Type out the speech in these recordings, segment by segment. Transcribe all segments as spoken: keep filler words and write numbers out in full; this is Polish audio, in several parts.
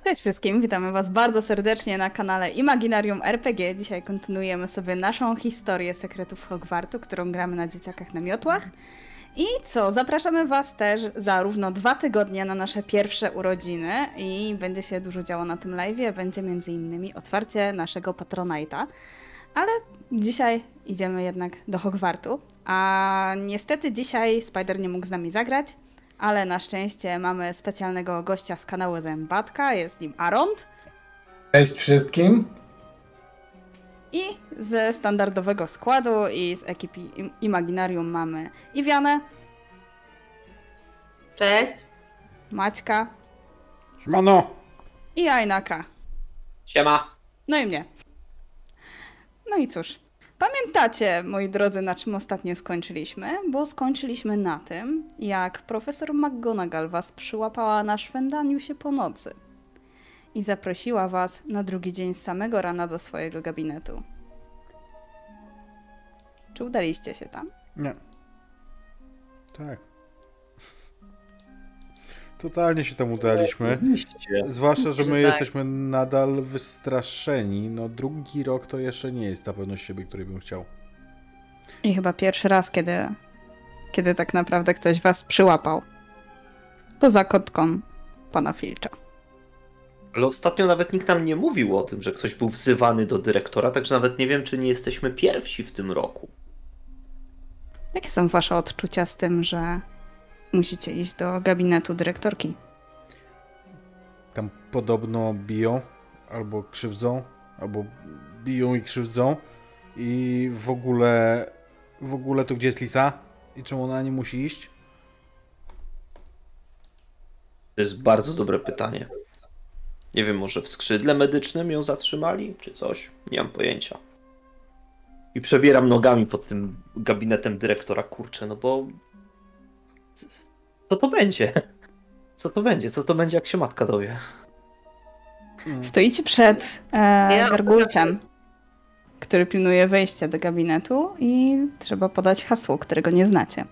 Cześć wszystkim, witamy Was bardzo serdecznie na kanale Imaginarium R P G. Dzisiaj kontynuujemy sobie naszą historię sekretów Hogwartu, którą gramy na dzieciakach na miotłach. I co, zapraszamy Was też za równo dwa tygodnie na nasze pierwsze urodziny i będzie się dużo działo na tym live'ie. Będzie między innymi otwarcie naszego Patronite'a. Ale dzisiaj idziemy jednak do Hogwartu, a niestety dzisiaj Spider nie mógł z nami zagrać. Ale na szczęście mamy specjalnego gościa z kanału Zębatka, jest nim Arond. Cześć wszystkim. I ze standardowego składu i z ekipy Imaginarium mamy Iwianę. Cześć. Maćka. Siemano. I Ajnaka. Siema. No i mnie. No i cóż, pamiętacie, moi drodzy, na czym ostatnio skończyliśmy? Bo skończyliśmy na tym, jak profesor McGonagall was przyłapała na szwendaniu się po nocy i zaprosiła was na drugi dzień z samego rana do swojego gabinetu. Czy udaliście się tam? Nie. Tak. Totalnie się tam udaliśmy. Oczywiście. Zwłaszcza, że my tak. jesteśmy nadal wystraszeni. No drugi rok to jeszcze nie jest ta pewność siebie, której bym chciał. I chyba pierwszy raz, kiedy, kiedy tak naprawdę ktoś was przyłapał. Poza kotką pana Filcza. Ale ostatnio nawet nikt nam nie mówił o tym, że ktoś był wzywany do dyrektora, także nawet nie wiem, czy nie jesteśmy pierwsi w tym roku. Jakie są wasze odczucia z tym, że musicie iść do gabinetu dyrektorki? Tam podobno biją, albo krzywdzą, albo biją i krzywdzą. I w ogóle... W ogóle to gdzie jest Lisa? I czemu ona nie musi iść? To jest bardzo dobre pytanie. Nie wiem, może w skrzydle medycznym ją zatrzymali, czy coś? Nie mam pojęcia. I przebieram nogami pod tym gabinetem dyrektora, kurczę, no bo... Co to będzie? Co to będzie? Co to będzie, jak się matka dowie? Stoicie przed e, gargulcem, który pilnuje wejścia do gabinetu i trzeba podać hasło, którego nie znacie.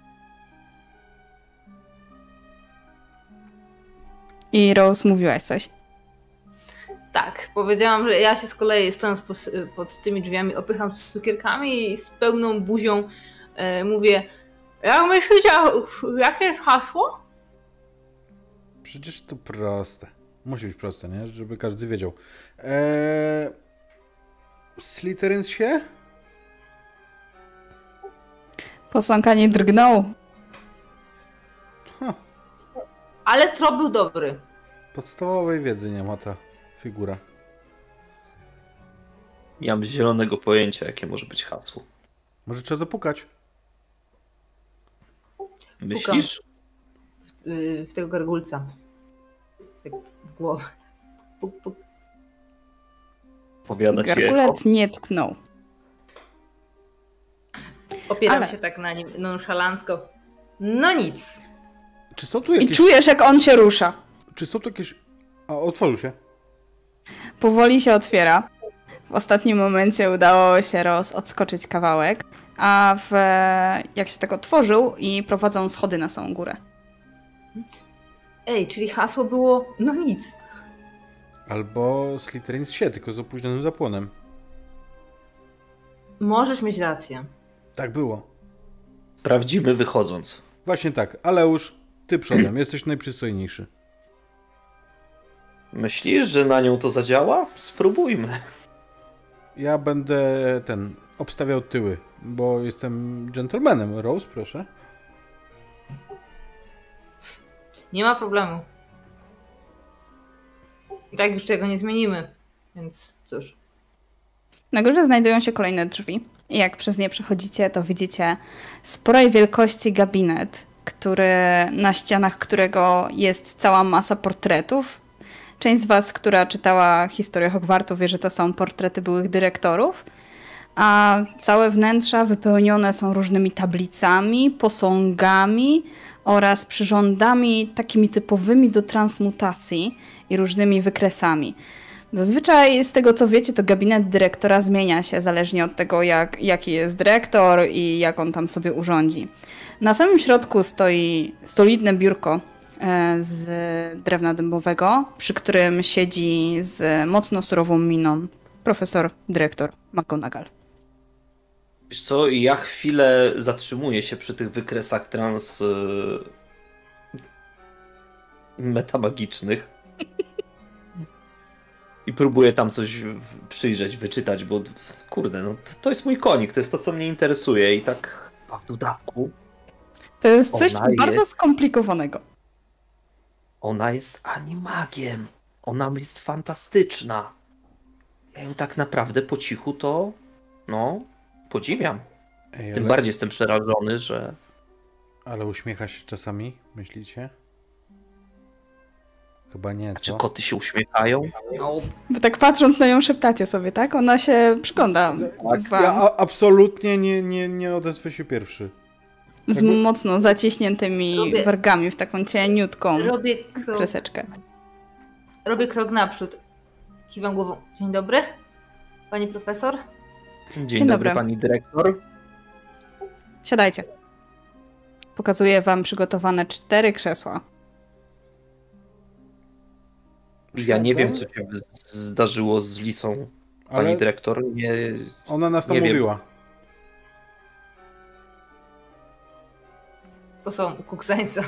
I Rose, mówiłaś coś? Tak, powiedziałam, że ja się z kolei stojąc pod, pod tymi drzwiami opycham cukierkami i z pełną buzią e, mówię: jak myślicie, jakie jest hasło? Przecież to proste. Musi być proste, nie? Żeby każdy wiedział. Eee... Slytherin się? Posąka nie drgnął. Huh. Ale trop był dobry. Podstawowej wiedzy nie ma ta figura. Nie mam zielonego pojęcia, jakie może być hasło. Może trzeba zapukać? Myślisz? W, y, w tego gargulca. Tak w głowę. Puk, puk. Powiada ci echo. Gargulec nie tknął. Opieram Ale- się tak na nim nonszalancko. No nic. Czy są tu I jakieś... czujesz, jak on się rusza. Czy są tu jakieś... A, otworzył się. Powoli się otwiera. W ostatnim momencie udało się Rose odskoczyć kawałek, a w, jak się tak otworzył i prowadzą schody na samą górę. Ej, czyli hasło było no nic. Albo Slytherin się, tylko z opóźnionym zapłonem. Możesz mieć rację. Tak było. Sprawdzimy wychodząc. Właśnie tak. Aleusz, ty przodem. Jesteś najprzystojniejszy. Myślisz, że na nią to zadziała? Spróbujmy. Ja będę ten... obstawiał tyły, bo jestem gentlemanem. Rose, proszę. Nie ma problemu. I tak już tego nie zmienimy. Więc cóż. Na górze znajdują się kolejne drzwi. I jak przez nie przechodzicie, to widzicie sporej wielkości gabinet, który, na ścianach którego jest cała masa portretów. Część z was, która czytała historię Hogwartu, wie, że to są portrety byłych dyrektorów. A całe wnętrza wypełnione są różnymi tablicami, posągami oraz przyrządami takimi typowymi do transmutacji i różnymi wykresami. Zazwyczaj z tego co wiecie, to gabinet dyrektora zmienia się zależnie od tego, jak, jaki jest dyrektor i jak on tam sobie urządzi. Na samym środku stoi solidne biurko, e, z drewna dębowego, przy którym siedzi z mocno surową miną profesor, dyrektor McGonagall. Wiesz co, ja chwilę zatrzymuję się przy tych wykresach trans... Yy, metamagicznych. I próbuję tam coś przyjrzeć, wyczytać, bo kurde, no to, to jest mój konik, to jest to, co mnie interesuje i tak a w dodatku To jest coś Ona bardzo jest- skomplikowanego. ona jest animagiem, ona jest fantastyczna. Ja ją tak naprawdę po cichu to, no, podziwiam. Ej, Tym ale, bardziej jestem przerażony, że ale uśmiecha się czasami, myślicie? Chyba nie, czy co? koty się uśmiechają? No, Wy tak patrząc na nią szeptacie sobie, tak? Ona się przygląda wam Ja a, absolutnie nie, nie, nie odezwę się pierwszy. z jakby- mocno zaciśniętymi Lubię- wargami w taką cieniutką robię krok, kreseczkę. robię krok naprzód. Kiwam głową. Dzień dobry, pani profesor. Dzień, Dzień dobry, dobry. pani dyrektor. Siadajcie. Pokazuję wam przygotowane cztery krzesła. Ja nie wiem, Siadam, co się z- zdarzyło z Lisą, pani Ale dyrektor. Nie, ona nas nie wiem. namówiła. Posłałam u kuksańca.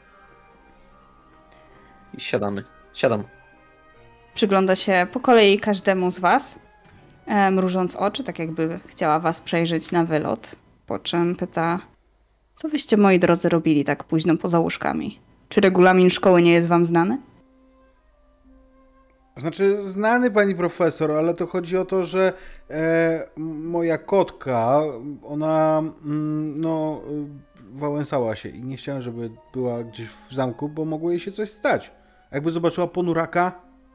I siadamy. Siadam. Przygląda się po kolei każdemu z was, e, mrużąc oczy, tak jakby chciała was przejrzeć na wylot. Po czym pyta, co wyście, moi drodzy, robili tak późno poza łóżkami? Czy regulamin szkoły nie jest wam znany? Znaczy, znany pani profesor, ale to chodzi o to, że e, moja kotka, ona mm, no y, wałęsała się i nie chciałem, żeby była gdzieś w zamku, bo mogło jej się coś stać. A jakby zobaczyła ponuraka,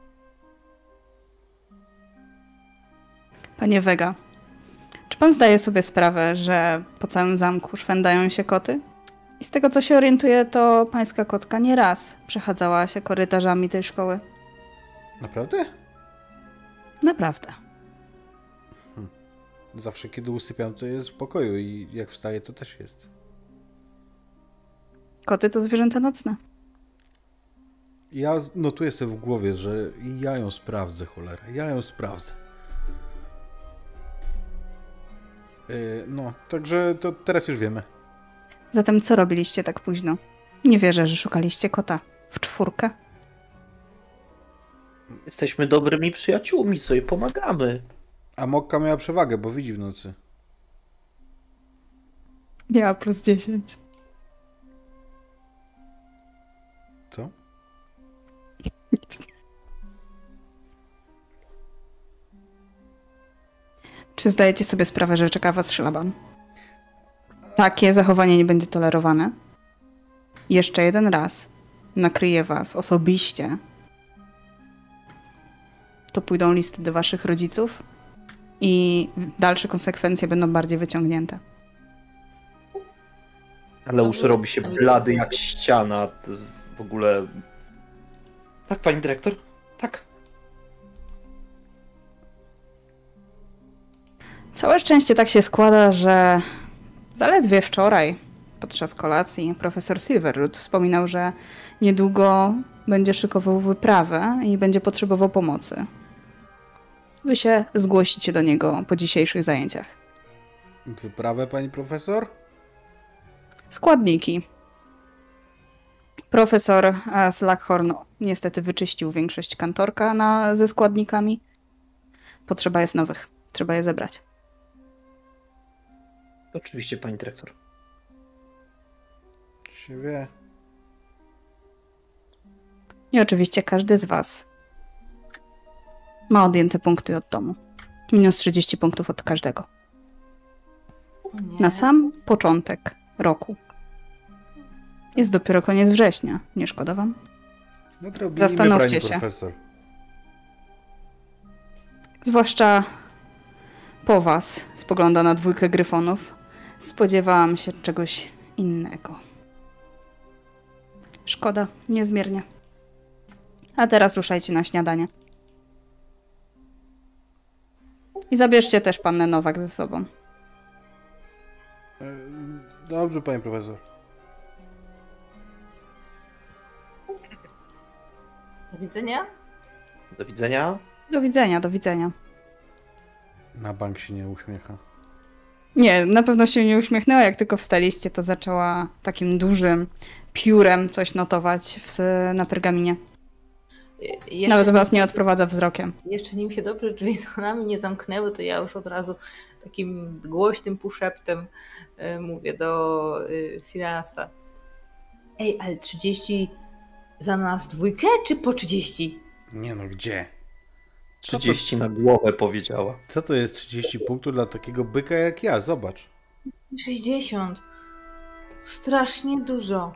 Panie Vega, czy pan zdaje sobie sprawę, że po całym zamku szwędają się koty? I z tego, co się orientuję, to pańska kotka nie raz przechadzała się korytarzami tej szkoły. naprawdę? Naprawdę. Zawsze kiedy usypiam, to jest w pokoju i jak wstaję, to też jest. Koty to zwierzęta nocne. Ja z- notuję sobie w głowie, że ja ją sprawdzę, cholera, ja ją sprawdzę. Yy, no, także to teraz już wiemy. Zatem co robiliście tak późno? Nie wierzę, że szukaliście kota. W czwórkę? Jesteśmy dobrymi przyjaciółmi, sobie pomagamy. A Mokka miała przewagę, bo widzi w nocy. Miała plus dziesięć. Co? Czy zdajecie sobie sprawę, że czeka was szlaban? Takie zachowanie nie będzie tolerowane. Jeszcze jeden raz nakryje was osobiście. To pójdą listy do waszych rodziców i dalsze konsekwencje będą bardziej wyciągnięte. Ale już robi się blady jak ściana. t- W ogóle... Tak, pani dyrektor? Tak. Całe szczęście tak się składa, że zaledwie wczoraj, podczas kolacji, profesor Silverroot wspominał, że niedługo będzie szykował wyprawę i będzie potrzebował pomocy. Wy się zgłosicie do niego po dzisiejszych zajęciach. Wyprawę, pani profesor? Składniki. Profesor e, Slughorn niestety wyczyścił większość kantorka na, ze składnikami. Potrzeba jest nowych. Trzeba je zebrać. Oczywiście, pani dyrektor. Się wie. I oczywiście każdy z was ma odjęte punkty od domu. Minus trzydzieści punktów od każdego. Nie. Na sam początek roku. Jest dopiero koniec września. Nie szkoda wam? Nadrobimy, Zastanówcie pani się. profesor. Zwłaszcza po was, spogląda na dwójkę gryfonów, spodziewałam się czegoś innego. Szkoda, niezmiernie. A teraz ruszajcie na śniadanie. I zabierzcie też pannę Nowak ze sobą. E, Dobrze, pani profesor. Do widzenia. Do widzenia. Do widzenia, do widzenia. Na bank się nie uśmiecha. Nie, na pewno się nie uśmiechnęła. Jak tylko wstaliście, to zaczęła takim dużym piórem coś notować w, na pergaminie. Jeszcze Nawet was nim, nie odprowadza wzrokiem. Jeszcze nim się dobrze drzwi za nami nie zamknęły, to ja już od razu takim głośnym półszeptem y, mówię do y, Filasa. Ej, ale trzydzieści za nas dwójkę, czy po trzydzieści? Nie no, gdzie? trzydzieści na głowę powiedziała. Co to jest trzydzieści punktów dla takiego byka jak ja? Zobacz. sześćdziesiąt. Strasznie dużo.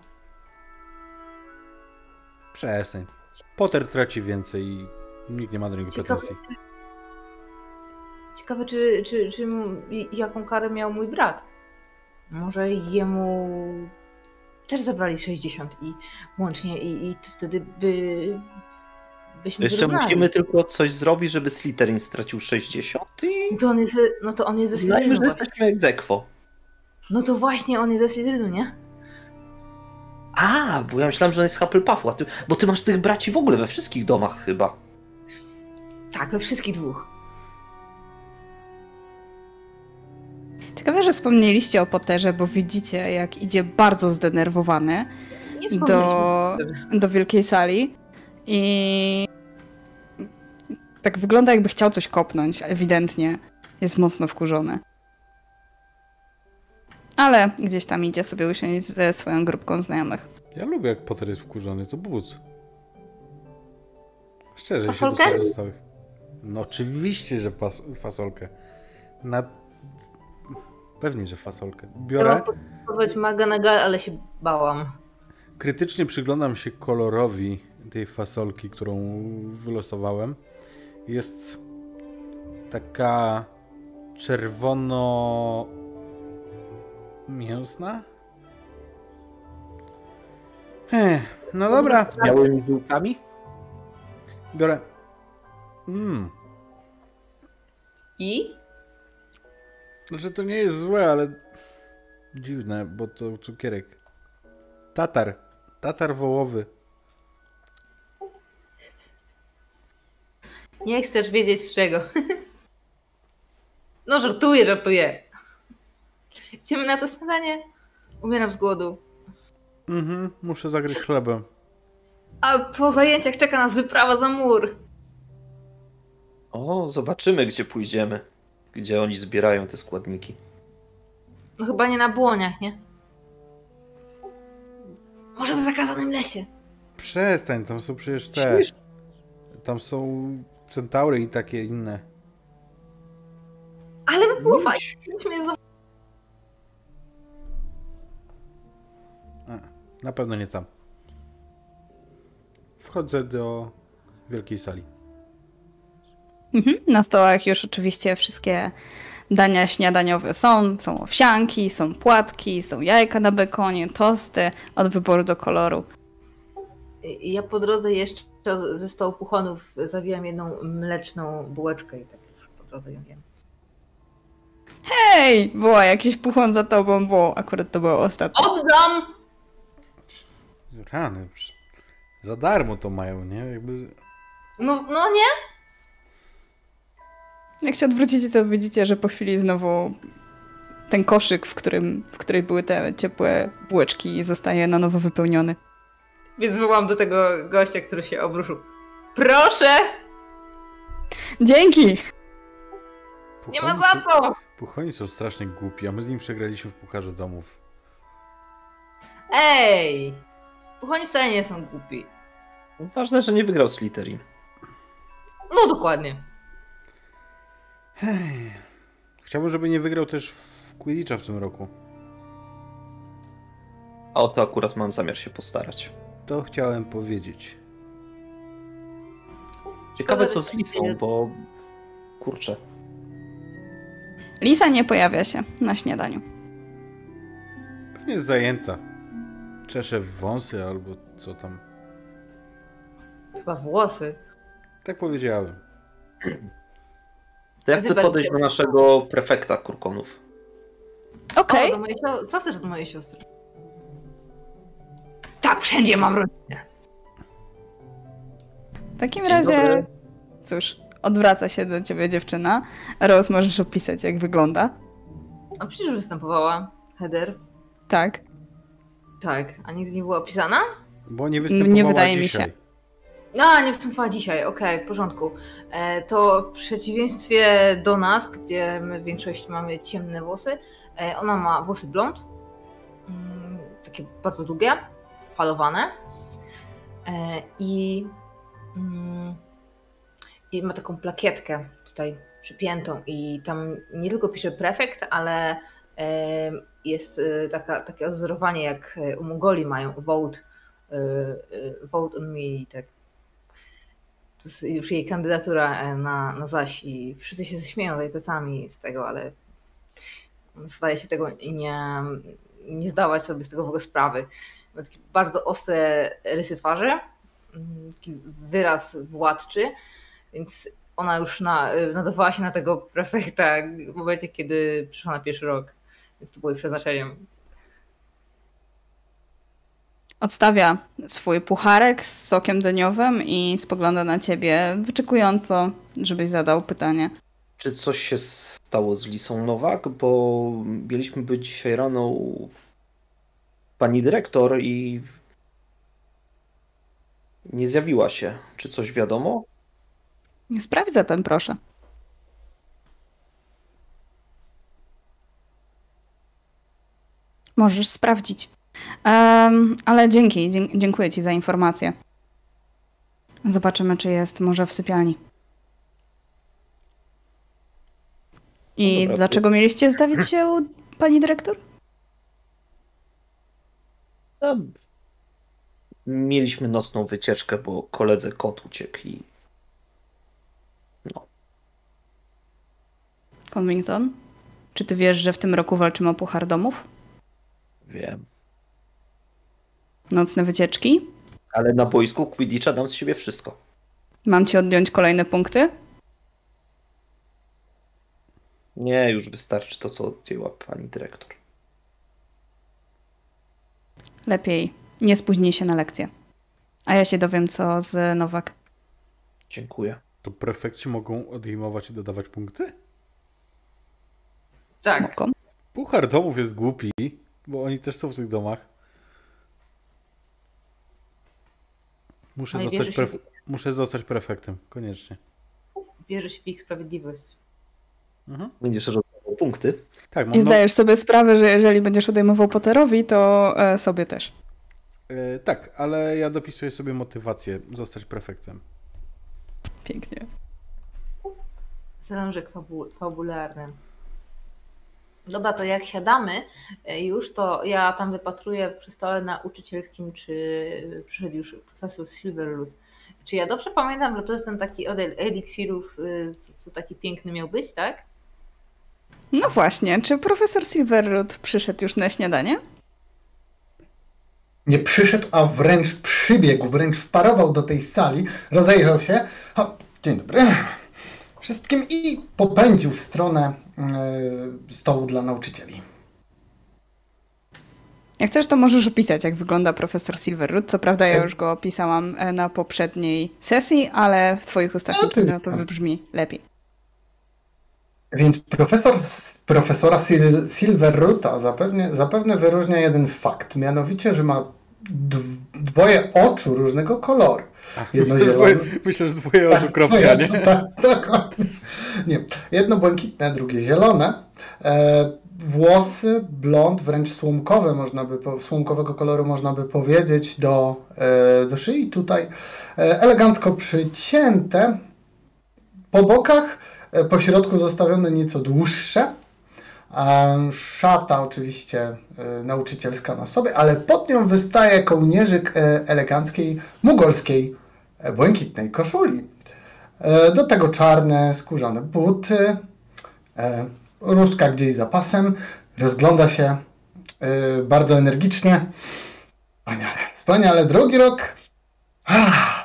Przestań. Potter traci więcej i nikt nie ma do niego Ciekawe, pretensji. ciekawe czy, czy, czy m- jaką karę miał mój brat. Może jemu też zabrali sześćdziesiąt i łącznie i, i wtedy by byśmy Jeszcze wyrównali. musimy tylko coś zrobić, żeby Slytherin stracił sześćdziesiąt i To on jest, no to on jest ze znajmy, Slytherinu. że jesteśmy ex aequo. No to właśnie on jest ze Slytherinu, nie? A, bo ja myślałem, że on jest z Hufflepuffu, a ty, bo ty masz tych braci w ogóle we wszystkich domach chyba. Tak, we wszystkich dwóch. Ciekawe, że wspomnieliście o Potterze, bo widzicie, jak idzie bardzo zdenerwowany Nie do, wspomnieliśmy. do wielkiej sali i tak wygląda, jakby chciał coś kopnąć, ewidentnie. Jest mocno wkurzony. Ale gdzieś tam idzie sobie usiąść ze swoją grupką znajomych. Ja lubię, jak Potter jest wkurzony, to bóc. Szczerze, się Fasolkę? do pozostałych. No oczywiście, że pas fasolkę. Na... Pewnie, że fasolkę. Biorę, Chciałam podpowiedź maga na gal, ale się bałam. krytycznie przyglądam się kolorowi tej fasolki, którą wylosowałem. Jest taka czerwono... mięsna? Ech, no dobra. Z białymi żółkami? Biorę. Mmm. I? Znaczy to nie jest złe, ale dziwne, bo to cukierek. Tatar. Tatar wołowy. Nie chcesz wiedzieć z czego. No żartuję, żartuję. Idziemy na to śniadanie? Umieram z głodu. Mhm, muszę zagryźć chlebem. A po zajęciach czeka nas wyprawa za mur. O, zobaczymy, gdzie pójdziemy. Gdzie oni zbierają te składniki. No chyba nie na błoniach, nie? Może w zakazanym lesie. Przestań, tam są przecież te. Śmiesz? Tam są centaury i takie inne. Ale by było fajnie. gdybyśmy za- A, na pewno nie tam. Wchodzę do wielkiej sali. Mhm. Na stołach już oczywiście wszystkie dania śniadaniowe są. Są owsianki, są płatki, są jajka na bekonie, tosty, od wyboru do koloru. Ja po drodze jeszcze ze stołu puchonów zawijam jedną mleczną bułeczkę i tak już po drodze ją jem. Hej! Woła jakiś puchon za tobą, bo akurat to było ostatnie. Oddam! Rany. przecież Za darmo to mają, nie? Jakby... No, no nie? Jak się odwrócicie, to widzicie, że po chwili znowu ten koszyk, w którym, w której były te ciepłe bułeczki, zostaje na nowo wypełniony. Więc wołam do tego gościa, który się obruszył. Proszę! Dzięki! Nie ma za co! Puchoni są strasznie głupi, a my z nim przegraliśmy w Pucharze Domów. Ej! Puchoni wcale nie są głupi. Ważne, że nie wygrał Slytherin. No dokładnie. Hej. Chciałbym, żeby nie wygrał też w Quidditcha w tym roku. A o to akurat mam zamiar się postarać. To chciałem powiedzieć. Ciekawe co z Lisą, bo... Kurczę. Lisa nie pojawia się na śniadaniu. Pewnie jest zajęta. Czesze wąsy albo co tam. Chyba włosy. Tak powiedziałem. To ja chcę Chyba podejść do też. naszego prefekta Kurkonów. Okej. O, do mojej sio- Co chcesz do mojej siostry? Tak, wszędzie mam rodzinę. W takim Dzień razie, dobry. cóż, odwraca się do ciebie dziewczyna. Rose, możesz opisać, jak wygląda. A przecież występowała Heather. Tak. Tak, a nigdy nie była opisana? Bo nie występowała Nie wydaje mi dzisiaj. się. A, nie występowała dzisiaj, okej, w porządku. E, to w przeciwieństwie do nas, gdzie my w większości mamy ciemne włosy, e, ona ma włosy blond, mm, takie bardzo długie, falowane e, i, mm, i ma taką plakietkę tutaj przypiętą i tam nie tylko pisze prefekt, ale e, jest e, taka, takie odzorowanie jak u Mongolii mają vote, e, e, vote on me, tak. To jest już jej kandydatura na, na zaś i wszyscy się śmieją tutaj plecami z tego, ale zdaje się tego nie, nie zdawać sobie z tego w ogóle sprawy. Ma takie bardzo ostre rysy twarzy, taki wyraz władczy, więc ona już na, nadawała się na tego prefekta w momencie, kiedy przyszła na pierwszy rok, więc to było jej przeznaczeniem. Odstawia swój pucharek z sokiem dyniowym i spogląda na ciebie wyczekująco, żebyś zadał pytanie. Czy coś się stało z Lisą Nowak? Bo mieliśmy być dzisiaj rano u pani dyrektor i nie zjawiła się. Czy coś wiadomo? Sprawdź zatem, proszę. Możesz sprawdzić. Um, ale dzięki, dzie- dziękuję ci za informację. Zobaczymy, czy jest może w sypialni. I No dobra, dlaczego to- mieliście zdawić się u pani dyrektor? No, mieliśmy nocną wycieczkę, bo koledze kot uciekł i no, Covington, czy ty wiesz, że w tym roku walczymy o Puchar Domów? wiem. Nocne wycieczki? Ale na boisku Quidditcha dam z siebie wszystko. Mam ci odjąć kolejne punkty? Nie, już wystarczy to, co odjęła pani dyrektor. Lepiej nie spóźnij się na lekcję. A ja się dowiem, co z Nowak. Dziękuję. To prefekci mogą odejmować i dodawać punkty? Tak, Mogą. Puchar domów jest głupi, bo oni też są w tych domach. Muszę, Ale zostać, wierzy się pref... Muszę zostać prefektem, koniecznie. wierzę się w ich sprawiedliwość. Mhm. Będziesz rozdawał punkty. Tak, mam I no... zdajesz sobie sprawę, że jeżeli będziesz odejmował Potterowi, to e, sobie też. e, tak, ale ja dopisuję sobie motywację zostać prefektem. Pięknie. Zalążek fabu- fabularny. Dobra, to jak siadamy e, już, to ja tam wypatruję przy stole nauczycielskim, czy przyszedł już profesor Silverroot. Czy ja dobrze pamiętam, że to jest ten taki od eliksirów, y, co, co taki piękny miał być, tak? No właśnie, czy profesor Silverroot przyszedł już na śniadanie? Nie przyszedł, a wręcz przybiegł, wręcz wparował do tej sali, rozejrzał się. O, dzień dobry wszystkim i popędził w stronę e, stołu dla nauczycieli. Jak chcesz, to możesz opisać, jak wygląda profesor Silverroot. Co prawda ja już go opisałam e, na poprzedniej sesji, ale w twoich ustach na pewno to wybrzmi lepiej. Więc profesor, profesora Sil, Silverroota zapewne, zapewne wyróżnia jeden fakt, mianowicie, że ma dwoje oczu różnego koloru. Jedno zielone. Myślę, że dwoje oczu Tak, kropka, twoje nie? oczu, tak, dokładnie. Nie. Jedno błękitne, drugie zielone. E, włosy blond, wręcz słomkowe, można by, słomkowego koloru można by powiedzieć, do, e, do szyi tutaj. E, elegancko przycięte. Po bokach, e, po środku zostawione nieco dłuższe. E, szata oczywiście e, nauczycielska na sobie, ale pod nią wystaje kołnierzyk e, eleganckiej, mugolskiej, e, błękitnej koszuli. E, do tego czarne, skórzane buty, e, różdżka gdzieś za pasem, rozgląda się e, bardzo energicznie. Wspaniale, wspaniale, drugi rok. Ah.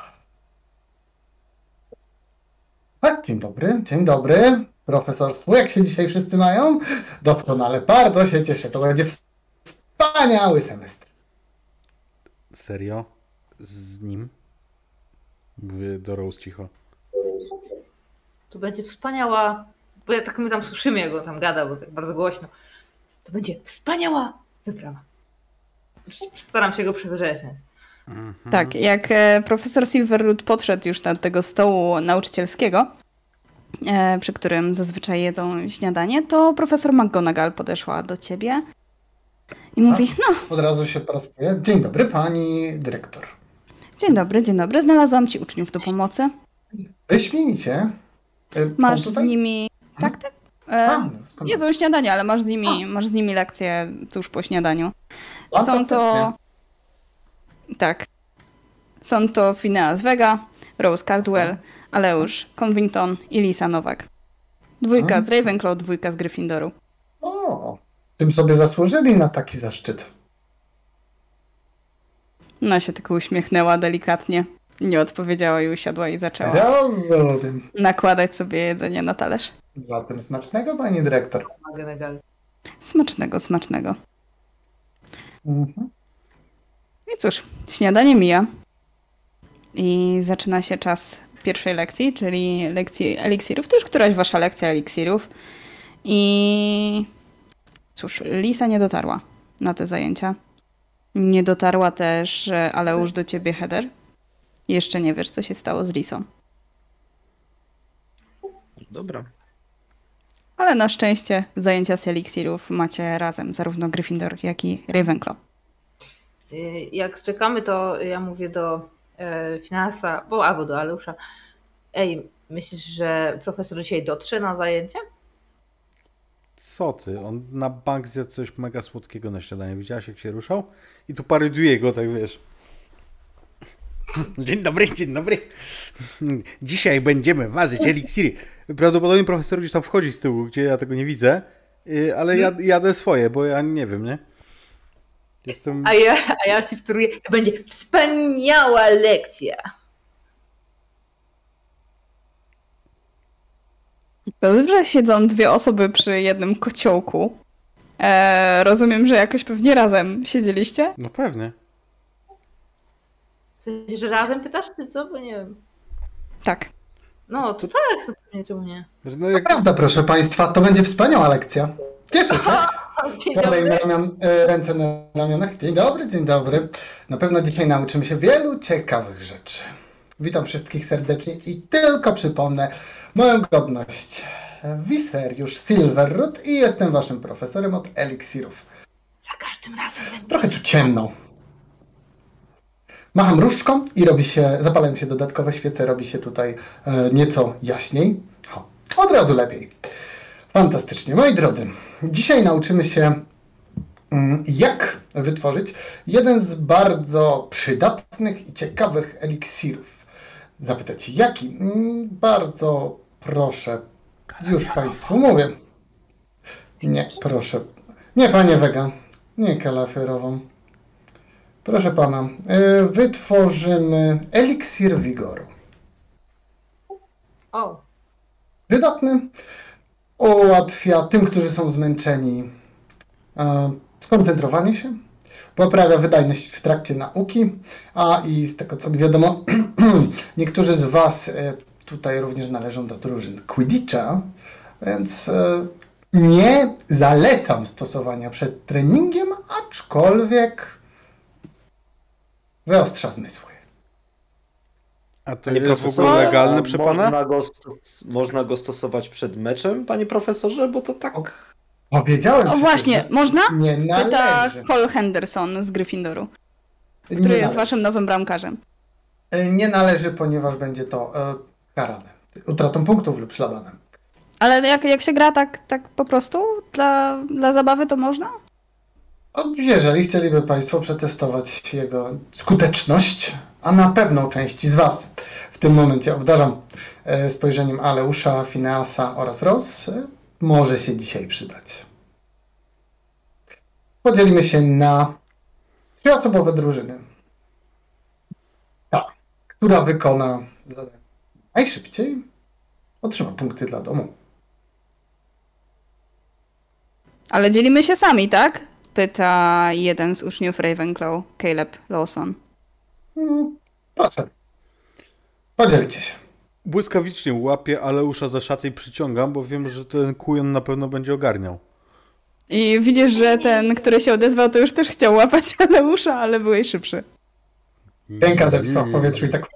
A, dzień dobry, dzień dobry, profesorstwu. Jak się dzisiaj wszyscy mają? Doskonale, bardzo się cieszę. To będzie wspaniały semestr. Serio? Z nim? Mówię do Rose cicho. To będzie wspaniała, bo ja tak my tam słyszymy, jak on tam gada, bo tak bardzo głośno. To będzie wspaniała wyprawa. Staram się go przedrzeć. Mhm. Tak, jak e, profesor Silverroot podszedł już do tego stołu nauczycielskiego, e, przy którym zazwyczaj jedzą śniadanie, to profesor McGonagall podeszła do ciebie i mówi, no, Od razu się prostuje. Dzień dobry, pani dyrektor. dzień dobry, dzień dobry, znalazłam ci uczniów do pomocy. Wyśmienicie. E, Masz pan z tutaj? nimi... Mhm. Tak, tak. E, A, no, skąd? jedzą śniadanie, ale masz z nimi, masz z nimi lekcje tuż po śniadaniu. A, Są to... fantastycznie. Tak. Są to Phineas Vega, Rose Cardwell, Aleusz Convington i Lisa Nowak. Dwójka A. z Ravenclaw, dwójka z Gryffindoru. O, tym sobie zasłużyli na taki zaszczyt. No się tylko uśmiechnęła delikatnie. Nie odpowiedziała i usiadła i zaczęła Rozumiem. nakładać sobie jedzenie na talerz. Zatem smacznego, pani dyrektor. McGonagall. Smacznego, smacznego. Mhm. I cóż, śniadanie mija i zaczyna się czas pierwszej lekcji, czyli lekcji eliksirów. To już któraś wasza lekcja eliksirów. I cóż, Lisa nie dotarła na te zajęcia. Nie dotarła też e, Aleusz do ciebie, Heather. Jeszcze nie wiesz, co się stało z Lisą. Dobra. Ale na szczęście zajęcia z eliksirów macie razem, zarówno Gryffindor, jak i Ravenclaw. Y, Jak czekamy, to ja mówię do e, Finansa, bo albo do Aleusza. Ej, myślisz, że profesor dzisiaj dotrze na zajęcia? Co ty? On na bank zjadł coś mega słodkiego na śniadanie. Widziałaś, jak się ruszał? I tu parodiuje go, tak wiesz. Dzień dobry, dzień dobry. Dzisiaj będziemy ważyć eliksiry. Prawdopodobnie profesor gdzieś tam wchodzi z tyłu, gdzie ja tego nie widzę. Yy, Ale ja, jadę swoje, bo ja nie wiem, nie? Jestem... A ja, a ja ci wtóruję, to będzie wspaniała lekcja. Dobrze, siedzą dwie osoby przy jednym kociołku. E, rozumiem, że jakoś pewnie razem siedzieliście? No pewnie. W sensie, że razem pytasz, czy co? Bo nie wiem. Tak. No, to tak, no pewnie, czemu nie? No jak... Prawda, proszę państwa, to będzie wspaniała lekcja. Cieszę się. Dzień Podajmy dobry. ramion, e, ręce na ramionach. Dzień dobry, dzień dobry. Na pewno dzisiaj nauczymy się wielu ciekawych rzeczy. Witam wszystkich serdecznie i tylko przypomnę moją godność. Wiseriusz Silverroot i jestem waszym profesorem od eliksirów. Za każdym razem będę. Trochę tu ciemno. Macham różdżką i robi się, zapalają się dodatkowe świece, robi się tutaj e, nieco jaśniej. O, od razu lepiej. Fantastycznie. Moi drodzy, dzisiaj nauczymy się, mm, jak wytworzyć jeden z bardzo przydatnych i ciekawych eliksirów. Zapytacie, jaki? Mm, bardzo proszę. Już państwu mówię. Nie, proszę. Nie, panie Wega. Nie kalafiorową. Proszę pana, y, wytworzymy eliksir wigoru. O, Przydatny, ułatwia tym, którzy są zmęczeni, e, skoncentrowanie się, poprawia wydajność w trakcie nauki, a i z tego co mi wiadomo, niektórzy z was e, tutaj również należą do drużyn Quidditcha, więc e, nie zalecam stosowania przed treningiem, aczkolwiek wyostrza zmysły. A to Panie jest w profesorze, ogóle legalne, a proszę pana? można go, sto- można go stosować przed meczem, panie profesorze? Bo to tak... Powiedziałem O przecież, właśnie, że można? nie Pyta należy. Cole Henderson z Gryffindoru, Nie który jest należy. waszym nowym bramkarzem. Nie należy, ponieważ będzie to e, karane. Utratą punktów lub szlabanem. Ale jak, jak się gra tak, tak po prostu dla, dla zabawy, to można? O, jeżeli chcieliby państwo przetestować jego skuteczność, a na pewno części z was w tym momencie obdarzam e, spojrzeniem Aleusza, Phineasa oraz Rose, e, może się dzisiaj przydać. Podzielimy się na trzyosobowe drużyny. Ta, która wykona zadanie najszybciej, otrzyma punkty dla domu. Ale dzielimy się sami, tak? Pyta jeden z uczniów Ravenclaw, Caleb Lawson. Mm, proszę. Podzielcie się. Błyskawicznie łapię Aleusza za szatę i przyciągam, bo wiem, że ten kujon na pewno będzie ogarniał. I widzisz, że ten, który się odezwał, to już też chciał łapać Aleusza, ale byłeś szybszy. Ręka zawisła w powietrzu i tak...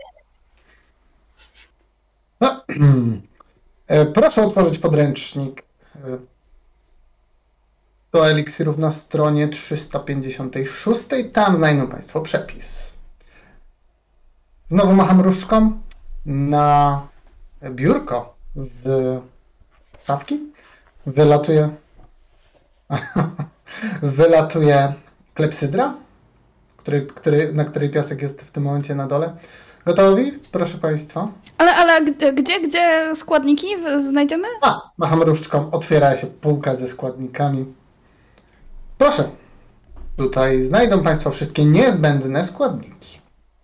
No. Proszę otworzyć podręcznik do eliksirów na stronie trzysta pięćdziesiąt sześć. Tam znajdą Państwo przepis. Znowu macham różdżką na biurko z szafki. Wylatuje wylatuje klepsydra, który, który, na której piasek jest w tym momencie na dole. Gotowi? Proszę Państwa. Ale, ale gdzie, gdzie składniki znajdziemy? A, macham różdżką, otwiera się półka ze składnikami. Proszę. Tutaj znajdą Państwo wszystkie niezbędne składniki.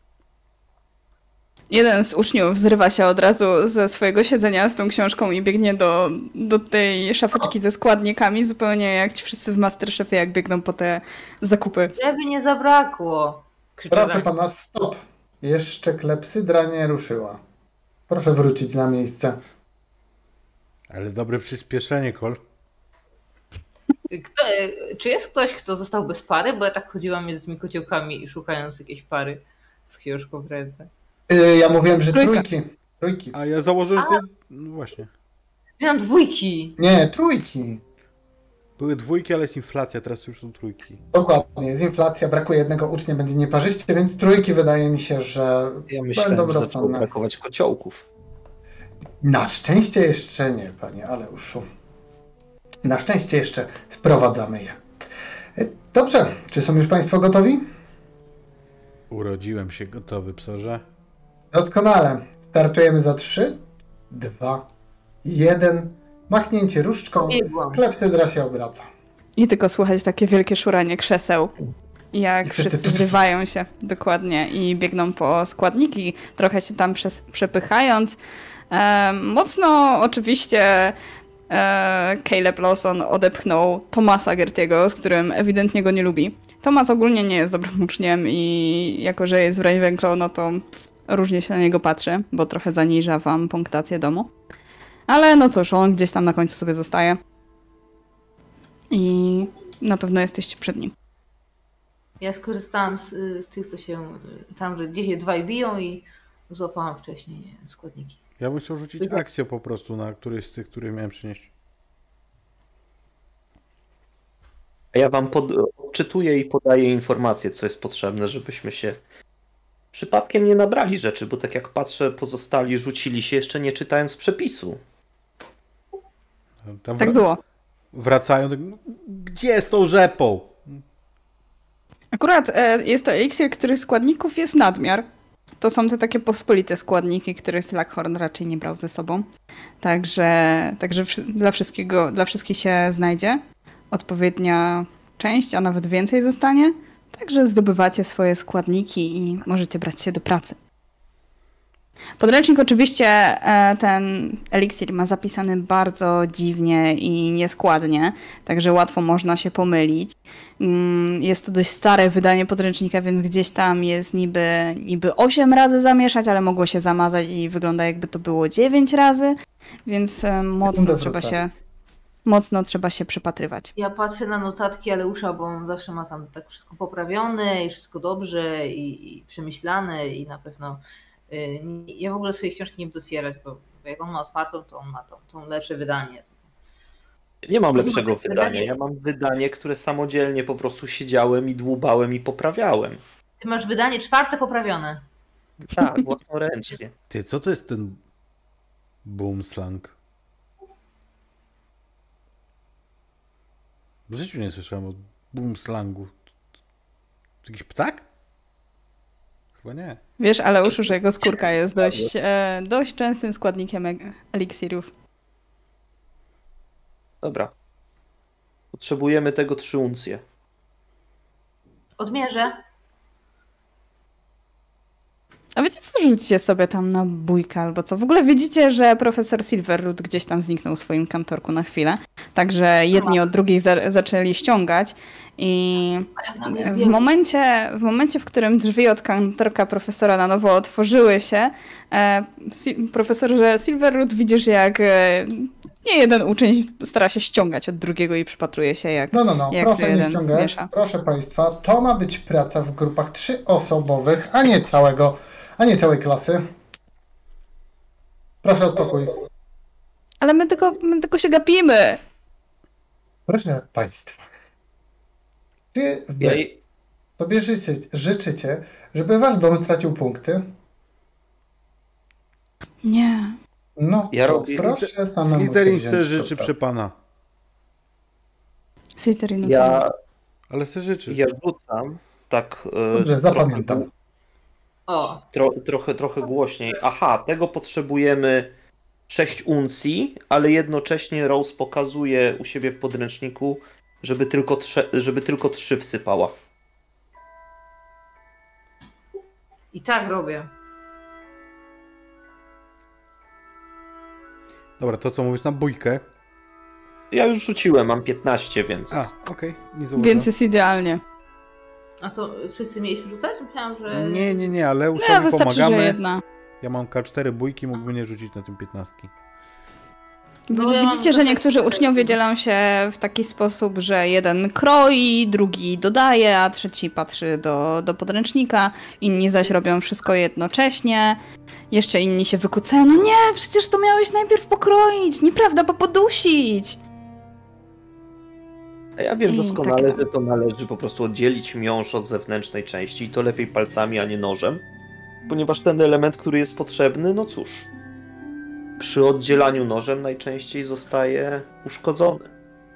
Jeden z uczniów zrywa się od razu ze swojego siedzenia z tą książką i biegnie do, do tej szafeczki ze składnikami, zupełnie jak ci wszyscy w Masterchefie, jak biegną po te zakupy. Żeby nie zabrakło. Proszę Pana, stop. Jeszcze klepsydra nie ruszyła. Proszę wrócić na miejsce. Ale dobre przyspieszenie, Kol. Kto, czy jest ktoś, kto został bez pary? Bo ja tak chodziłam między tymi kociołkami i szukając jakiejś pary z książką w ręce. Yy, ja mówiłem, że Trójka. trójki. Trójki. A ja założyłem, że... No właśnie. Chciałam dwójki. Nie, trójki. Były dwójki, ale jest inflacja, teraz już są trójki. Dokładnie, jest inflacja, brakuje jednego ucznia, będzie nieparzyście, więc trójki wydaje mi się, że Ja będą myślałem, że zaczęło rozsądne. brakować kociołków. Na szczęście jeszcze nie, Panie Aleuszu. Na szczęście jeszcze wprowadzamy je. Dobrze, czy są już Państwo gotowi? Urodziłem się gotowy, psorze. Doskonale. Startujemy za trzy, dwa, jeden. Machnięcie różdżką, Biegłam. klepsydra się obraca. I tylko słychać takie wielkie szuranie krzeseł. Jak I wszyscy- wszyscy zrywają się, dokładnie, i biegną po składniki, trochę się tam przez, przepychając. E, mocno oczywiście e, Caleb Lawson odepchnął Thomasa Gertiego, z którym ewidentnie go nie lubi. Thomas ogólnie nie jest dobrym uczniem i jako, że jest w Ravenclaw, no to różnie się na niego patrzy, bo trochę zaniża wam punktację domu. Ale no cóż, on gdzieś tam na końcu sobie zostaje. I na pewno jesteście przed nim. Ja skorzystałam z, z tych, co się tam, że gdzieś je dwaj biją i złapałam wcześniej składniki. Ja bym chciał rzucić akcję po prostu na któryś z tych, które miałem przynieść. A ja wam pod... odczytuję i podaję informacje, co jest potrzebne, żebyśmy się przypadkiem nie nabrali rzeczy, bo tak jak patrzę, pozostali rzucili się jeszcze nie czytając przepisu. Tam Tak wra- było. Wracają, tak, no, gdzie z tą rzepą? Akurat e, jest to eliksir, których składników jest nadmiar. To są te takie pospolite składniki, których Slughorn raczej nie brał ze sobą. Także, także wszy- dla, wszystkiego, dla wszystkich się znajdzie odpowiednia część, a nawet więcej zostanie. Także zdobywacie swoje składniki i możecie brać się do pracy. Podręcznik oczywiście e, ten eliksir ma zapisany bardzo dziwnie i nieskładnie, także łatwo można się pomylić. Mm, Jest to dość stare wydanie podręcznika, więc gdzieś tam jest niby, niby osiem razy zamieszać, ale mogło się zamazać i wygląda jakby to było dziewięć razy, więc e, mocno Sekundę trzeba wracamy. się mocno trzeba się przypatrywać. Ja patrzę na notatki Aleusza, bo on zawsze ma tam tak wszystko poprawione i wszystko dobrze i, i przemyślane i na pewno y, nie- ja w ogóle swojej książki nie będę otwierać, bo, bo jak on ma otwartą, to on ma tą, tą lepsze wydanie. Nie mam lepszego Wydanie- wydania. Ja mam wydanie, które samodzielnie po prostu siedziałem i dłubałem i poprawiałem. Ty masz wydanie czwarte poprawione. Tak, własnoręcznie. Ty, co to jest ten boom slang? W życiu nie słyszałem o boom slangu. To jakiś ptak? Chyba nie. Wiesz, Aleuszu, że jego skórka jest dość, e, dość częstym składnikiem e- eliksirów. Dobra. Potrzebujemy tego trzy uncje. Odmierzę. A wiecie co, rzućcie sobie tam na bójkę albo co? W ogóle widzicie, że profesor Silverroot gdzieś tam zniknął w swoim kantorku na chwilę. Także jedni od drugich za- zaczęli ściągać I w momencie, w momencie, w którym drzwi od kantorka profesora na nowo otworzyły się, e, si- profesorze Silverroot, widzisz, jak e, nie jeden uczeń stara się ściągać od drugiego i przypatruje się, jak No, no, no, jak proszę to nie jeden ściągać. miesza. Proszę Państwa, to ma być praca w grupach trzyosobowych, a nie całego, a nie całej klasy. Proszę o spokój. Ale my tylko, my tylko się gapimy. Proszę Państwa, czy wy Ja, sobie życie, życzycie, żeby Wasz dom stracił punkty? Nie. No, Ja to robię- proszę samemu Slytherin się se wziąć życzy do przy pana. Slytherin, ja, Ale se życzy. ja rzucam tak e, Dobrze, zapamiętam. trochę, O, tro, trochę, trochę głośniej. Aha, tego potrzebujemy sześć uncji, ale jednocześnie Rose pokazuje u siebie w podręczniku, żeby tylko, trze, żeby tylko trzy wsypała. i tak robię. Dobra, to co mówisz na bójkę? Ja już rzuciłem, mam piętnaście, więc... A, okej, nie zauważyłem. Więc jest idealnie. A to wszyscy mieliśmy rzucać? Myślałam, że... Nie, nie, nie, ale No, Uszowi wystarczy, że pomagamy. jedna. Ja mam K cztery bójki, mógłby nie rzucić na tym piętnastki. No, ja mam Widzicie, że trochę- niektórzy uczniowie dzielą się w taki sposób, że jeden kroi, drugi dodaje, a trzeci patrzy do, do podręcznika, inni zaś robią wszystko jednocześnie. Jeszcze inni się wykucają. No nie, przecież to miałeś najpierw pokroić, nieprawda, bo podusić. A ja wiem I doskonale, takie tam. że to należy po prostu oddzielić miąższ od zewnętrznej części i to lepiej palcami, a nie nożem. Ponieważ ten element, który jest potrzebny, no cóż, przy oddzielaniu nożem najczęściej zostaje uszkodzony.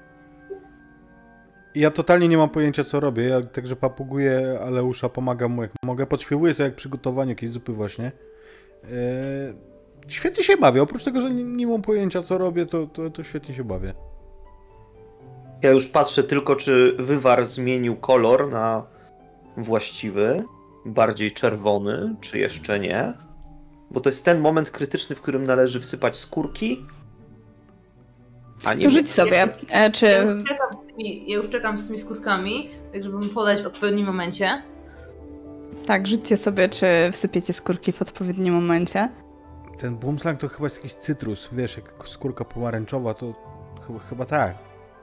Ja totalnie nie mam pojęcia, co robię. Ja także papuguję Aleusza, pomagam mu jak mogę. Podśpiewuję sobie jak przygotowanie jakiejś zupy właśnie. Eee, świetnie się bawię. Oprócz tego, że nie, nie mam pojęcia, co robię, to, to, to świetnie się bawię. Ja już patrzę tylko, czy wywar zmienił kolor na właściwy, bardziej czerwony, czy jeszcze nie. Bo to jest ten moment krytyczny, w którym należy wsypać skórki. A nie To wiem. rzuć sobie, e, czy... Ja już, czekam z tymi, ja już czekam z tymi skórkami, tak żeby mu podać w odpowiednim momencie. Tak, rzućcie sobie, czy wsypiecie skórki w odpowiednim momencie. Ten boomslang to chyba jest jakiś cytrus. Wiesz, jak skórka pomarańczowa, to chyba, chyba tak.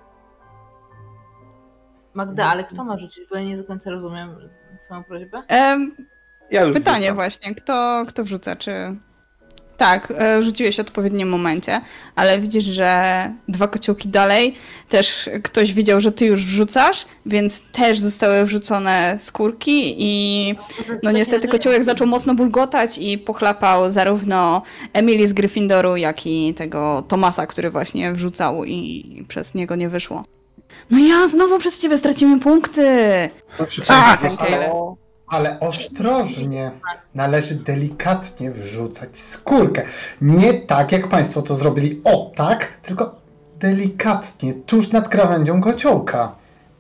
Magda, ale kto ma rzucić? Bo ja nie do końca rozumiem twoją prośbę. Em, Ja już Pytanie rzucam. właśnie, kto, kto wrzuca, czy... Tak, e, rzuciłeś w odpowiednim momencie, ale widzisz, że dwa kociołki dalej też ktoś widział, że ty już rzucasz, więc też zostały wrzucone skórki i no niestety kociołek zaczął mocno bulgotać i pochlapał zarówno Emily z Gryffindoru, jak i tego Tomasa, który właśnie wrzucał i przez niego nie wyszło. No ja znowu przez ciebie stracimy punkty! Proszę A! Państwa, Okej. ale, ale ostrożnie. Należy delikatnie wrzucać skórkę. Nie tak, jak Państwo to zrobili. O, tak, tylko delikatnie, tuż nad krawędzią kociołka.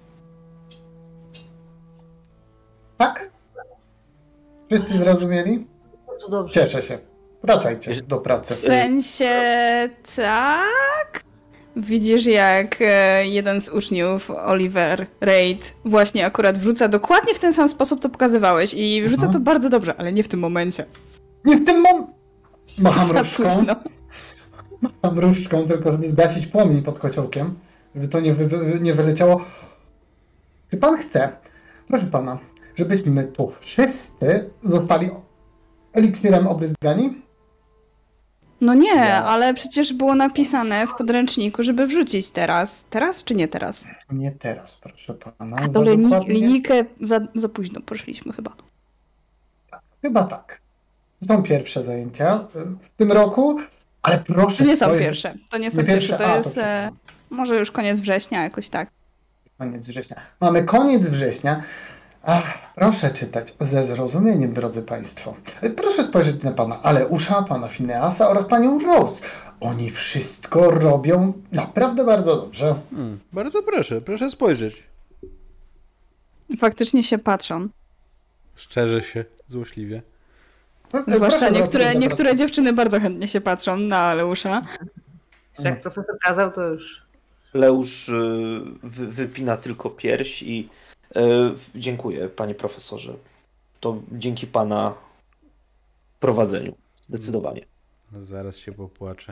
Tak? Wszyscy zrozumieli? To dobrze. Cieszę się. Wracajcie do W pracy. sensie tak? Widzisz, jak e, jeden z uczniów, Oliver Reid, właśnie akurat wrzuca dokładnie w ten sam sposób, co pokazywałeś i wrzuca Mhm. to bardzo dobrze, ale nie w tym momencie. Nie w tym mom... Macham Za różdżką. późno. Macham różdżką, tylko żeby zgasić płomień pod kociołkiem. Żeby to nie, wy, nie wyleciało. Czy pan chce, proszę pana, żebyśmy tu wszyscy zostali eliksirem obryzgani? No nie, Ja. ale przecież było napisane w podręczniku, żeby wrzucić teraz. Teraz czy nie teraz? Nie teraz, proszę pana. A za to lini- dokładnie- linijkę za, za późno poszliśmy chyba. Chyba tak. To są pierwsze zajęcia w tym roku, ale proszę... To nie są spojrzeć- pierwsze. To nie są Nie pierwsze, pierwsze? to A, to jest e, może już koniec września, jakoś tak. Koniec września. Mamy koniec września. Ach, proszę czytać ze zrozumieniem, drodzy Państwo. Proszę spojrzeć na pana Aleusza, pana Fineasa oraz panią Rose. Oni wszystko robią naprawdę bardzo dobrze. Hmm, bardzo proszę, proszę spojrzeć. Faktycznie się patrzą. Szczerze się, złośliwie. No, Zwłaszcza proszę niektóre, wracać do niektóre dziewczyny bardzo chętnie się patrzą na Aleusza. Jeszcze jak profesor kazał, to już... Leusz wy, wypina tylko pierś i e, dziękuję, panie profesorze. To dzięki pana prowadzeniu. Zdecydowanie. No, zaraz się popłaczę.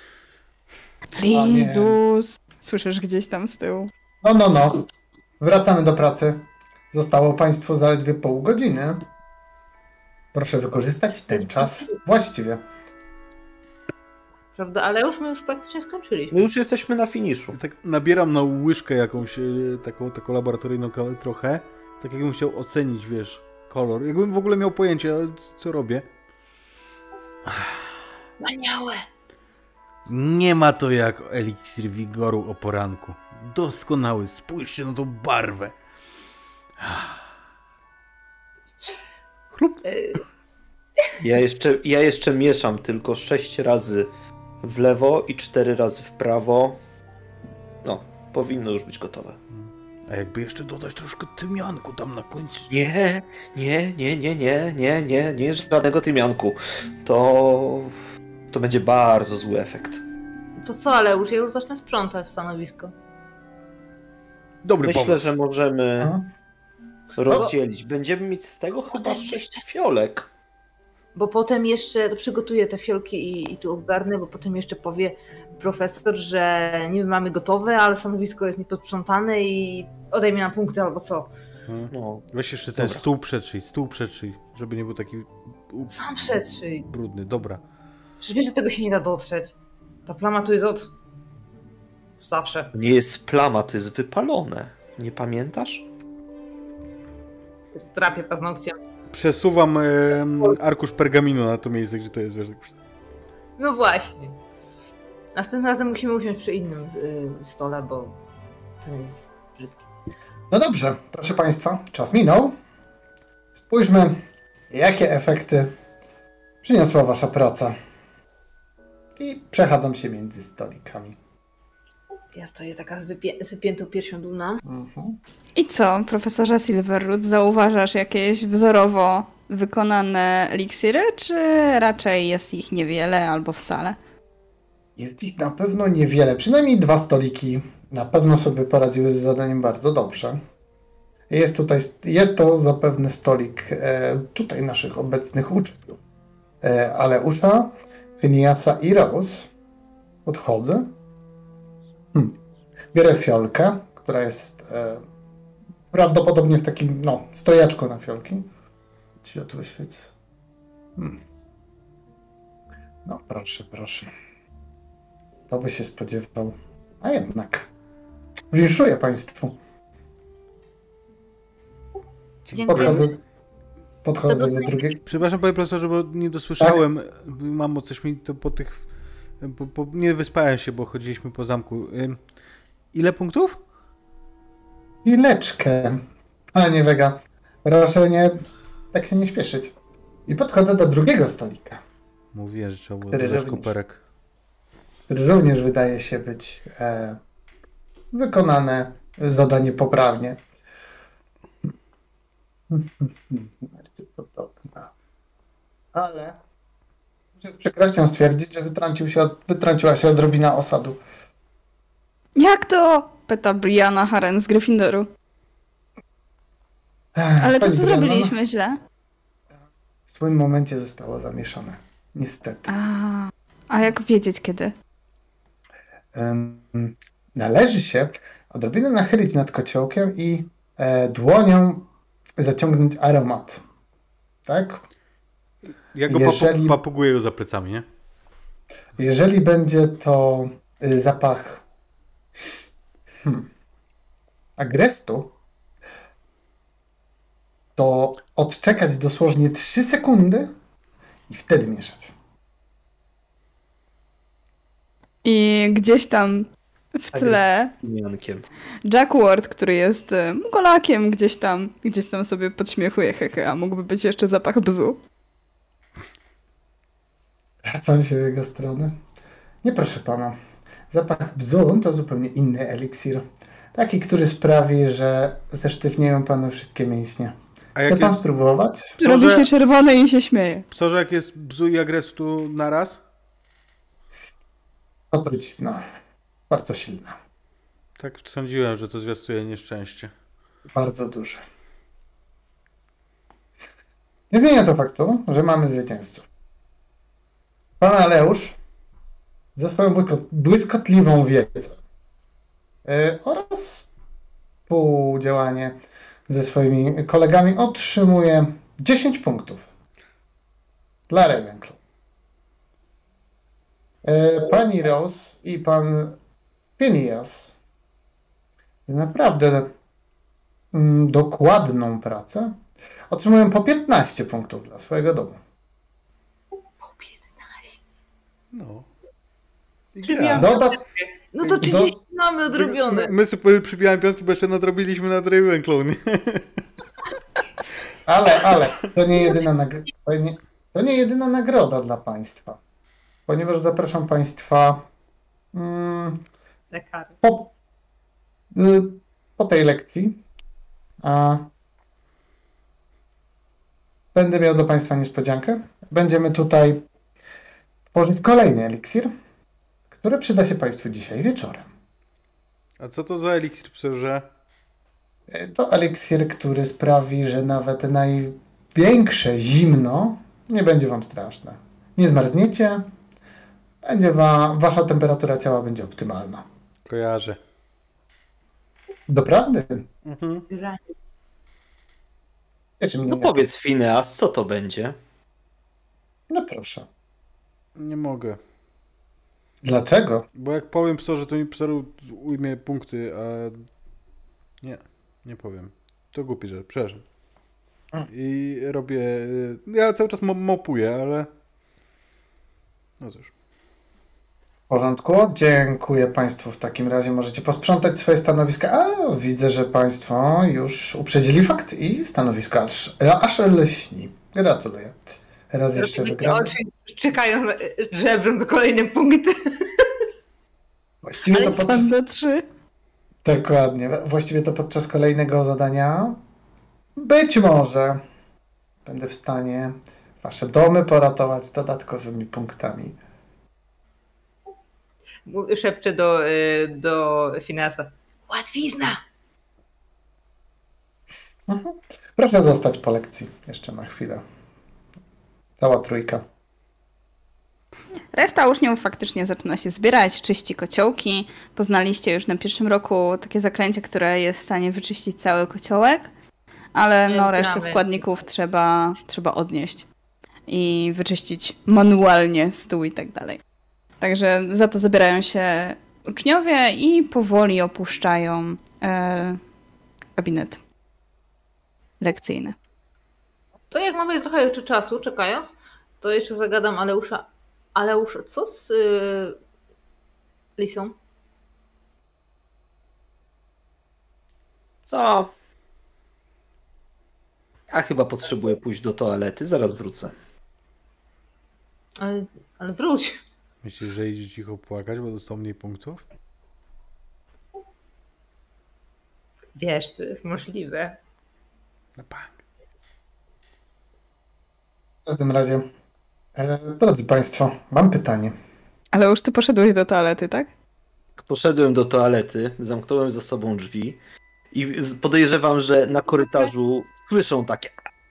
Lizus! Słyszysz gdzieś tam z tyłu. No, no, no. Wracamy do pracy. Zostało państwu zaledwie pół godziny. Proszę wykorzystać ten czas właściwie. Prawda, ale już my już praktycznie skończyliśmy. My już jesteśmy na finiszu. Tak nabieram na łyżkę jakąś, e, taką, taką laboratoryjną kawę trochę. Tak jakbym chciał ocenić, wiesz, kolor. Jakbym w ogóle miał pojęcie, co robię. Maniałe! Nie ma to jak eliksir wigoru o poranku. Doskonały, spójrzcie na tą barwę. Chlup. Ja jeszcze, ja jeszcze mieszam tylko sześć razy w lewo i cztery razy w prawo. No, powinno już być gotowe. A jakby jeszcze dodać troszkę tymianku tam na końcu. Nie, nie, nie, nie, nie, nie, nie, nie, żadnego tymianku. To, to będzie bardzo zły efekt. To co, ale już ja już zacznę sprzątać stanowisko. Dobry Myślę, pomysł. że możemy Aha. rozdzielić. Będziemy mieć z tego chyba Potem sześć jeszcze- fiolek. Bo potem jeszcze to przygotuję te fiolki i, i tu ogarnę, bo potem jeszcze powie profesor, że niby mamy gotowe, ale stanowisko jest nieposprzątane i odejmie nam punkty albo co. Hmm. No, Weź jeszcze ten Dobra. stół przetrzyj, stół przetrzyj, żeby nie był taki u- Sam przetrzyj. brudny. Dobra. Przecież wiesz, że tego się nie da dotrzeć. Ta plama tu jest od... zawsze. to nie jest plama, to jest wypalone. Nie pamiętasz? Trapię paznokciem. Przesuwam e, arkusz pergaminu na to miejsce, gdzie to jest, wiesz. No właśnie. Następnym razem musimy usiąść przy innym y, stole, bo ten jest brzydki. No dobrze, proszę państwa, czas minął. Spójrzmy, jakie efekty przyniosła wasza praca. I przechadzam się między stolikami. Ja stoję taka z, wypię- z wypiętą piersią dumna. Mhm. I co, profesorze Silverroot, zauważasz jakieś wzorowo wykonane eliksiry, czy raczej jest ich niewiele albo wcale? Jest ich na pewno niewiele. Przynajmniej dwa stoliki na pewno sobie poradziły z zadaniem bardzo dobrze. Jest tutaj, jest to zapewne stolik e, tutaj naszych obecnych uczniów. E, ale Usha, Phineasa i Rose podchodzę. Hmm. Biorę fiolkę, która jest e, prawdopodobnie w takim, no, stojaczku na fiolki. Światło świecę. Hmm. No proszę, proszę. To by się spodziewał. A jednak. Winszuję państwu. Dziękuję. Podchodzę, podchodzę do drugiego. Przepraszam, panie profesorze, bo nie dosłyszałem. Mamo, coś mi to po tych... Po, po, nie wyspałem się, bo chodziliśmy po zamku. Ym, Ile punktów? Chwileczkę. Panie Wega, proszę nie, tak się nie śpieszyć. I podchodzę do drugiego stolika, Mówiłem, że trzeba było Który dodać również. koperek. który również wydaje się być e, wykonane zadanie poprawnie. Bardzo podobna. Ale muszę z przykrością stwierdzić, że wytrącił się od, wytrąciła się odrobina osadu. Jak to? Pyta Brianna Haren z Gryffindoru. Ech, Ale to pani co Brennan, zrobiliśmy źle? w swoim momencie zostało zamieszane. Niestety. A, a jak wiedzieć kiedy? Em, należy się odrobinę nachylić nad kociołkiem i e, dłonią zaciągnąć aromat. Tak? Ja go Jeżeli- papu papuguję za plecami, nie? Jeżeli będzie to y, zapach hmm, agrestu, to odczekać dosłownie trzy sekundy i wtedy mieszać. I gdzieś tam w tle Tymiankiem. Jack Ward, który jest e, mugolakiem, gdzieś tam, gdzieś tam sobie podśmiechuje, hehe, a mógłby być jeszcze zapach bzu. Wracam się w jego stronę. Nie proszę pana. Zapach bzu to zupełnie inny eliksir. Taki, który sprawi, że zesztywnieją panu wszystkie mięśnie. A Chce jak pan jest, spróbować? Robi Psorze- się czerwony i się śmieje. psorze, jak jest bzu i agrestu naraz? To trucizna. Bardzo silna. Tak sądziłem, że to zwiastuje nieszczęście. Bardzo duże. Nie zmienia to faktu, że mamy zwycięzców. Pan Aleusz ze swoją błysko- błyskotliwą wiedzą yy, oraz współdziałanie ze swoimi kolegami otrzymuje dziesięć punktów dla Ravenclaw. Yy, pani Rose i pan Phineas za naprawdę mm, dokładną pracę otrzymują po piętnaście punktów dla swojego domu. Po piętnaście. No. I Czyli gra. ja- Doda- No to Do- trzydzieści mamy odrobione. My, my sobie przypijałem piątki, bo jeszcze nadrobiliśmy na Ravenclaw, nie? Ale, ale, to nie jedyna, nag- to nie, to nie jedyna nagroda dla Państwa, ponieważ zapraszam Państwa mm, Lekary. po, y, po tej lekcji. A będę miał dla Państwa niespodziankę. Będziemy tutaj tworzyć kolejny eliksir, który przyda się Państwu dzisiaj wieczorem. A co to za eliksir, psorze? To eliksir, który sprawi, że nawet największe zimno nie będzie Wam straszne. Nie zmarzniecie, będzie wa- Wasza temperatura ciała będzie optymalna. Kojarzę. Doprawdy? Mhm. Gra- Wiecie mnie No nie- powiedz, Phineas, co to będzie? No proszę. Nie mogę. Dlaczego? Bo jak powiem psorze, to mi psoru ujmie punkty, a... Nie, nie powiem. To głupi, że przepraszam. I robię... Ja cały czas mo- mopuję, ale... No cóż. W porządku. Dziękuję Państwu. W takim razie możecie posprzątać swoje stanowiska. A, widzę, że Państwo już uprzedzili fakt i stanowisko aż, aż lśni. Gratuluję. Raz jeszcze Rozumiem, wygramy. oczy czekają, żebrząc kolejne punkty. Właściwie to Pan podczas... za trzy. Dokładnie. Właściwie to podczas kolejnego zadania być może będę w stanie Wasze domy poratować dodatkowymi punktami. Mów- Szepczę do, y, do Phineasa. Łatwizna! Mhm. Proszę zostać po lekcji jeszcze na chwilę. Cała trójka. Reszta uczniów faktycznie zaczyna się zbierać, czyści kociołki. Poznaliście już na pierwszym roku takie zaklęcie, które jest w stanie wyczyścić cały kociołek, ale no, resztę Gramy. składników trzeba, trzeba odnieść i wyczyścić manualnie stół i tak dalej. Także za to zabierają się uczniowie i powoli opuszczają e, gabinet lekcyjny. To jak mamy trochę jeszcze czasu, czekając, to jeszcze zagadam Aleusza. Aleusz, co z y, Lisą? Co? Ja chyba potrzebuję pójść do toalety, zaraz wrócę. Ale, ale wróć. Myślisz, że idzie cicho płakać, bo dostał mniej punktów? Wiesz, to jest możliwe. Na bank. W każdym razie, e, drodzy Państwo, mam pytanie. Ale już ty poszedłeś do toalety, tak? Poszedłem do toalety, zamknąłem za sobą drzwi i z- podejrzewam, że na korytarzu słyszą takie...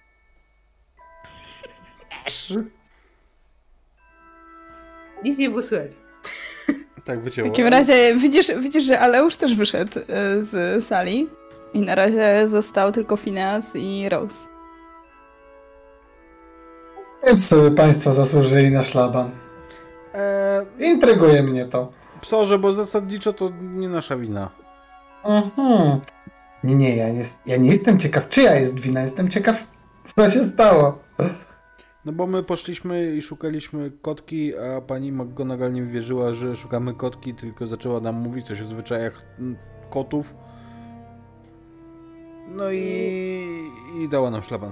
Nic nie było słychać. Tak, W wycięło. takim razie widzisz, widzisz, że Aleusz też wyszedł e, z sali i na razie został tylko Phineas i Rose. Wiem sobie Państwo zasłużyli na szlaban. Eee, Intryguje mnie to. psorze, bo zasadniczo to nie nasza wina. Mhm. Nie, nie, ja nie, ja nie jestem ciekaw, czyja jest wina. Jestem ciekaw, co się stało. No bo my poszliśmy i szukaliśmy kotki, a pani McGonagall nie wierzyła, że szukamy kotki, tylko zaczęła nam mówić coś o zwyczajach mm, kotów. No i, i dała nam szlaban.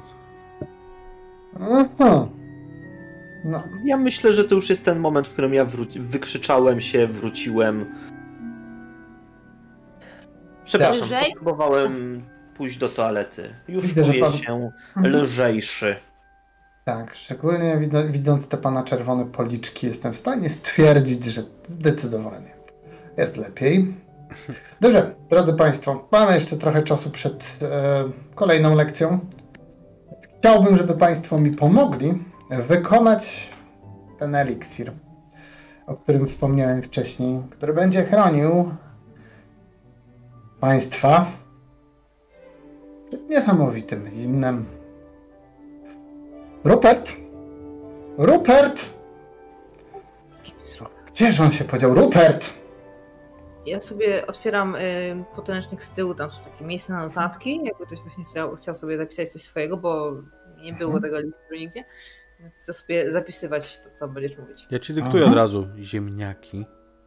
Mhm. No, Ja myślę, że to już jest ten moment, w którym ja wró- wykrzyczałem się, wróciłem. Przepraszam, Lżej? potrzebowałem pójść do toalety. Już Widzę, że czuję pan- się Mhm. lżejszy. tak, szczególnie wid- widząc te pana czerwone policzki, jestem w stanie stwierdzić, że zdecydowanie jest lepiej. Dobrze, drodzy Państwo, mamy jeszcze trochę czasu przed e, kolejną lekcją. Chciałbym, żeby Państwo mi pomogli wykonać ten eliksir, o którym wspomniałem wcześniej, który będzie chronił Państwa przed niesamowitym zimnem. Rupert! Rupert! Gdzież on się podział? Rupert! Ja sobie otwieram y, podręcznik z tyłu, tam są takie miejsca na notatki, jakby ktoś właśnie chciał, chciał sobie zapisać coś swojego, bo nie było Mhm. tego listu nigdzie. Więc chcę sobie zapisywać to, co będziesz mówić. Ja ci dyktuję Aha. od razu. Ziemniaki.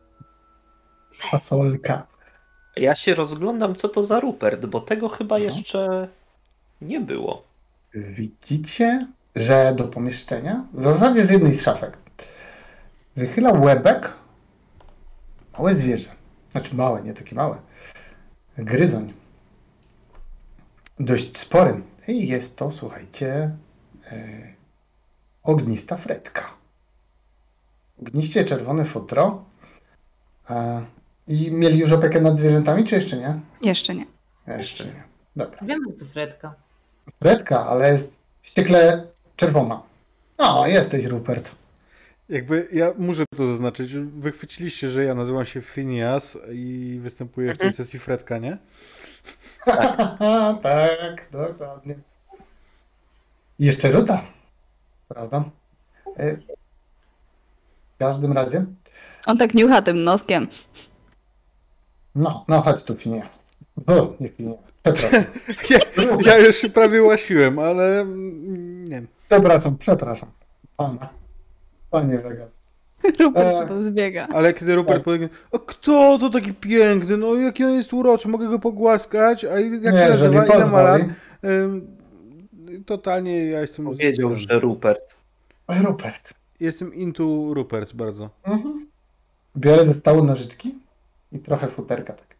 Fasolka. Ja się rozglądam, co to za Rupert, bo tego chyba Mhm. jeszcze nie było. Widzicie, że do pomieszczenia, w zasadzie z jednej z szafek, wychyla łebek małe zwierzę. Znaczy małe, nie takie małe. Gryzoń. Dość spory. I jest to, słuchajcie, e, ognista fredka. Ogniście czerwone futro. E, I mieli już opiekę nad zwierzętami, czy jeszcze nie? Jeszcze nie. Jeszcze nie. Dobra. Wiemy, że to Fredka. Fredka, ale jest wściekle czerwona. O, jesteś, Rupert. Jakby ja muszę to zaznaczyć. Wychwyciliście, że ja nazywam się Phineas i występuję w tej sesji Fredka, nie? Tak, dokładnie. I jeszcze Ruta, prawda? E, W każdym razie, On tak niucha tym noskiem. no, no chodź tu, Phineas. O, nie Phineas, przepraszam. Ja, ja już się prawie łasiłem, ale mm, nie. Przepraszam, przepraszam. Pana. Panie Wegan. Rupert E. to zbiega. Ale kiedy Rupert Tak. powiedział, a kto to taki piękny, no jaki on jest uroczy, mogę go pogłaskać, a jak Nie, się jeżeli nazywa, ile ma lat? pozwoli. Ym, totalnie ja jestem... Powiedział, że Rupert. Oj, Rupert. Jestem into Rupert bardzo. Mhm. Biorę ze stołu nożyczki i trochę futerka. Tak.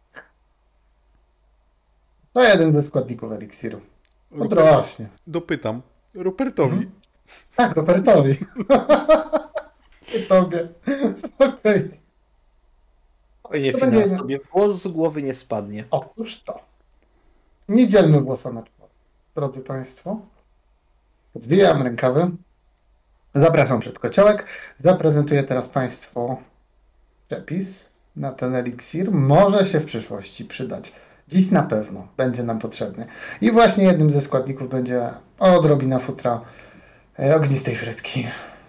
To jeden ze składników eliksiru. Odrośnie. Dopytam. Rupertowi. Mhm. Tak, Rupertowi. I tobie. Spokojnie. Spokojnie, To Phineas, będzie- tobie włos z głowy nie spadnie. Otóż to. Nie dzielmy włosa na czworo. Drodzy Państwo, odwijam rękawy. Zapraszam przed kociołek. Zaprezentuję teraz Państwu przepis na ten eliksir. Może się w przyszłości przydać. Dziś na pewno będzie nam potrzebny. I właśnie jednym ze składników będzie odrobina futra e, ognistej frytki.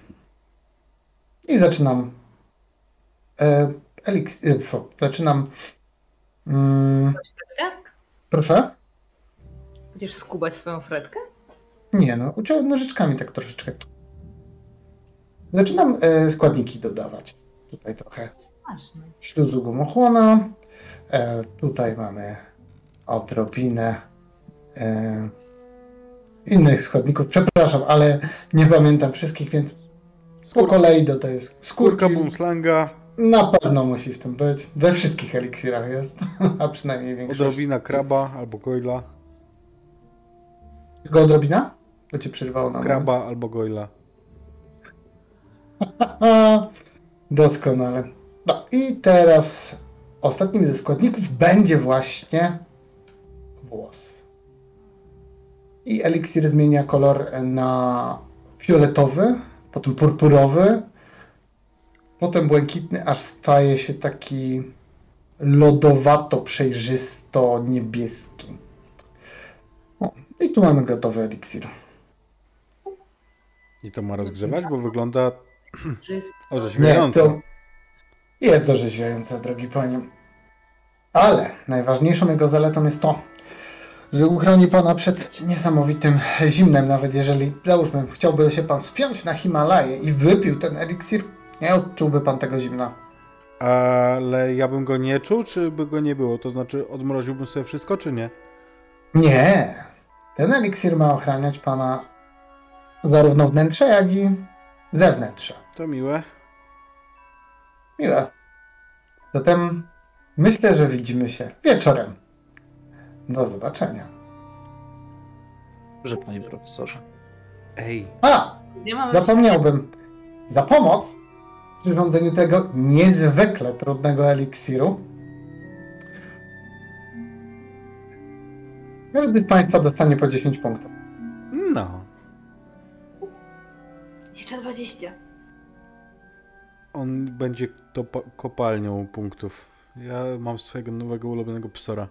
I zaczynam e, eliks- e, fu, zaczynam mm, Fredkę? proszę? Będziesz skubać swoją Fredkę? Nie no, uciąłem nożyczkami tak troszeczkę. Zaczynam e, składniki dodawać. Tutaj trochę Ważne. śluzu gumochłona. E, tutaj mamy odrobinę e, innych składników. Przepraszam, ale nie pamiętam wszystkich, więc po Skór, kolei dodaję sk- skórki. skórka bumslanga, Na pewno musi w tym być. We wszystkich eliksirach jest, a przynajmniej większość. odrobina kraba albo goila. Tylko odrobina? Bo cię przerwało na Kraba albo goila. moment. Doskonale. No i teraz ostatnim ze składników będzie właśnie włos. I eliksir zmienia kolor na fioletowy, potem purpurowy, potem błękitny, aż staje się taki lodowato, przejrzysto niebieski. O, i tu mamy gotowy eliksir. I to ma rozgrzewać, bo wygląda Że jest Nie, orzeźwiająco. to jest orzeźwiające, drogi panie. Ale najważniejszą jego zaletą jest to, że uchroni pana przed niesamowitym zimnem, nawet jeżeli, załóżmy, chciałby się pan wspiąć na Himalaje i wypił ten eliksir, nie odczułby pan tego zimna. Ale ja bym go nie czuł, czy by go nie było? To znaczy odmroziłbym sobie wszystko, czy nie? Nie. Ten eliksir ma ochraniać pana zarówno wnętrze, jak i zewnętrze. To miłe. Miłe. Zatem myślę, że widzimy się wieczorem. Do zobaczenia. Dobrze, panie profesorze. Ej, A! Nie mamy Zapomniałbym. Za pomoc w przyrządzeniu tego niezwykle trudnego eliksiru Każdy z Państwa dostanie po dziesięć punktów. No. Jeszcze dwadzieścia. On będzie to kopalnią punktów. Ja mam swojego nowego ulubionego psora.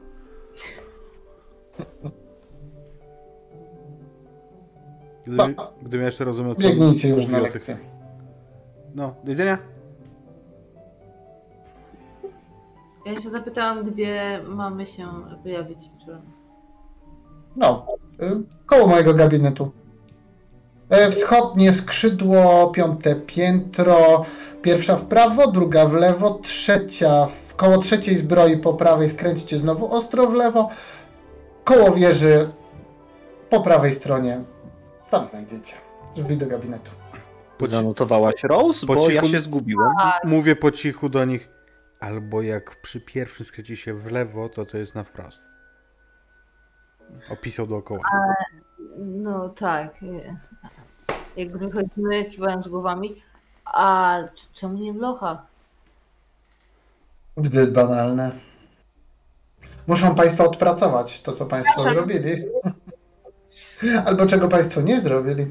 Gdyby, gdybym ja jeszcze rozumiał, co Biegnijcie już na mówił o tych- lekcję. No, do widzenia. Ja się zapytałam, gdzie mamy się pojawić wieczorem. No, y, koło mojego gabinetu. E, Wschodnie skrzydło, piąte piętro, pierwsza w prawo, druga w lewo, trzecia, w koło trzeciej zbroi po prawej skręćcie znowu ostro w lewo, koło wieży po prawej stronie, tam znajdziecie drzwi do gabinetu. Po ci- Zanotowałaś Rose? po Bo ja cichu- się zgubiłem. Mówię po cichu do nich, albo jak przy pierwszym skręcie się w lewo, to to jest na wprost. Opisał dookoła. No tak. e, Jak wychodzimy, kiwając głowami. A c- czemu nie w lochach? Zbyt banalne. Muszą Państwo odpracować to, co Państwo zrobili. Albo czego Państwo nie zrobili.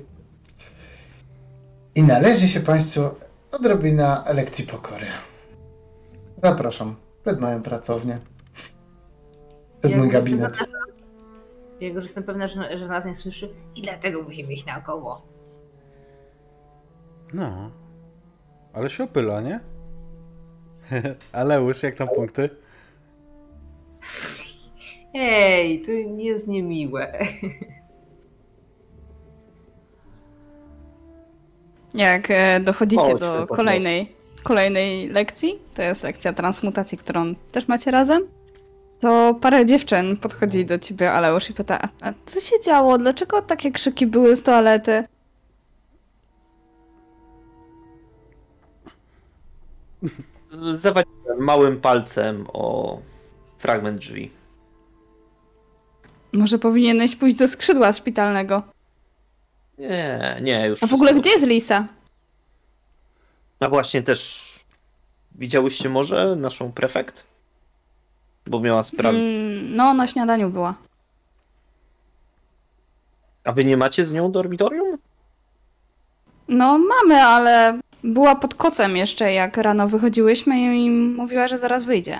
I należy się Państwu odrobina lekcji pokory. Zapraszam przed moją pracownię. Przed Ja mój już jestem gabinet. pewna- Ja już jestem pewna, że, że nas nie słyszy i dlatego musimy iść naokoło. No. Ale się opyla, nie? Aleusz, jak tam punkty? Ej, to nie jest niemiłe. Jak e, dochodzicie Chodźmy do po kolejnej, kolejnej lekcji, to jest lekcja transmutacji, którą też macie razem, to parę dziewczyn podchodzi do ciebie, Aleusz, i pyta, a, a co się działo? Dlaczego takie krzyki były z toalety? Zawaliłem małym palcem o fragment drzwi. Może powinieneś pójść do skrzydła szpitalnego. Nie, nie, już A w ogóle wszystko- gdzie jest Lisa? A właśnie też widziałyście może naszą prefekt? Bo miała sprawdzić. Mm, no, na śniadaniu była. A wy nie macie z nią dormitorium? No, mamy, ale była pod kocem jeszcze, jak rano wychodziłyśmy i mówiła, że zaraz wyjdzie.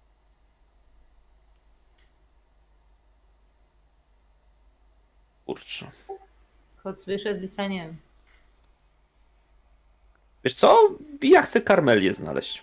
Kurczę. Kot wyszedł, Lisa nie. Wiesz co? Ja chcę Karmelię znaleźć.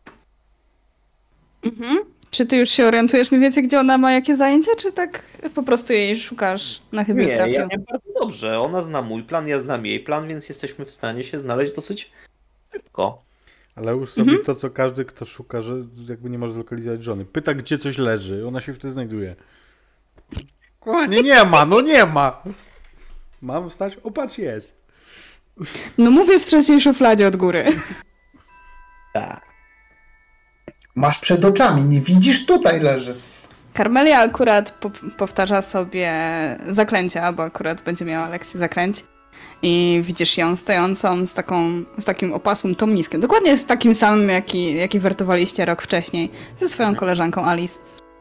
Mhm. Czy ty już się orientujesz mniej więcej, gdzie ona ma jakie zajęcia, czy tak po prostu jej szukasz na chybił Nie, trafił? ja wiem bardzo dobrze. Ona zna mój plan, ja znam jej plan, więc jesteśmy w stanie się znaleźć dosyć szybko. Aleusz robi to, co każdy, kto szuka, że jakby nie może zlokalizować żony. Pyta, gdzie coś leży, ona się wtedy znajduje. Kochanie, nie ma, no nie ma! Mam wstać? O, patrz, jest. No mówię w trzeciej szufladzie od góry. Tak. Masz przed oczami, nie widzisz? Tutaj leży. Karmelia akurat po powtarza sobie zaklęcia, bo akurat będzie miała lekcję zaklęć. I widzisz ją stojącą z, taką, z takim opasłym tomniskiem. Dokładnie z takim samym, jaki, jaki wertowaliście rok wcześniej. Ze swoją koleżanką Alice.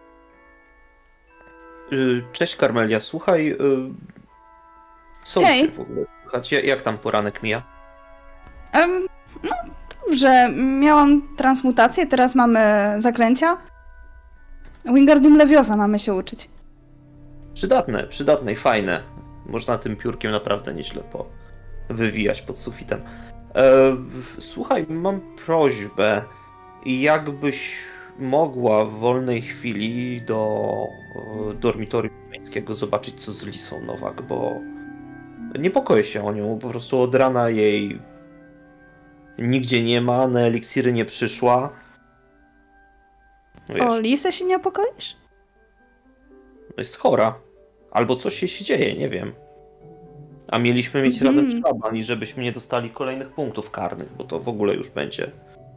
Y, Cześć Karmelia, słuchaj, y, co u Hej. ciebie w ogóle słychać? Ja- Jak tam poranek mija? Em, no dobrze, miałam transmutację, teraz mamy zaklęcia. Wingardium Leviosa mamy się uczyć. Przydatne, przydatne i fajne. Można tym piórkiem naprawdę nieźle po wywijać pod sufitem. E, słuchaj, mam prośbę. Jakbyś mogła w wolnej chwili do e, dormitorium żeńskiego zobaczyć, co z Lisą Nowak, bo niepokoję się o nią. Po prostu od rana jej nigdzie nie ma, na eliksiry nie przyszła. Wiesz, O Lisę się nie opokoisz? jest chora. Albo coś jej się dzieje, nie wiem. A mieliśmy mieć Mhm. razem szlaban i żebyśmy nie dostali kolejnych punktów karnych, bo to w ogóle już będzie.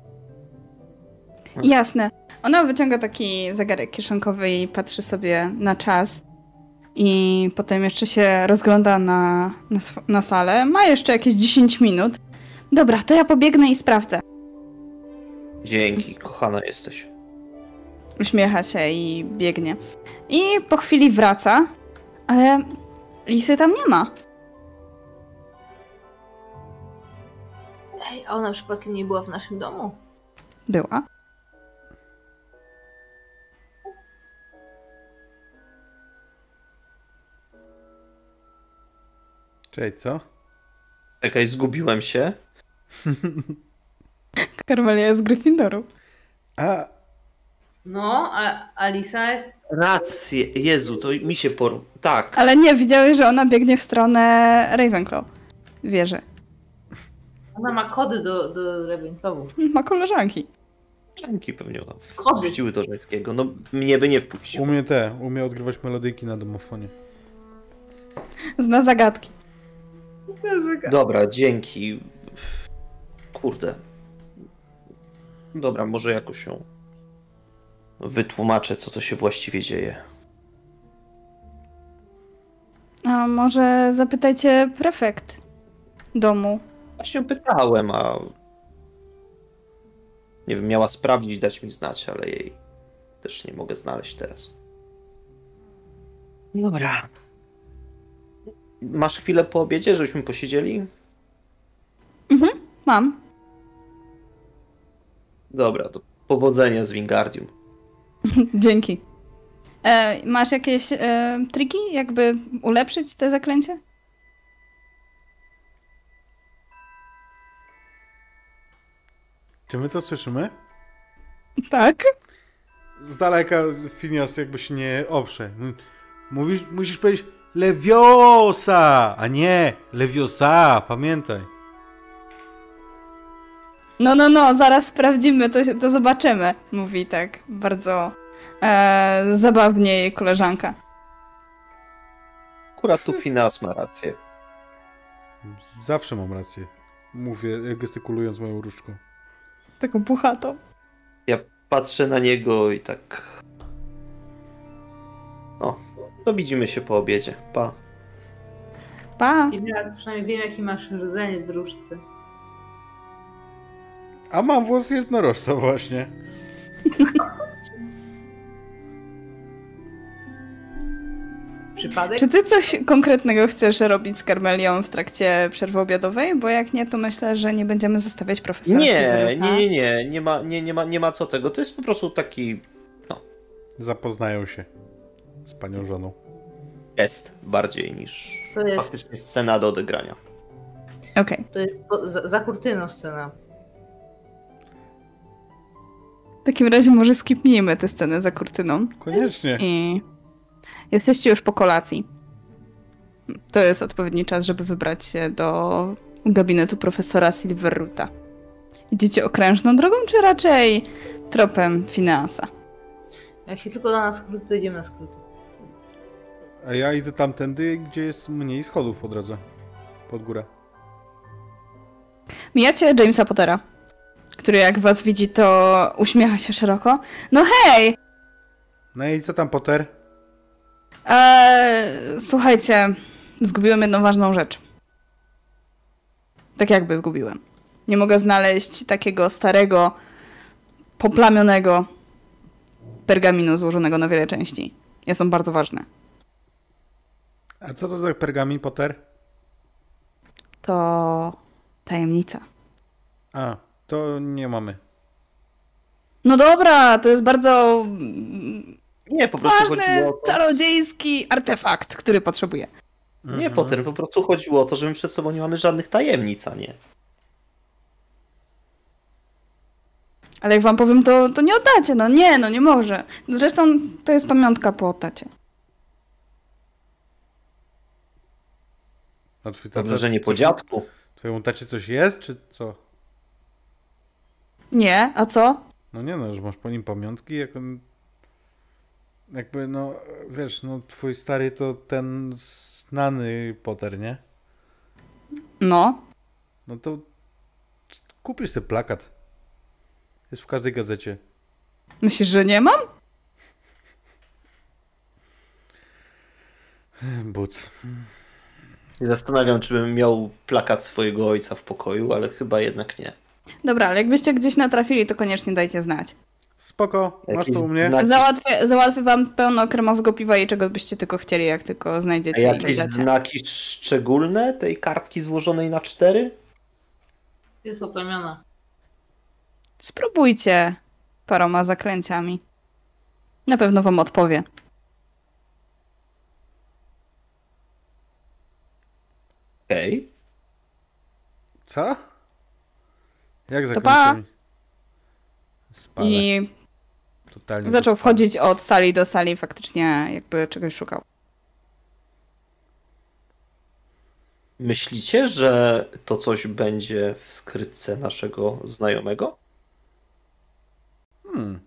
Jasne. Ona wyciąga taki zegarek kieszonkowy i patrzy sobie na czas. I potem jeszcze się rozgląda na, na, sw- na salę. Ma jeszcze jakieś dziesięć minut. Dobra, to ja pobiegnę i sprawdzę. Dzięki, kochana jesteś. Uśmiecha się i biegnie. I po chwili wraca Ale Lisy tam nie ma. Ej, a ona przypadkiem nie była w naszym domu? Była. Cześć, co? Czekaj, zgubiłem się. Carmelia jest z Gryffindoru. A, No, a Alisa... Rację, Jezu, to mi się por... Tak. Ale nie, widziałeś, że ona biegnie w stronę Ravenclaw. Wierzę. Ona ma kody do, do Ravenclawu. Ma koleżanki. Czanki pewnie tam Kody. wpuściły do żeńskiego. No mnie by nie wpuścił. umie te, umie odgrywać melodyjki na domofonie. Zna zagadki. Dobra, dzięki. Kurde. Dobra, może jakoś ją wytłumaczę, co to się właściwie dzieje. A może zapytajcie prefekt domu. Właśnie pytałem, a... Nie wiem, miała sprawdzić, dać mi znać, ale jej też nie mogę znaleźć teraz. Dobra. Masz chwilę po obiedzie, żebyśmy posiedzieli? Mhm, mam. Dobra, to powodzenia z Wingardium. Dzięki. E, masz jakieś e, triki, jakby ulepszyć te zaklęcie? Czy my to słyszymy? Tak. Z daleka Phineas jakby się nie oprze. Mówisz, musisz powiedzieć Leviosa, a nie Leviosa, pamiętaj. No, no, no, zaraz sprawdzimy, to, to zobaczymy. Mówi tak bardzo e, zabawnie jej koleżanka. Akurat tu Phineas ma rację. Zawsze mam rację. Mówię, gestykulując moją różdżką. Taką puchatą. Ja patrzę na niego i tak... No, to widzimy się po obiedzie. Pa. Pa. I teraz przynajmniej wiem, jaki masz rdzeń w różce. A mam włos jednorożca właśnie. Przypadek? Czy ty coś konkretnego chcesz robić z Carmelią w trakcie przerwy obiadowej? Bo jak nie, to myślę, że nie będziemy zostawiać profesora Nie, Silveruta. nie, nie, nie, nie ma, nie, nie, ma, nie ma co tego. To jest po prostu taki, no, Zapoznają się z panią żoną. gest bardziej niż To jest- faktycznie scena do odegrania. Okej. To jest po, za, za kurtyną scena. W takim razie może skipnijmy tę scenę za kurtyną. Koniecznie. I jesteście już po kolacji. To jest odpowiedni czas, żeby wybrać się do gabinetu profesora Silveruta. Idziecie okrężną drogą, czy raczej tropem Phineasa? Jak się tylko da na skróty, to idziemy na skróty. A ja idę tamtędy, gdzie jest mniej schodów po drodze. Pod górę. Mijacie Jamesa Pottera, który jak was widzi, to uśmiecha się szeroko. No hej! No i co tam, Potter? Eee, słuchajcie, zgubiłem jedną ważną rzecz. Tak jakby zgubiłem. Nie mogę znaleźć takiego starego, poplamionego pergaminu złożonego na wiele części. Jest on bardzo ważny. A co to za pergamin, Potter? To tajemnica. A, to nie mamy. No dobra, to jest bardzo Nie, po prostu ważny, chodziło o to... czarodziejski artefakt, który potrzebuję. Nie, potem po prostu chodziło o to, że my przed sobą nie mamy żadnych tajemnic, a nie. Ale jak wam powiem, to, to nie oddacie. No nie, no nie może. Zresztą to jest pamiątka po tacie. A twój tata, Dobrze, że nie po coś- dziadku. Twojemu tacie coś jest, czy co? Nie, a co? No nie no, że masz po nim pamiątki, jak on... Jakby, no, wiesz, no twój stary to ten znany Potter, nie? No. No to kupisz sobie plakat. Jest w każdej gazecie. Myślisz, że nie mam? Buc. Zastanawiam, czy bym miał plakat swojego ojca w pokoju, ale chyba jednak nie. Dobra, ale jakbyście gdzieś natrafili, to koniecznie dajcie znać. Spoko, masz Jakieś to u mnie. znaki- Załatwię, załatwię wam pełno kremowego piwa i czego byście tylko chcieli, jak tylko A znajdziecie i jakieś dacie. znaki szczególne tej kartki złożonej na cztery? Jest oplemiona. Spróbujcie paroma zaklęciami. Na pewno wam odpowie. Okej. Okay. Co? Jak To pa. zakończymy? Spalę. I Totalnie zaczął zapalę. wchodzić od sali do sali, faktycznie jakby czegoś szukał. Myślicie, że to coś będzie w skrytce naszego znajomego? Hmm.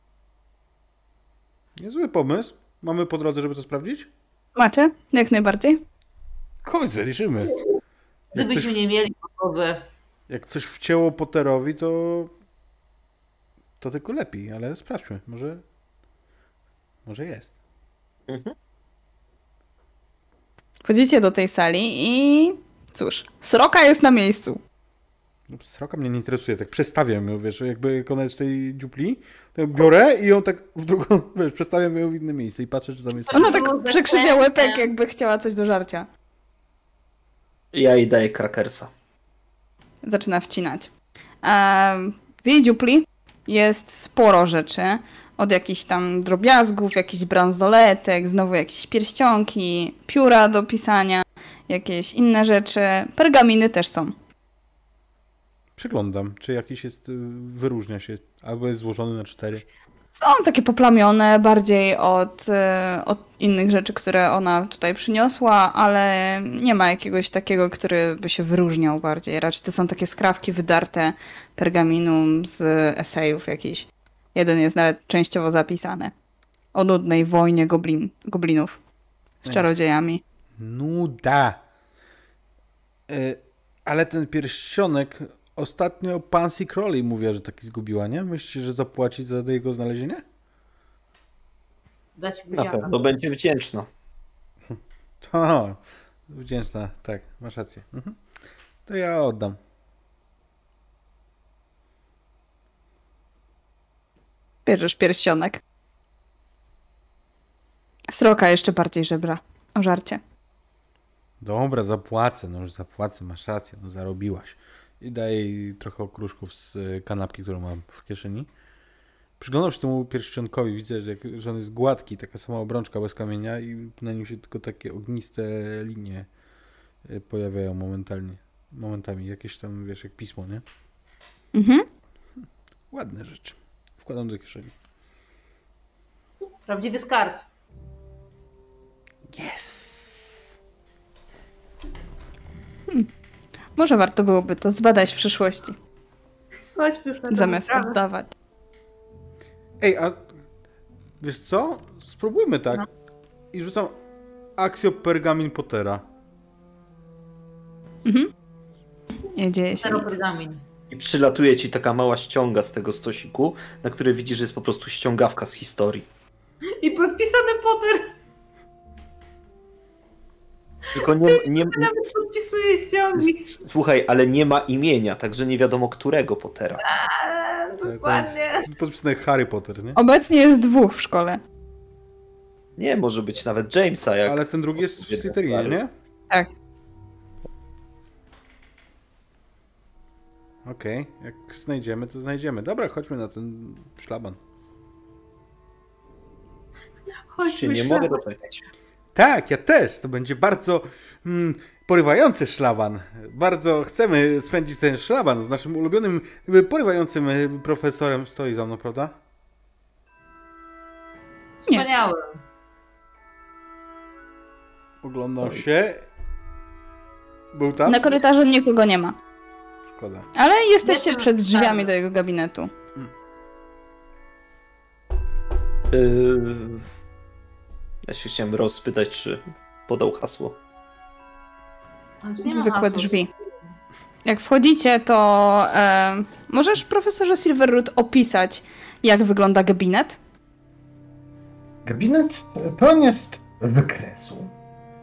Niezły pomysł. Mamy po drodze, żeby to sprawdzić? Macie? Jak najbardziej. Chodź, zaliczymy. Jak Gdybyśmy coś, nie mieli po drodze. jak coś wcięło Potterowi, to to tylko lepiej, ale sprawdźmy. Może może jest. Mhm. Wchodzicie do tej sali i cóż, sroka jest na miejscu. No, sroka mnie nie interesuje, tak przestawiam ją, wiesz, jakby jak ona jest w tej dziupli, to ją biorę i ją tak w drugą, wiesz, przestawiam ją w inne miejsce i patrzę, czy tam jest... Ona było tak zaklęcie. przekrzywia łepek, jakby chciała coś do żarcia. Ja jej daję krakersa. Zaczyna wcinać. Ehm, w jej dziupli jest sporo rzeczy. Od jakichś tam drobiazgów, jakichś bransoletek, znowu jakieś pierścionki, pióra do pisania, jakieś inne rzeczy. Pergaminy też są. Przyglądam, czy jakiś jest, y, wyróżnia się, albo jest złożony na cztery. Są takie poplamione bardziej od, e, od innych rzeczy, które ona tutaj przyniosła, ale nie ma jakiegoś takiego, który by się wyróżniał bardziej. Raczej to są takie skrawki wydarte pergaminum z esejów jakichś. Jeden jest nawet częściowo zapisany. O nudnej wojnie goblin, goblinów z czarodziejami. Nuda! Y, ale ten pierścionek, ostatnio Pansy Crowley mówiła, że taki zgubiła, nie? Myślisz, że zapłacić za jego znalezienie? Dać Na buziaka. pewno będzie wdzięczna. To, wdzięczna, tak, masz rację. Mhm. To ja oddam. Bierzesz pierścionek. Sroka jeszcze bardziej żebra o żarcie. Dobra, zapłacę, no już zapłacę, masz rację, no zarobiłaś. I daję jej trochę okruszków z y, kanapki, którą mam w kieszeni. Przyglądam się temu pierścionkowi, widzę, że, jak, że on jest gładki, taka sama obrączka bez kamienia i na nim się tylko takie ogniste linie y, pojawiają momentalnie. Momentami, jakieś tam, wiesz, jak pismo, nie? Mhm. Ładne rzeczy. Wkładam do kieszeni. Prawdziwy skarb. Yes! Może warto byłoby to zbadać w przyszłości, Chodźmy w taką zamiast sprawę. oddawać. Ej, a wiesz co? Spróbujmy tak. No. I rzucam Axio Pergamin Pottera. Mhm. Nie dzieje się Zero nic. pergamin. I przylatuje ci taka mała ściąga z tego stosiku, na której widzisz, że jest po prostu ściągawka z historii. I podpisany Potter. Tylko nie, nie, Nawet podpisuje ściągi. słuchaj, ale nie ma imienia, także nie wiadomo którego Pottera. A, dokładnie. To jest podpisane Harry Potter, nie? Obecnie jest dwóch w szkole. Nie, może być nawet Jamesa. Jak Ale ten drugi jest w Slytherinie, nie? Tak. Okej, jak znajdziemy, to znajdziemy. Dobra, chodźmy na ten szlaban. się nie mogę doczekać. Tak, ja też. To będzie bardzo mm, porywający szlaban. Bardzo chcemy spędzić ten szlaban z naszym ulubionym, y, porywającym y, profesorem. Stoi za mną, prawda? Wspaniały. Oglądam Co? się. Był tam? Na korytarzu nikogo nie ma. Szkoda. Ale jesteście Jestem przed drzwiami czarny. do jego gabinetu. Yy... Ja się chciałem rozpytać, czy podał hasło. Ale tu nie ma Zwykłe hasła. drzwi. Jak wchodzicie, to e, możesz, profesorze Silverroot, opisać, jak wygląda gabinet? Gabinet pełen jest wykresu.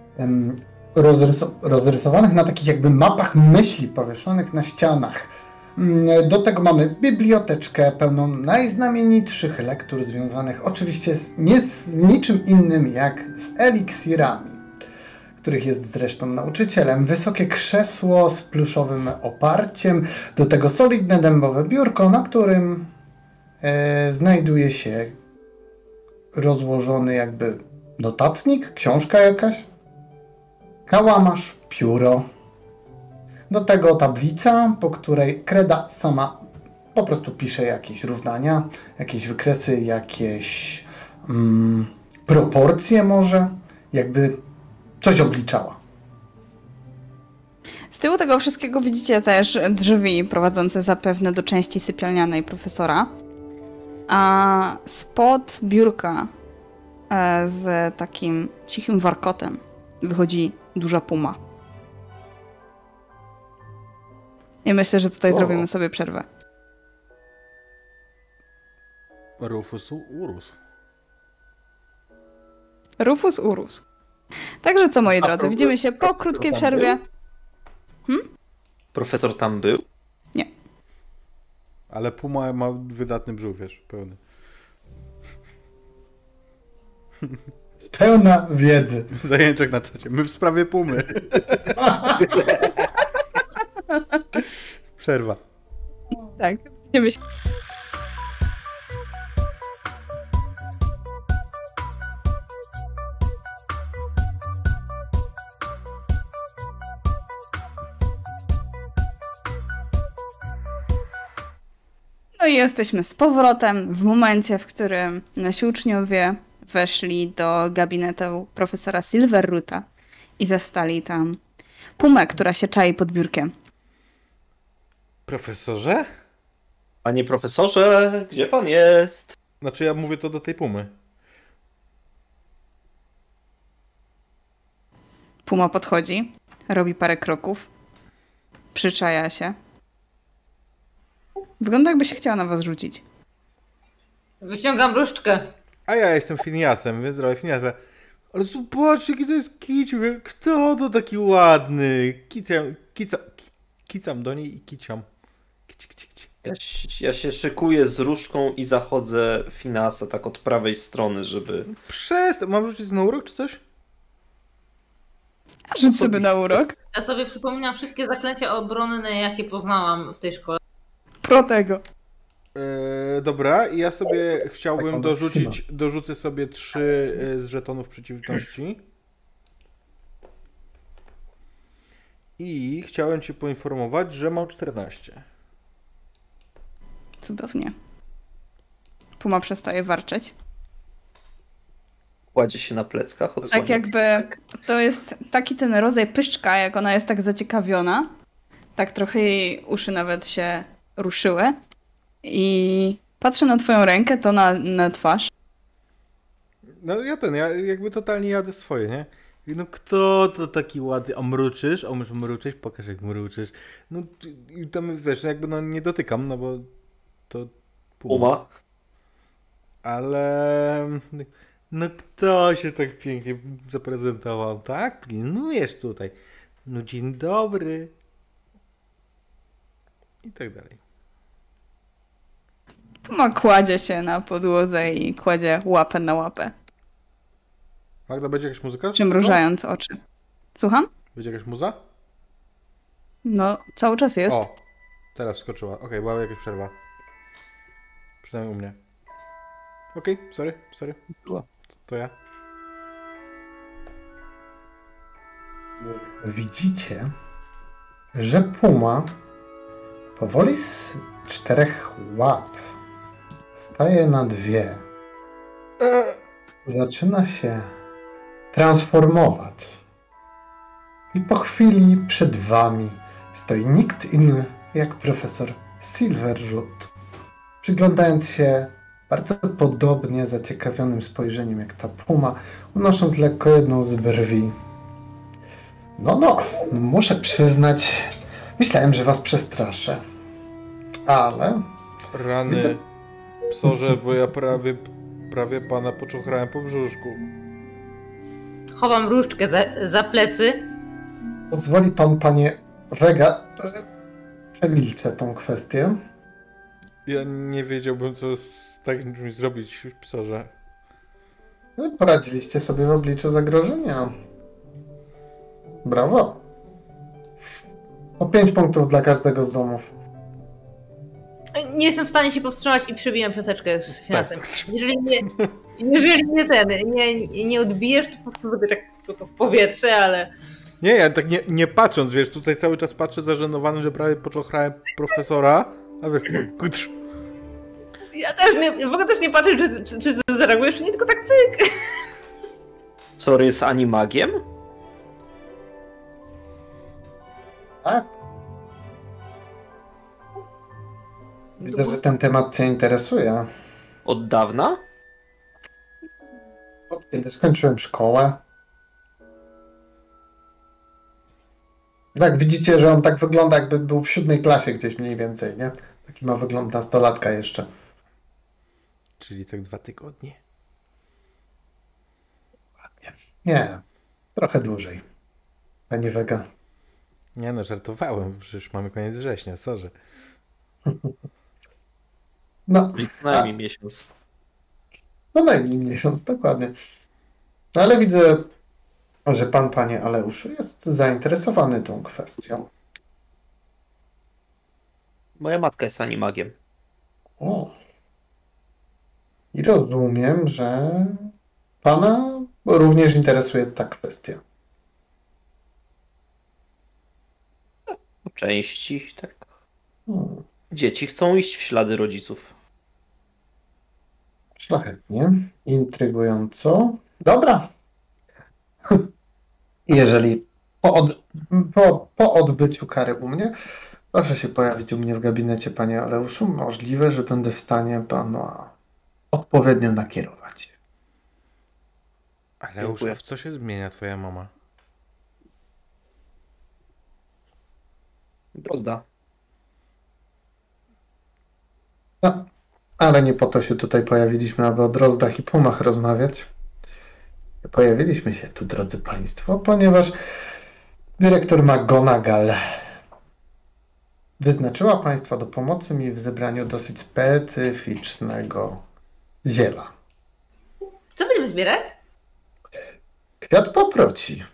em, Rozryso- rozrysowanych na takich jakby mapach myśli powieszonych na ścianach. Do tego mamy biblioteczkę pełną najznamienitszych lektur związanych oczywiście z, nie z niczym innym jak z eliksirami, których jest zresztą nauczycielem. Wysokie krzesło z pluszowym oparciem, do tego solidne dębowe biurko, na którym e, znajduje się rozłożony jakby notatnik, książka jakaś, kałamarz, pióro. Do tego tablica, po której kreda sama po prostu pisze jakieś równania, jakieś wykresy, jakieś mm, proporcje może, jakby coś obliczała. Z tyłu tego wszystkiego widzicie też drzwi prowadzące zapewne do części sypialnianej profesora, a spod biurka e, z takim cichym warkotem wychodzi duża puma. I myślę, że tutaj o. zrobimy sobie przerwę. Rufus urósł. Rufus urósł. Także co, moi A drodzy, widzimy się po krótkiej przerwie. Hmm? Profesor tam był? Nie. Ale puma ma wydatny brzuch, wiesz, pełny. Pełna wiedzy. Zajęczek na czacie. My w sprawie pumy. Przerwa. Tak, nie myśl. No i jesteśmy z powrotem w momencie, w którym nasi uczniowie weszli do gabinetu profesora Silverroota i zastali tam pumę, która się czai pod biurkiem. Profesorze? Panie profesorze, gdzie pan jest? Znaczy ja mówię to do tej pumy. Puma podchodzi, robi parę kroków, przyczaja się. Wygląda, jakby się chciała na was rzucić. Wyciągam różdżkę. A ja jestem Finiasem, więc robię Finiasa. Ale zobaczcie, jaki to jest kiciu. Kto to taki ładny? Kiciam, kica, kicam do niej i kiciam. Kici, kici, kici. Ja, ja się szykuję z różdżką i zachodzę Finasa tak od prawej strony, żeby... Przestań, mam rzucić na urok czy coś? A rzuć sobie na urok. Ja sobie przypominam wszystkie zaklęcia obronne, jakie poznałam w tej szkole. Pro tego. Eee, dobra, i ja sobie chciałbym dorzucić, dorzucę sobie trzy z żetonów przeciwności. I chciałem cię poinformować, że mam czternaście. Cudownie. Puma przestaje warczeć. Kładzie się na pleckach. Tak jakby to jest taki ten rodzaj pyszczka, jak ona jest tak zaciekawiona. Tak trochę jej uszy nawet się ruszyły. I patrzę na twoją rękę, to na, na twarz. No ja ten, ja jakby totalnie jadę swoje, nie? No kto to taki ładny? A mruczysz? O, możesz mruczyć? Pokaż jak mruczysz. No i tam wiesz, jakby no nie dotykam, no bo to puma. Puma. Ale no kto się tak pięknie zaprezentował, tak? Pilnujesz tutaj. No dzień dobry. I tak dalej. Puma kładzie się na podłodze i kładzie łapę na łapę. Magda, będzie jakaś muzyka? Przymrużając oczy. Słucham? Będzie jakaś muza? No, cały czas jest. O, teraz wskoczyła. Okej, okay, była jakaś przerwa. Przynajmniej u mnie. Okej, okay, sorry, sorry. To ja. Widzicie, że puma powoli z czterech łap staje na dwie. Zaczyna się transformować. I po chwili przed wami stoi nikt inny jak profesor Silverroot. Przyglądając się bardzo podobnie zaciekawionym spojrzeniem jak ta puma, unosząc lekko jedną z brwi. No, no, muszę przyznać, myślałem, że was przestraszę. Ale... Rany, widzę... psorze, bo ja prawie, prawie pana poczochrałem po brzuszku. Chowam różdżkę za, za plecy. Pozwoli pan, panie Vega, przemilczę tą kwestię. Ja nie wiedziałbym, co z takim czymś zrobić, psorze. No, poradziliście sobie w obliczu zagrożenia. Brawo. O pięć punktów dla każdego z domów. Nie jestem w stanie się powstrzymać i przebijam piąteczkę z finansem. Tak. Jeżeli nie, jeżeli nie ten, nie, nie odbijesz, to po prostu zrobię tak tylko w powietrze, ale... Nie, ja tak nie, nie patrząc, wiesz, tutaj cały czas patrzę zażenowany, że prawie poczochrałem profesora, a wiesz, kutrz. Ja też nie, w ogóle też nie patrzę, czy, czy, czy ty zareagujesz, czy nie, tylko tak cyk. Sorry, jest animagiem? Tak. Widzę, że ten temat cię interesuje. Od dawna? Od kiedy skończyłem szkołę. Tak, widzicie, że on tak wygląda, jakby był w siódmej klasie gdzieś mniej więcej, nie? Taki ma wygląd nastolatka jeszcze. Czyli tak dwa tygodnie. Nie, trochę dłużej. Panie Wega. Nie no, żartowałem, przecież mamy koniec września, sorry. No, Czyli co najmniej miesiąc. no najmniej miesiąc, dokładnie. No ale widzę, że pan, panie Aleuszu, jest zainteresowany tą kwestią. Moja matka jest animagiem. O. I rozumiem, że pana również interesuje ta kwestia. Po części, tak. Hmm. Dzieci chcą iść w ślady rodziców. Szlachetnie, intrygująco. Dobra. Jeżeli po, od, po, po odbyciu kary u mnie, proszę się pojawić u mnie w gabinecie, panie Aleuszu. Możliwe, że będę w stanie pana odpowiednio nakierować. Ale już Dziękuję. w co się zmienia twoja mama? Drozda. No, ale nie po to się tutaj pojawiliśmy, aby o drozdach i pumach rozmawiać. Pojawiliśmy się tu, drodzy państwo, ponieważ dyrektor McGonagall wyznaczyła państwa do pomocy mi w zebraniu dosyć specyficznego ziela. Co będziemy zbierać? Kwiat paproci.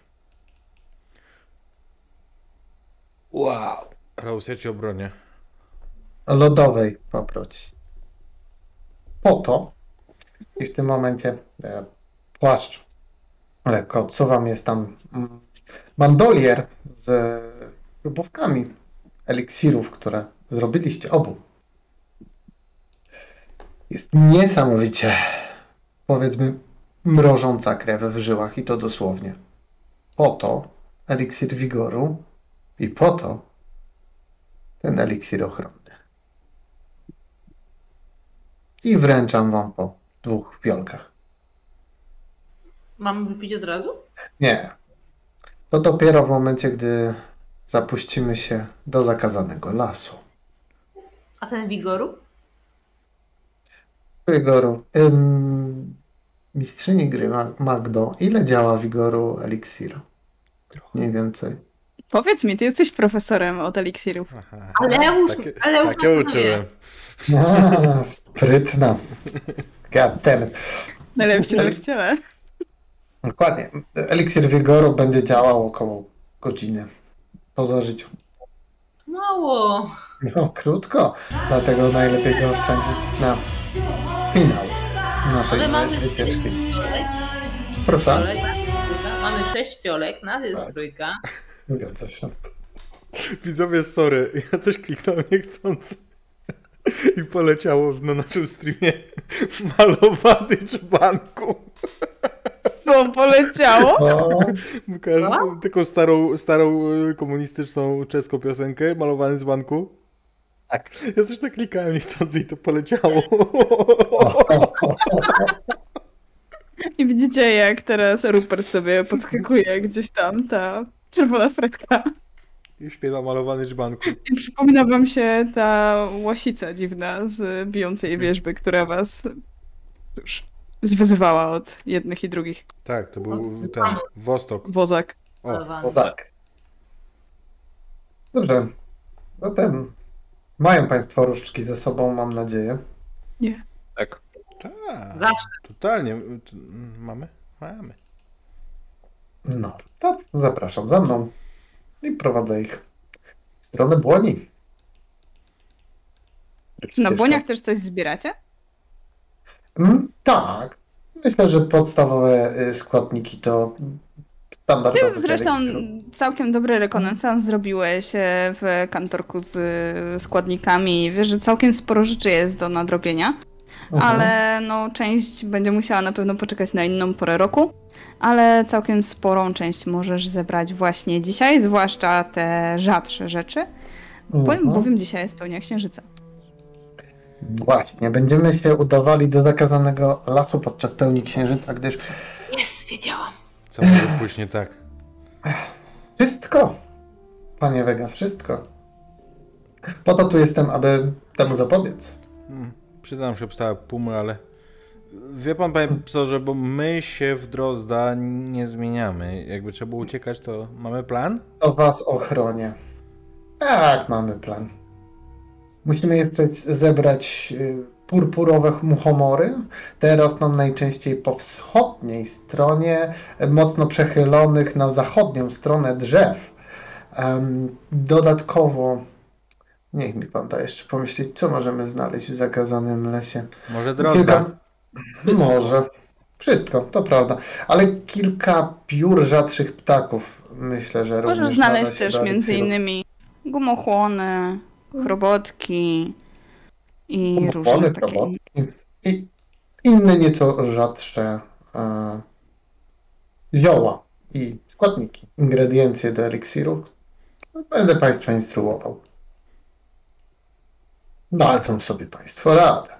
Wow. Rose, ja cię obronię. Lodowej paproci. Po to, i w tym momencie e, płaszcz lekko odsuwam, jest tam mm, bandolier z próbówkami eliksirów, które zrobiliście obu. Jest niesamowicie, powiedzmy, mrożąca krew w żyłach i to dosłownie. Po to eliksir wigoru i po to ten eliksir ochronny. I wręczam wam po dwóch fiolkach. Mamy wypić od razu? Nie. To dopiero w momencie, gdy zapuścimy się do zakazanego lasu. A ten wigoru? Wigoru. Ym, mistrzyni gry Magdo, ile działa wigoru eliksiru? Mniej więcej. Powiedz mi, ty jesteś profesorem od eliksirów. Aha. Aleusz, Takie, Aleusz takie nam uczyłem. A, sprytna. God damn it. Najlepsi nauczyciele. Dokładnie. Eliksir wigoru będzie działał około godziny po zażyciu. Mało. No, krótko. Dlatego najlepiej go oszczędzić na finał naszej Ale mamy wycieczki. sześć fiolek. Proszę. Fiolek, trójka. Mamy sześć fiolek, nas jest Tak. trójka. Zgadza się. Widzowie, sorry, ja coś kliknąłem niechcący. I poleciało na naszym streamie malowany dzbanku. Co poleciało? O, Każdą, taką starą, starą y, komunistyczną czeską piosenkę, malowany z banku. Tak. Ja coś tak klikałem niechcący i to poleciało. I widzicie, jak teraz Rupert sobie podskakuje gdzieś tam, ta czerwona fredka. I śpiewa malowany z banku. I przypomina wam się ta łasica dziwna z bijącej wierzby, która was cóż, zwyzywała od jednych i drugich. Tak, to był Od ten dzbanu. Wostok. Wozak. O, Malowany. kozak. Dobrze. Zatem Mają Państwo różdżki ze sobą, mam nadzieję. Nie. Tak. Tak, Zawsze. totalnie. T- Mamy? Mamy. No, to zapraszam za mną i prowadzę ich w stronę Błoni. Czy na błoniach też coś zbieracie? Mm, tak. Myślę, że podstawowe y, składniki to standardowe. Ty zresztą eliksiru. całkiem dobry rekonesans zrobiłeś e, w kantorku z e, składnikami. Wiesz, że całkiem sporo rzeczy jest do nadrobienia, Mhm. ale no, część będzie musiała na pewno poczekać na inną porę roku, ale całkiem sporą część możesz zebrać właśnie dzisiaj, zwłaszcza te rzadsze rzeczy, powiem, Mhm. bowiem dzisiaj jest pełnia księżyca. Właśnie, będziemy się udawali do zakazanego lasu podczas pełni księżyca, gdyż Jest, wiedziałam. Co może pójść nie tak? wszystko, panie Wega, wszystko. Po to tu jestem, aby temu zapobiec. Hmm, przyda nam się obstała pumy, ale... Wie pan, panie profesorze, bo my się w Drozda nie zmieniamy. Jakby trzeba było uciekać, to mamy plan? O was ochronię. Tak, mamy plan. Musimy jeszcze zebrać y, purpurowe muchomory. Te rosną najczęściej po wschodniej stronie, y, mocno przechylonych na zachodnią stronę drzew. Em, dodatkowo, niech mi pan da jeszcze pomyśleć, co możemy znaleźć w zakazanym lesie. Może Drozda? Może. Wszystko, to prawda. Ale kilka piór rzadszych ptaków myślę, że również Możesz nada znaleźć się też do między eliksiru. innymi gumochłony, chrobotki i Opony, różne takie. probotki i inne nieco rzadsze e, zioła i składniki, ingrediencje do eliksirów. Będę Państwa instruował. Dadzą sobie Państwo radę.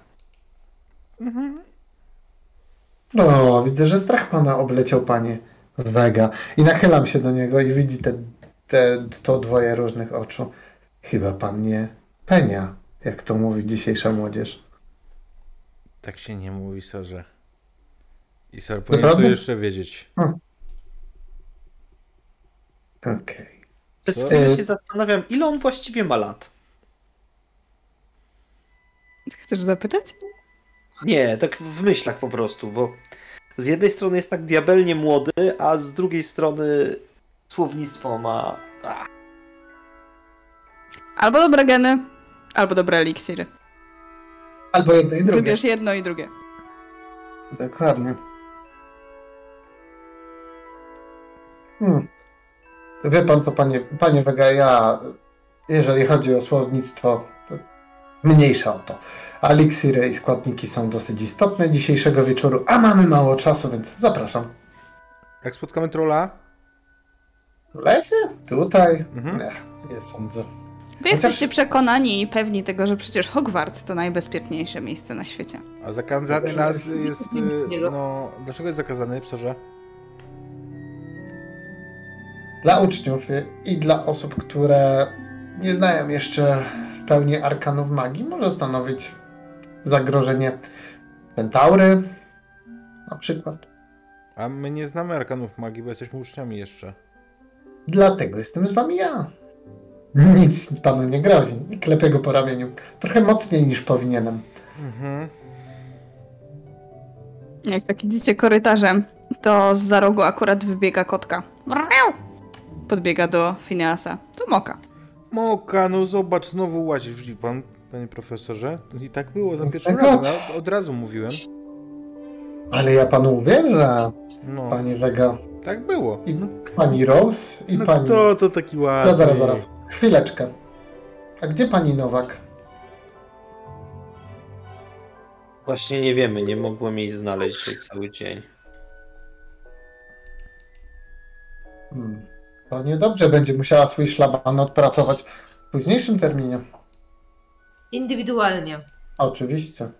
No, widzę, że strach Pana obleciał, Panie Wega. I nachylam się do niego i widzi te, te, to dwoje różnych oczu. Chyba Pan nie penia, jak to mówi dzisiejsza młodzież. Tak się nie mówi, Sorze. I Sor powinien Naprawdę? to jeszcze wiedzieć. Okej. Przez Co? chwilę E, się zastanawiam, ile on właściwie ma lat. Chcesz zapytać? Nie, tak w myślach po prostu, bo z jednej strony jest tak diabelnie młody, a z drugiej strony słownictwo ma... Ach, Albo dobre geny, albo dobre eliksiry. Albo jedno i drugie. Wybierz jedno i drugie. Dokładnie. Hmm. Wie pan co, panie, panie Wega, ja, jeżeli chodzi o słownictwo, to mniejsza o to. Eliksiry i składniki są dosyć istotne dzisiejszego wieczoru, a mamy mało czasu, więc zapraszam. Jak spotkamy trolla? W lesie? Tutaj? Mhm. Nie, nie sądzę. Wy jesteście przekonani i pewni tego, że przecież Hogwarts to najbezpieczniejsze miejsce na świecie. A zakazany las jest... y, Niego. No... Dlaczego jest zakazany, Sorze? Dla uczniów i dla osób, które nie znają jeszcze w pełni arkanów magii, może stanowić zagrożenie centaury na przykład. A my nie znamy arkanów magii, bo jesteśmy uczniami jeszcze. Dlatego jestem z wami ja. Nic panu nie grozi. I klepię go po ramieniu. Trochę mocniej niż powinienem. Mhm. Jak tak idziecie korytarzem, to z za rogu akurat wybiega kotka. Podbiega do Phineasa. To Moka. Moka, no zobacz, znowu łazisz, widzi pan, panie profesorze? I tak było za pierwszym tak razem, od- ja od razu mówiłem. Ale ja panu uwierzę, No, panie Vega. tak było. I No, pani Rose i no pani... kto to taki ładny? No zaraz, zaraz. Chwileczkę. A gdzie pani Nowak? właśnie nie wiemy, nie mogłem jej znaleźć dzisiaj cały dzień. Hmm. To niedobrze, będzie musiała swój szlaban odpracować w późniejszym terminie. Indywidualnie. Oczywiście.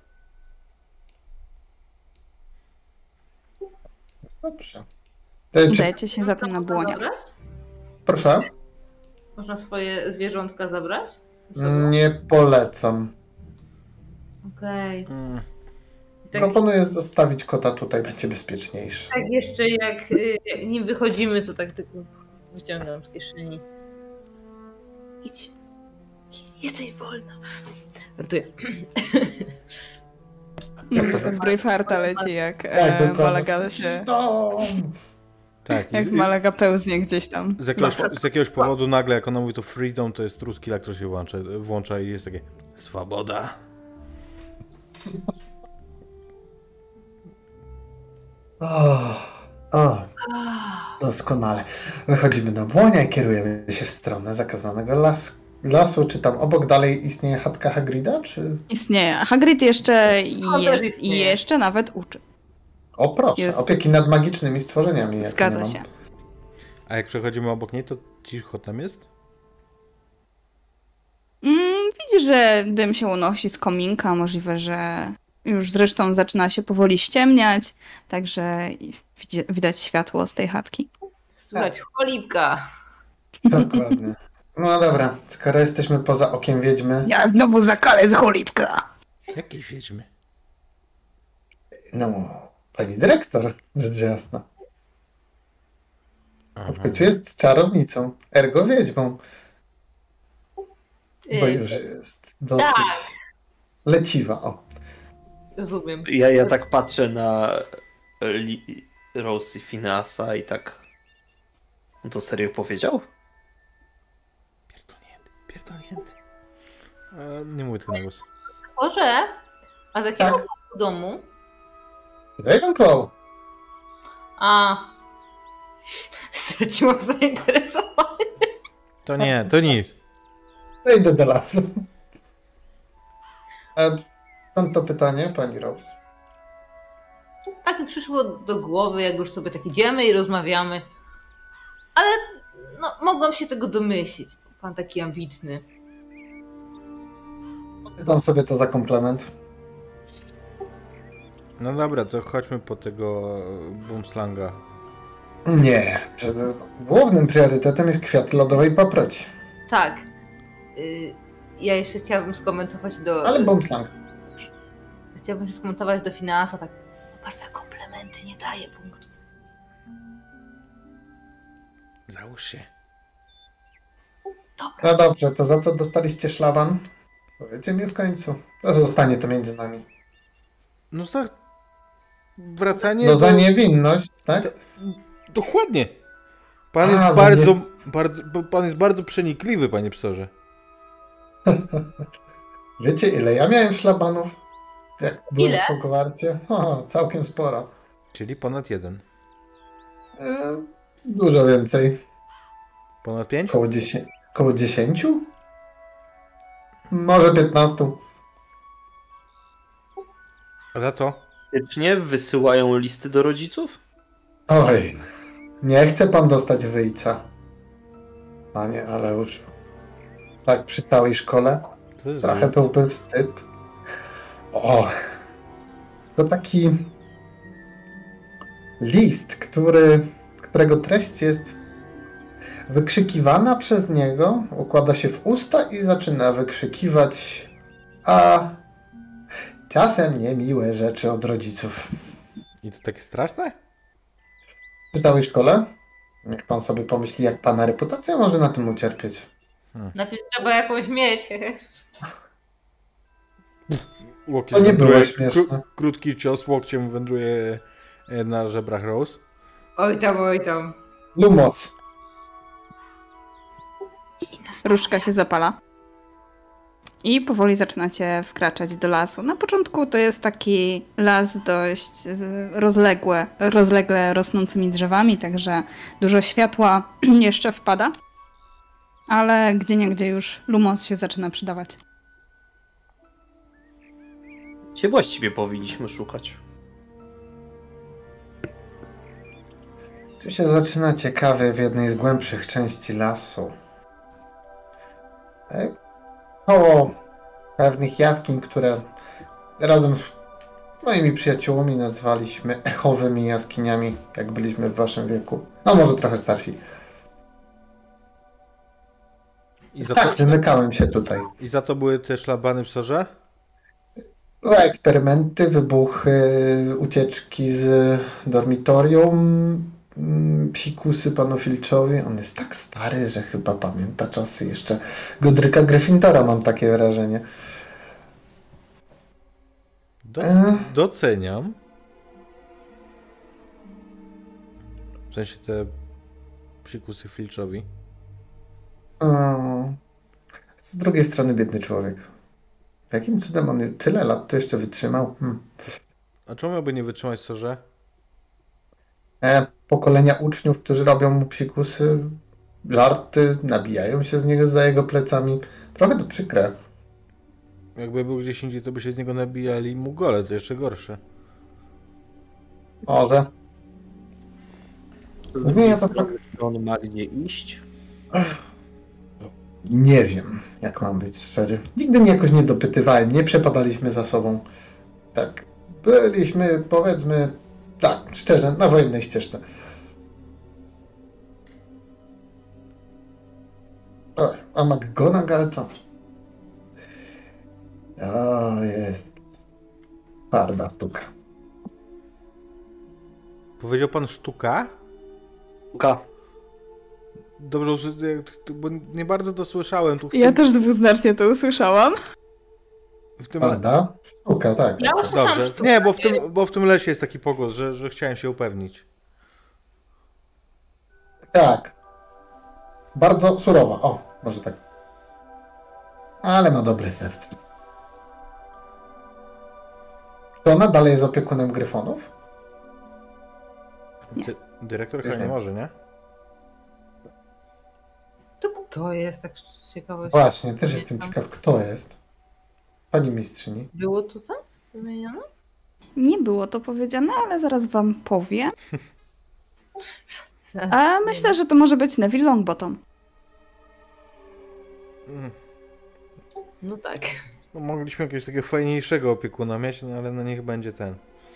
Dobrze. E, Czy, Udajecie się zatem na błonie. Zabrać? proszę? Można swoje zwierzątka zabrać? Ze sobą? Nie polecam. Okej. Mm. Tak, Proponuję zostawić kota tutaj, będzie bezpieczniejszy. tak jeszcze jak y, nim wychodzimy, to tak tylko wyciągam z kieszeni. Idź. Jesteś wolna. Żartuję. Z Bravehearta leci, jak Tak, e, dokładnie. Malaga się... Freedom! Tak, Jak i, Malaga pełznie gdzieś tam. z, jakiegoś, z jakiegoś powodu nagle, jak ona mówi to freedom, to jest truskila, który się włącza, włącza i jest takie swoboda. O, o, doskonale. Wychodzimy na błonia i kierujemy się w stronę zakazanego lasu. lasu. Czy tam obok dalej istnieje chatka Hagrida, czy... Istnieje. Hagrid jeszcze On też jest i istnieje. jeszcze nawet uczy. O proszę, Jest. opieki nad magicznymi stworzeniami. jakie Zgadza nie mam. się. A jak przechodzimy obok niej, to cicho tam jest? Mm, widzisz, że dym się unosi z kominka. Możliwe, że już zresztą zaczyna się powoli ściemniać. Także widzi- widać światło z tej chatki. Słuchać, cholipka. Dokładnie. No dobra, skoro jesteśmy poza okiem wiedźmy, Ja znowu zakalę z cholipka. Jakie wiedźmy? no, pani dyrektor, rzecz jasna. W końcu jest czarownicą, ergo wiedźmą, bo Ej, już jest dosyć leciwa. O. Rozumiem. Ja, ja tak patrzę na Li- Rose i Finasa i tak... On to serio powiedział? Pierdolnięty, pierdolnięty. E, nie mówię tego na głos. Może? A z jakiego Tak. domu? Ravenclaw. A. Straciłam zainteresowanie. To nie, to nic. To idę do lasu. A skąd to pytanie, pani Rose? Tak mi przyszło do głowy, jak już sobie tak idziemy i rozmawiamy. Ale no, mogłam się tego domyślić. Pan taki ambitny. Dam sobie to za komplement. No dobra, to chodźmy po tego e, Boomslanga. Nie, przed głównym priorytetem jest kwiat lodowej paproci. Tak. Y, ja jeszcze chciałabym skomentować do... Ale bombslang. Chciałabym się skomentować do Finasa, tak. Popatrz, za komplementy nie daje punktów. Załóż się. Dobra. No dobrze, to za co dostaliście szlaban? Powiedzcie mi w końcu. To zostanie to między nami. No za... Wracanie No do... za niewinność, tak? Dokładnie. Pan A, jest za bardzo, nie- bardzo, bo pan jest bardzo przenikliwy, panie psorze. Wiecie ile ja miałem szlabanów? Jak byłem Ile? w Hogwarcie? O, całkiem sporo. Czyli ponad jeden. E, dużo więcej. Ponad pięć? Koło, dziesię- koło dziesięciu? Może piętnastu. A za co? Faktycznie wysyłają listy do rodziców? Oj, nie chce pan dostać wyjca. Panie, ale już tak przy całej szkole To jest trochę wyjazd. byłby wstyd. O, to taki list, który, którego treść jest wykrzykiwana przez niego, układa się w usta i zaczyna wykrzykiwać, a czasem niemiłe rzeczy od rodziców. I to takie straszne? W całej szkole? Niech pan sobie pomyśli, jak pana reputacja może na tym ucierpieć. Najpierw trzeba jakąś mieć. Łokieć To nie wędruje- było śmieszne. kró- Krótki cios łokciem wędruje e, na żebrach Rose. Oj tam, oj tam. Lumos. Różdżka się zapala. I powoli zaczynacie wkraczać do lasu. Na początku to jest taki las dość z- rozległe, rozlegle rosnącymi drzewami, także dużo światła jeszcze wpada. Ale gdzieniegdzie już lumos się zaczyna przydawać. Gdzie właściwie powinniśmy szukać? Tu się zaczyna ciekawie w jednej z głębszych części lasu. E, Koło pewnych jaskiń, które razem z moimi przyjaciółmi nazwaliśmy echowymi jaskiniami, jak byliśmy w waszym wieku. No może trochę starsi. I za, to, Tak, wymykałem się tutaj. I za to były te szlabany psorze? Za eksperymenty, wybuchy, ucieczki z dormitorium, mm, psikusy panu Filczowi. On jest tak stary, że chyba pamięta czasy jeszcze Godryka Gryffindora, mam takie wrażenie. Do, E? Doceniam. W sensie te psikusy Filczowi. O, z drugiej strony biedny człowiek. Jakim cudem on tyle lat tu jeszcze wytrzymał? Hmm. A czemu miałby nie wytrzymać, sorze? E, pokolenia uczniów, którzy robią mu psikusy, żarty, nabijają się z niego za jego plecami. Trochę to przykre. Jakby był gdzieś indziej, to by się z niego nabijali mugole, to jeszcze gorsze. Może. Zmienia to tak. Czy on ma nie iść? Nie wiem, jak mam być szczery. Nigdy mnie jakoś nie dopytywałem, nie przepadaliśmy za sobą. Tak, byliśmy, powiedzmy, tak, szczerze, na wojennej ścieżce. O, a McGonagall to... O, jest... Twarda sztuka. Powiedział pan sztuka? Sztuka. Dobrze, usły- bo nie bardzo to słyszałem. Tu w Ja tym, też dwuznacznie to usłyszałam. w tym... Twarda sztuka, tak. Ja usłyszałam Dobrze. sztukę. Nie, bo w, tym, bo w tym lesie jest taki pogłos, że, że chciałem się upewnić. Tak. Bardzo surowa, o, może tak. Ale ma dobre serce. Czy ona dalej jest opiekunem gryfonów? Nie. Dy- Dyrektor Już chyba nie nie. może, nie? To kto jest, tak z ciekawości? Właśnie, też jestem ciekaw, kto jest. Pani mistrzyni. Było to tam wymienione? Nie było to powiedziane, ale zaraz wam powiem. Zaraz A powiem. myślę, że to może być Neville Longbottom. Mm. No tak. No, mogliśmy jakiegoś takiego fajniejszego opiekuna mieć, no ale no niech będzie ten.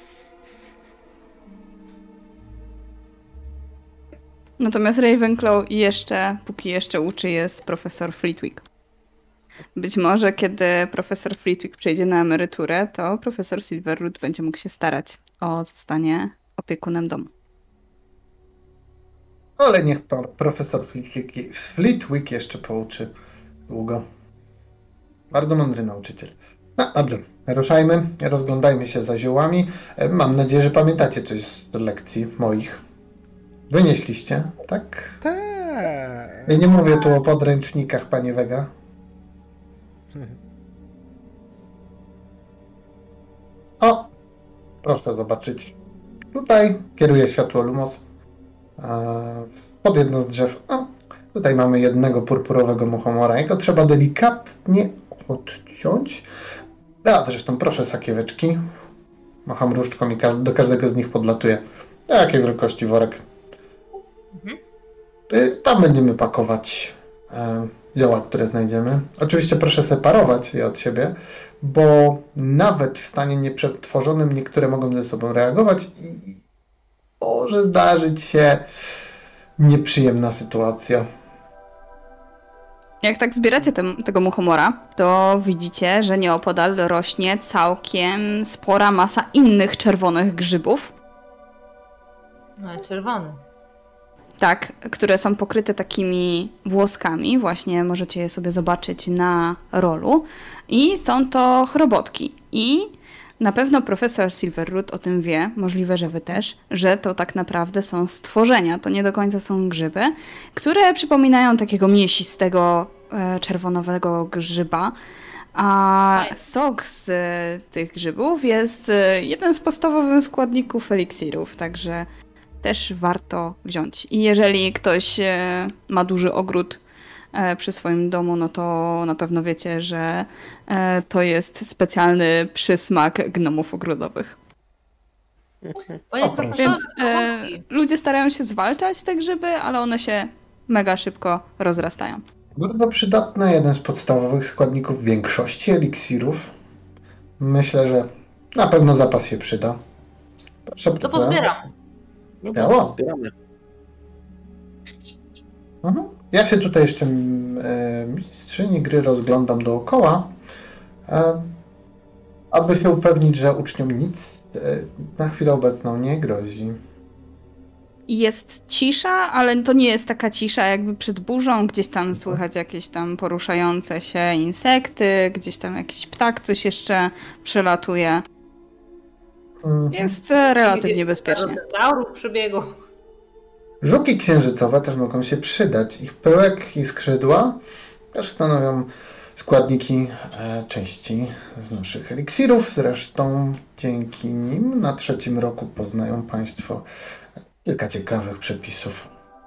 Natomiast Ravenclaw jeszcze, póki jeszcze uczy, jest profesor Flitwick. Być może, kiedy profesor Flitwick przejdzie na emeryturę, to profesor Silverwood będzie mógł się starać o zostanie opiekunem domu. Ale niech pan profesor Flitwick, Flitwick jeszcze pouczy długo. Bardzo mądry nauczyciel. No dobrze, ruszajmy, rozglądajmy się za ziołami. E, Mam nadzieję, że pamiętacie coś z lekcji moich. Wynieśliście, tak? Tak. Ja nie mówię tu o podręcznikach, panie Wega. O, proszę zobaczyć. Tutaj kieruje światło Lumos. E, Pod jedno z drzew. O, tutaj mamy jednego purpurowego muchomora. Jego trzeba delikatnie odciąć. A zresztą proszę sakieweczki. Macham różdżką i każ- do każdego z nich podlatuję. Jakiej wielkości worek? Mhm. Y, Tam będziemy pakować e, zioła, które znajdziemy. Oczywiście proszę separować je od siebie, bo nawet w stanie nieprzetworzonym niektóre mogą ze sobą reagować i może zdarzyć się nieprzyjemna sytuacja. Jak tak zbieracie tem, tego muchomora, to widzicie, że nieopodal rośnie całkiem spora masa innych czerwonych grzybów. No, czerwony. Tak, które są pokryte takimi włoskami. Właśnie możecie je sobie zobaczyć na rolu. I są to chrobotki. I na pewno profesor Silverwood o tym wie, możliwe, że wy też, że to tak naprawdę są stworzenia. To nie do końca są grzyby, które przypominają takiego mięsistego, e, czerwonowego grzyba. A sok z e, tych grzybów jest e, jednym z podstawowych składników eliksirów, także też warto wziąć. I jeżeli ktoś e, ma duży ogród e, przy swoim domu, no to na pewno wiecie, że e, to jest specjalny przysmak gnomów ogrodowych. Panie O, profesorze, Więc e, chłopaki. ludzie starają się zwalczać te grzyby, ale one się mega szybko rozrastają. Bardzo przydatny, jeden z podstawowych składników większości eliksirów. Myślę, że na pewno zapas się przyda. Proszę To bardzo. pozbieram. No Śmiało. bo zbieramy. Mhm. Ja się tutaj jeszcze mm, e, mistrzyni gry rozglądam dookoła, e, aby się upewnić, że uczniom nic e, na chwilę obecną nie grozi. jest cisza, ale to nie jest taka cisza jakby przed burzą. Gdzieś tam słychać jakieś tam poruszające się insekty, gdzieś tam jakiś ptak coś jeszcze przelatuje. Mhm. Jest e, relatywnie bezpiecznie. Laurów przebiegu. Żuki księżycowe też mogą się przydać. Ich pyłek i skrzydła też stanowią składniki e, części z naszych eliksirów. Zresztą dzięki nim na trzecim roku poznają Państwo kilka ciekawych przepisów.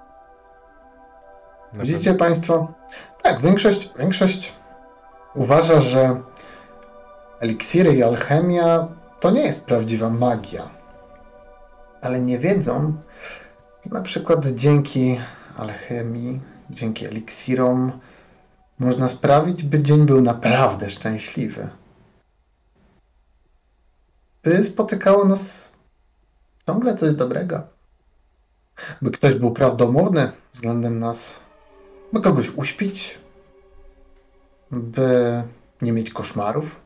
Na Widzicie Państwo? Tak, większość, większość uważa, że eliksiry i alchemia to nie jest prawdziwa magia. Ale nie wiedzą, że na przykład dzięki alchemii, dzięki eliksirom można sprawić, by dzień był naprawdę szczęśliwy. By spotykało nas ciągle coś dobrego. By ktoś był prawdomówny względem nas. By kogoś uśpić. By nie mieć koszmarów.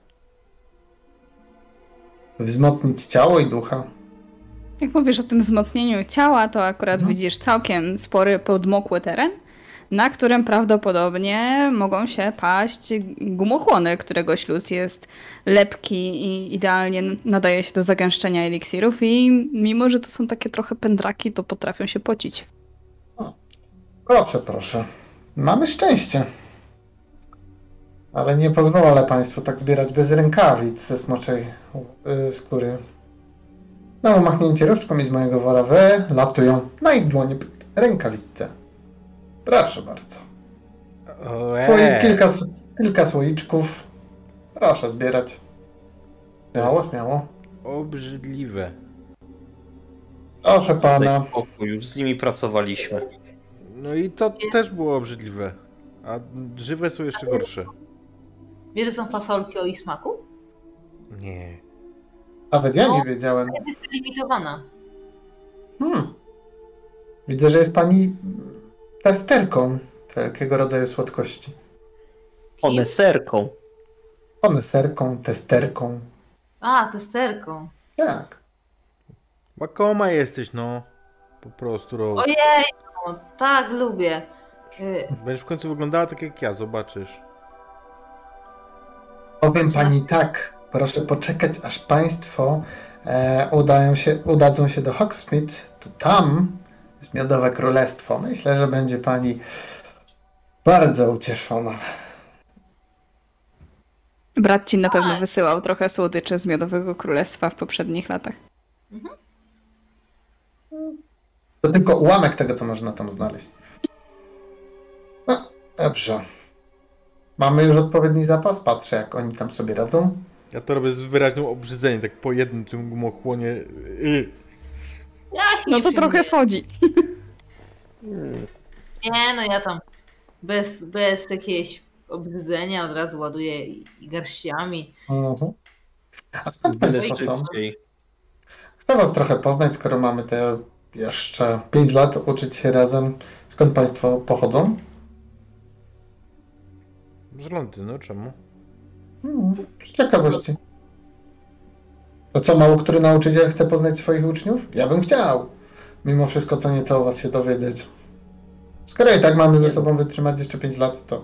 By wzmocnić ciało i ducha. Jak mówisz o tym wzmocnieniu ciała, to akurat No. widzisz całkiem spory, podmokły teren, na którym prawdopodobnie mogą się paść gumochłony, którego śluz jest lepki i idealnie nadaje się do zagęszczenia eliksirów i mimo, że to są takie trochę pędraki, to potrafią się pocić. Proszę, proszę. Mamy szczęście. Ale nie pozwolę Państwu tak zbierać bez rękawic ze smoczej yy, skóry. Znowu machnięcie różdżką i z mojego wora wylatują na ich dłonie rękawice. Proszę bardzo. Słoik, kilka, s- kilka słoiczków. Proszę zbierać. Śmiało, śmiało. Obrzydliwe. Proszę pana. Daj spokój, już z nimi pracowaliśmy. No i to też było obrzydliwe. A żywe są jeszcze gorsze. Wiesz, że są fasolki o ich smaku? Nie. Nawet ja nie No. wiedziałem. Jest limitowana. Hmm. Widzę, że jest pani testerką wszelkiego rodzaju słodkości. Oneserką. Koneserką, testerką. A, testerką. Tak. Łakoma jesteś, no. Po prostu, Rose. Ojej, no, tak lubię. Y, Będziesz w końcu wyglądała tak jak ja, zobaczysz. Powiem pani tak, proszę poczekać, aż państwo e, udają się, udadzą się do Hogsmeade, to tam jest Miodowe Królestwo. Myślę, że będzie pani bardzo ucieszona. Brat ci na pewno wysyłał trochę słodyczy z Miodowego Królestwa w poprzednich latach. To tylko ułamek tego, co można tam znaleźć. No, dobrze. Mamy już odpowiedni zapas? Patrzę, jak oni tam sobie radzą. Ja to robię z wyraźnym obrzydzeniem, tak po jednym tym gumochłonie. Yy. ja się No nie to trochę przyjmuję. schodzi. Nie, no ja tam bez, bez jakiegoś obrzydzenia od razu ładuję i, i garściami. Mhm. A skąd Byle państwo są? szybciej. Chcę was trochę poznać, skoro mamy te jeszcze pięć lat uczyć się razem. Skąd państwo pochodzą? Z Londynu, czemu? Hmm, z ciekawości. To co, mało który nauczyciel chce poznać swoich uczniów? Ja bym chciał. Mimo wszystko co nieco o was się dowiedzieć. Skoro i tak mamy ze sobą wytrzymać jeszcze pięć lat, to...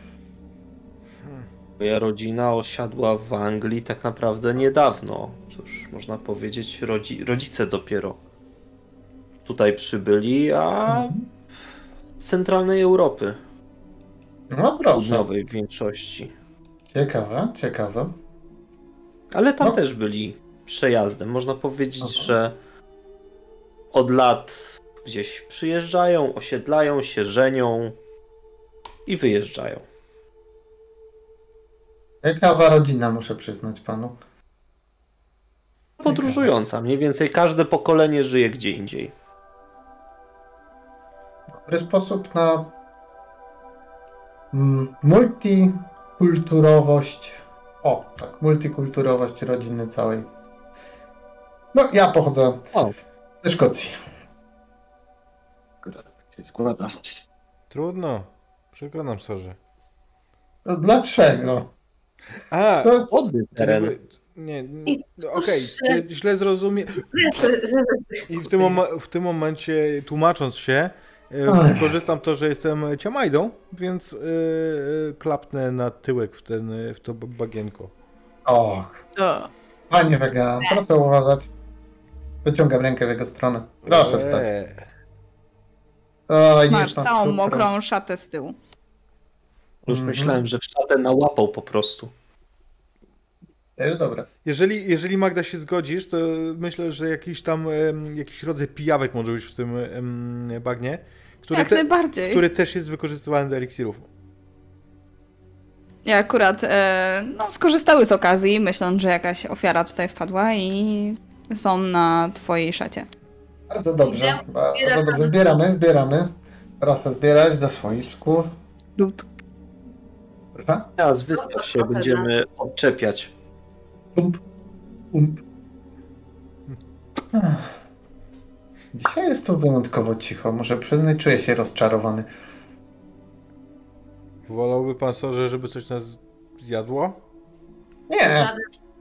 Moja rodzina osiadła w Anglii tak naprawdę niedawno. Cóż, można powiedzieć, rodzi rodzice dopiero tutaj przybyli, a z centralnej Europy, No proszę. południowej w większości. Ciekawe, ciekawe. Ale tam No. też byli przejazdem. Można powiedzieć, Aha. że od lat gdzieś przyjeżdżają, osiedlają się, żenią i wyjeżdżają. Ciekawa rodzina, muszę przyznać panu. Podróżująca. Mniej więcej każde pokolenie żyje gdzie indziej. Dobry sposób na mm, multikulturowość. O, tak, multikulturowość rodziny całej. No, ja pochodzę O. ze Szkocji. Akurat tak się składa. Trudno. Przykro nam, sorze. No, dlaczego? A, To, Ładny teren. gdyby, Nie, I okej, proszę. okay, źle zrozumie. I w tym, mom- w tym momencie, tłumacząc się, e, wykorzystam to, że jestem ciamajdą, więc e, klapnę na tyłek w, ten, w to bagienko. Och, O. panie wegan, proszę uważać. Wyciągam rękę w jego stronę. Proszę wstać. Eee. Oj, nie Masz jest pan całą super. mokrą szatę z tyłu. Już Mhm. myślałem, że w szatę nałapał po prostu. Też dobre. Jeżeli, jeżeli Magda się zgodzisz, to myślę, że jakiś tam em, jakiś rodzaj pijawek może być w tym em, bagnie, który, Jak te, najbardziej. który też jest wykorzystywany do eliksirów. Ja akurat e, no, skorzystały z okazji, myśląc, że jakaś ofiara tutaj wpadła i są na twojej szacie. Bardzo dobrze. Idę, Bardzo zbieram. dobrze. Zbieramy, zbieramy. Proszę zbierać do słoiczków. Lud. Proszę. Teraz wystaw się, będziemy odczepiać. Ump. Ump. Ach. Dzisiaj jest tu wyjątkowo cicho. Muszę przyznać, czuję się rozczarowany. Wolałby pan, Sorze, żeby coś nas zjadło? Nie, Żaden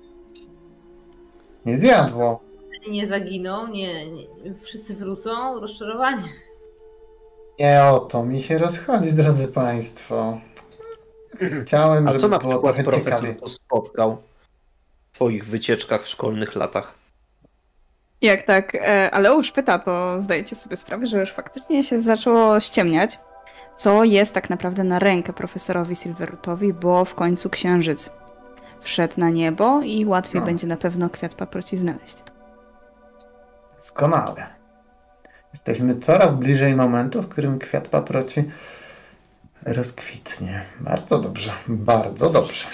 nie zjadło. nie zaginą, nie, nie, wszyscy wrócą, rozczarowanie. Nie o to mi się rozchodzi, drodzy państwo. Chciałem, A żeby co na było przykład trochę profesor ciekawiej. tu spotkał w twoich wycieczkach w szkolnych latach? Jak tak e, Aleusz pyta, to zdajecie sobie sprawę, że już faktycznie się zaczęło ściemniać, co jest tak naprawdę na rękę profesorowi Silverrootowi, bo w końcu księżyc wszedł na niebo i łatwiej No. będzie na pewno kwiat paproci znaleźć. Doskonale. Jesteśmy coraz bliżej momentu, w którym kwiat paproci rozkwitnie. Bardzo dobrze, bardzo dobrze.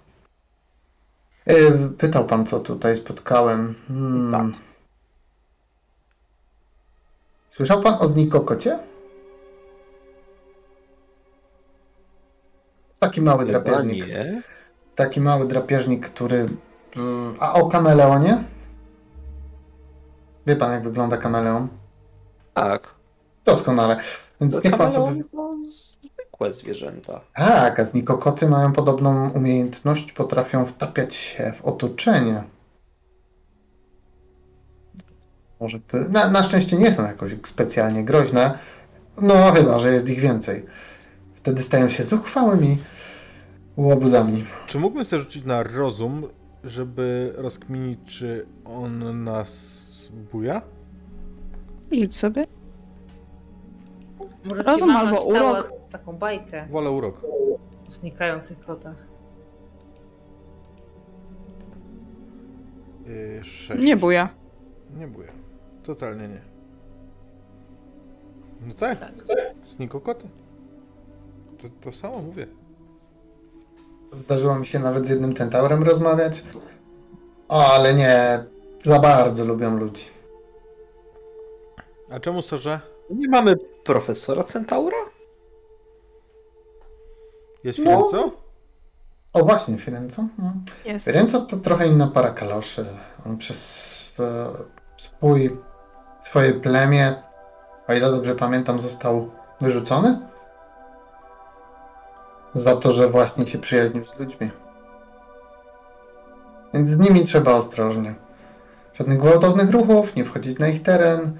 Yy, Pytał pan, co tutaj spotkałem. Hmm. Słyszał pan o znikokocie? Taki mały Chyba drapieżnik. nie. Taki mały drapieżnik, który... mm, A o kameleonie? Wie pan, jak wygląda kameleon? Tak. Doskonale. Więc niech pan sobie... Kameleon to zwykłe zwierzęta. Tak, a znikokoty mają podobną umiejętność, potrafią wtapiać się w otoczenie. Może to, na, na szczęście nie są jakoś specjalnie groźne, no chyba, że jest ich więcej. Wtedy stają się zuchwałymi łobuzami. Czy mógłbym sobie rzucić na rozum, żeby rozkminić, czy on nas buja? Rzuć sobie. Może Rozum ci mama albo czytała urok. taką bajkę Wolę urok. o znikających kotach. Yy, sześć. Nie buja. Nie buja. Totalnie nie. No tak, Tak. znikokoty. To, to samo mówię. Zdarzyło mi się nawet z jednym centaurem rozmawiać. O, ale nie, za bardzo lubią ludzi. A czemu, Sorze? Nie mamy profesora Centaura? No. Jest Firenzo? O właśnie, Firenzo. No. Jest. Firenzo to trochę inna para kaloszy. On przez e, swój, swoje plemię, o ile dobrze pamiętam, został wyrzucony. Za to, że właśnie się przyjaźnił z ludźmi. Więc z nimi trzeba ostrożnie. Żadnych gwałtownych ruchów, nie wchodzić na ich teren.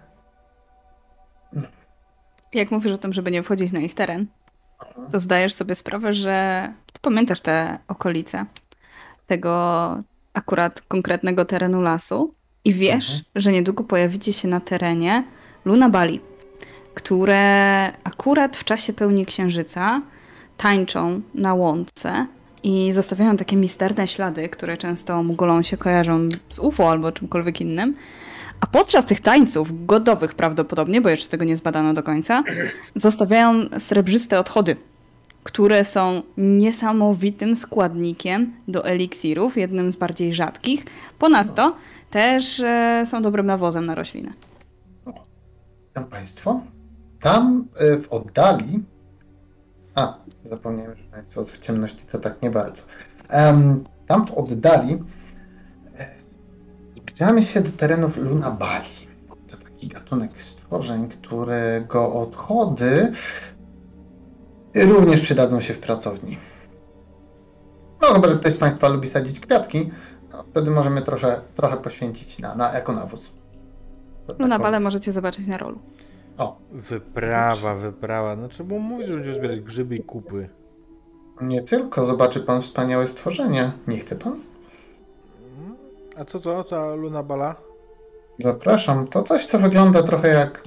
Jak mówisz o tym, żeby nie wchodzić na ich teren, to zdajesz sobie sprawę, że ty pamiętasz te okolice tego akurat konkretnego terenu lasu i wiesz, Mhm. że niedługo pojawicie się na terenie Lunabali, które akurat w czasie pełni księżyca tańczą na łące i zostawiają takie misterne ślady, które często Mugolom się kojarzą z U F O albo czymkolwiek innym. A podczas tych tańców, godowych prawdopodobnie, bo jeszcze tego nie zbadano do końca, zostawiają srebrzyste odchody, które są niesamowitym składnikiem do eliksirów, jednym z bardziej rzadkich. Ponadto też e, są dobrym nawozem na rośliny. Tam państwo, tam y, w oddali... A, zapomniałem, że państwo w ciemności to tak nie bardzo. Em, tam w oddali zbliżamy się do terenów Lunabali. To taki gatunek stworzeń, którego odchody również przydadzą się w pracowni. No chyba, że ktoś z państwa lubi sadzić kwiatki, no, wtedy możemy trochę, trochę poświęcić na, na ekonawóz. Luna Bale możecie zobaczyć na rolu. O, Wyprawa, wyprawa. No trzeba było mówić, że będziemy zbierać grzyby i kupy. nie tylko, zobaczy pan wspaniałe stworzenie. Nie chce pan? A co to, ta Luna Bala? Zapraszam. To coś, co wygląda trochę jak...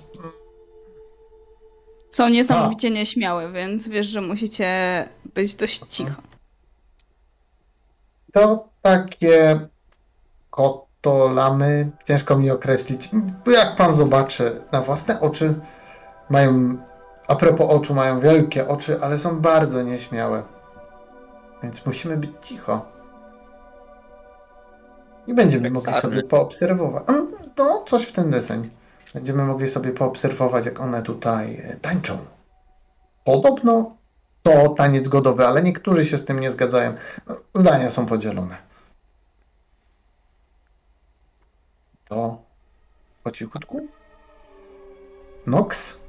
Są niesamowicie nieśmiałe, więc wiesz, że musicie być dość cicho. To takie kotolamy, ciężko mi określić. Jak pan zobaczy na własne oczy, mają, a propos oczu, mają wielkie oczy, ale są bardzo nieśmiałe. Więc musimy być cicho. I będziemy Jak mogli sarny. sobie poobserwować. No, coś w ten deseń. Będziemy mogli sobie poobserwować, jak one tutaj tańczą. Podobno to taniec godowy, ale niektórzy się z tym nie zgadzają. Zdania są podzielone. To po cichutku? Nox?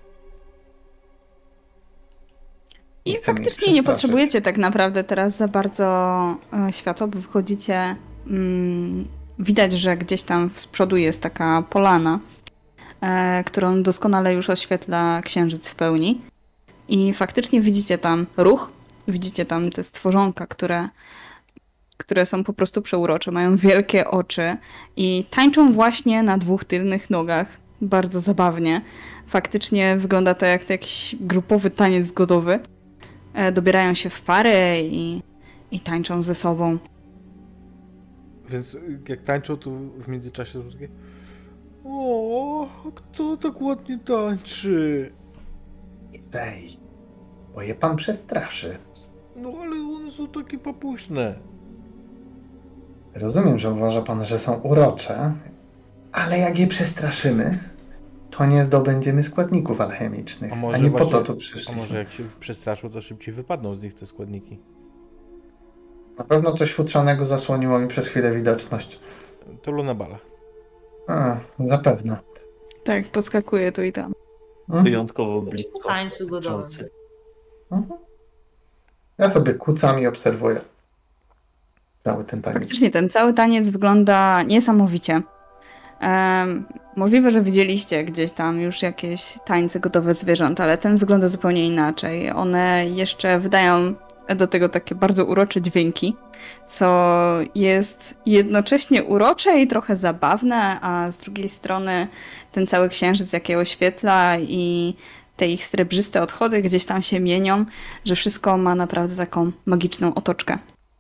I Nie chcemy ich faktycznie nie przestraszyć. potrzebujecie tak naprawdę teraz za bardzo e, światła, bo wychodzicie. Mm, widać, że gdzieś tam z przodu jest taka polana, e, którą doskonale już oświetla księżyc w pełni. I faktycznie widzicie tam ruch, widzicie tam te stworzonka, które, które są po prostu przeurocze, mają wielkie oczy i tańczą właśnie na dwóch tylnych nogach. Bardzo zabawnie. Faktycznie wygląda to jak jakiś grupowy taniec godowy. E, dobierają się w pary i, i tańczą ze sobą. Więc jak tańczą, to w międzyczasie to takie... O, kto tak ładnie tańczy? Ej, bo je pan przestraszy. No ale one są takie papuśne. Rozumiem, że uważa pan, że są urocze, ale jak je przestraszymy, to nie zdobędziemy składników alchemicznych, A a, może nie właśnie, po to tu a przyszliśmy. może jak się przestraszą, to szybciej wypadną z nich te składniki. Na pewno coś futrzanego zasłoniło mi przez chwilę widoczność. To Luna Bala. A, zapewne. Tak, podskakuje tu i tam. Mhm. Wyjątkowo blisko. Tańcu godowym. Czący. Mhm. Ja sobie kucam i obserwuję cały ten taniec. Faktycznie ten cały taniec wygląda niesamowicie. Em, możliwe, że widzieliście gdzieś tam już jakieś tańce gotowe zwierząt, ale ten wygląda zupełnie inaczej. One jeszcze wydają do tego takie bardzo urocze dźwięki, co jest jednocześnie urocze i trochę zabawne, a z drugiej strony ten cały księżyc, jak je oświetla i te ich srebrzyste odchody gdzieś tam się mienią, że wszystko ma naprawdę taką magiczną otoczkę.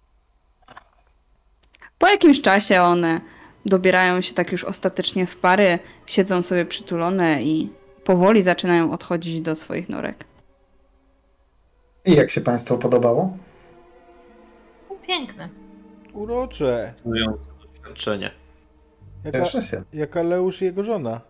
Po jakimś czasie one dobierają się tak już ostatecznie w pary, siedzą sobie przytulone i powoli zaczynają odchodzić do swoich norek. I jak się państwu podobało? Piękne. Urocze. Fascynujące doświadczenie. Jaka, Cieszę się. jaka Leusz i jego żona.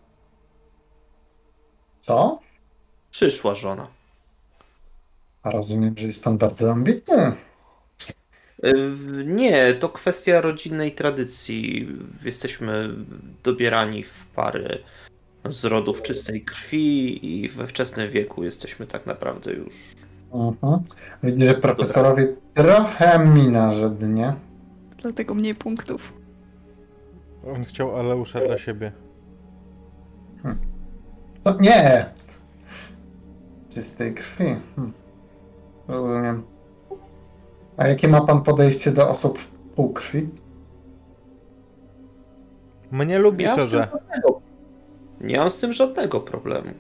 Co? Przyszła żona. A rozumiem, że jest pan bardzo ambitny. Y, Nie, to kwestia rodzinnej tradycji. Jesteśmy dobierani w pary z rodów czystej krwi i we wczesnym wieku jesteśmy tak naprawdę już. Mhm. Widzę, że profesorowi trochę mina, że dnie. Dlatego mniej punktów. On chciał Aleusza dla siebie. To nie! Czystej krwi. Hm. Rozumiem. A jakie ma pan podejście do osób półkrwi? Mnie lubi Nie mam z tym szczerze. żadnego- Nie mam z tym żadnego problemu.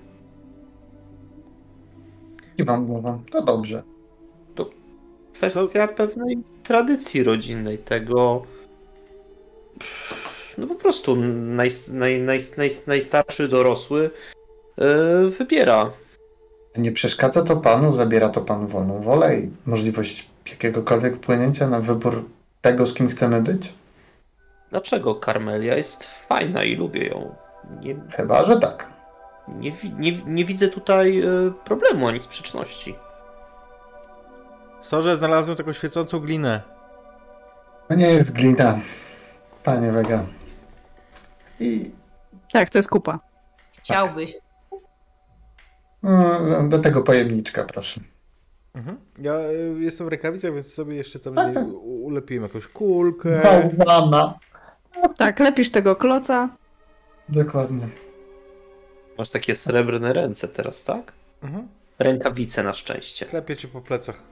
Kiwam głową. To dobrze. Kwestia pewnej tradycji rodzinnej, tego. No po prostu naj, naj, naj, naj, najstarszy dorosły yy, wybiera. Nie przeszkadza to panu, zabiera to panu wolną wolę i możliwość jakiegokolwiek wpłynięcia na wybór tego, z kim chcemy być? Dlaczego Carmelia jest fajna i lubię ją? Nie, Chyba, że tak. nie, wi- nie, nie widzę tutaj yy, problemu ani sprzeczności. Sorze, znalazłem taką świecącą glinę. To nie jest glina, panie Wega. I Tak, to jest kupa. Chciałbyś. no, do tego pojemniczka, proszę. Mhm. Ja y, jestem w rękawicach, więc sobie jeszcze tam Tak, tak. u- ulepiłem jakąś kulkę. Bałwana. Tak, lepisz tego kloca. Dokładnie. Masz takie srebrne ręce teraz, tak? Mhm. Rękawice na szczęście. Klepię cię po plecach.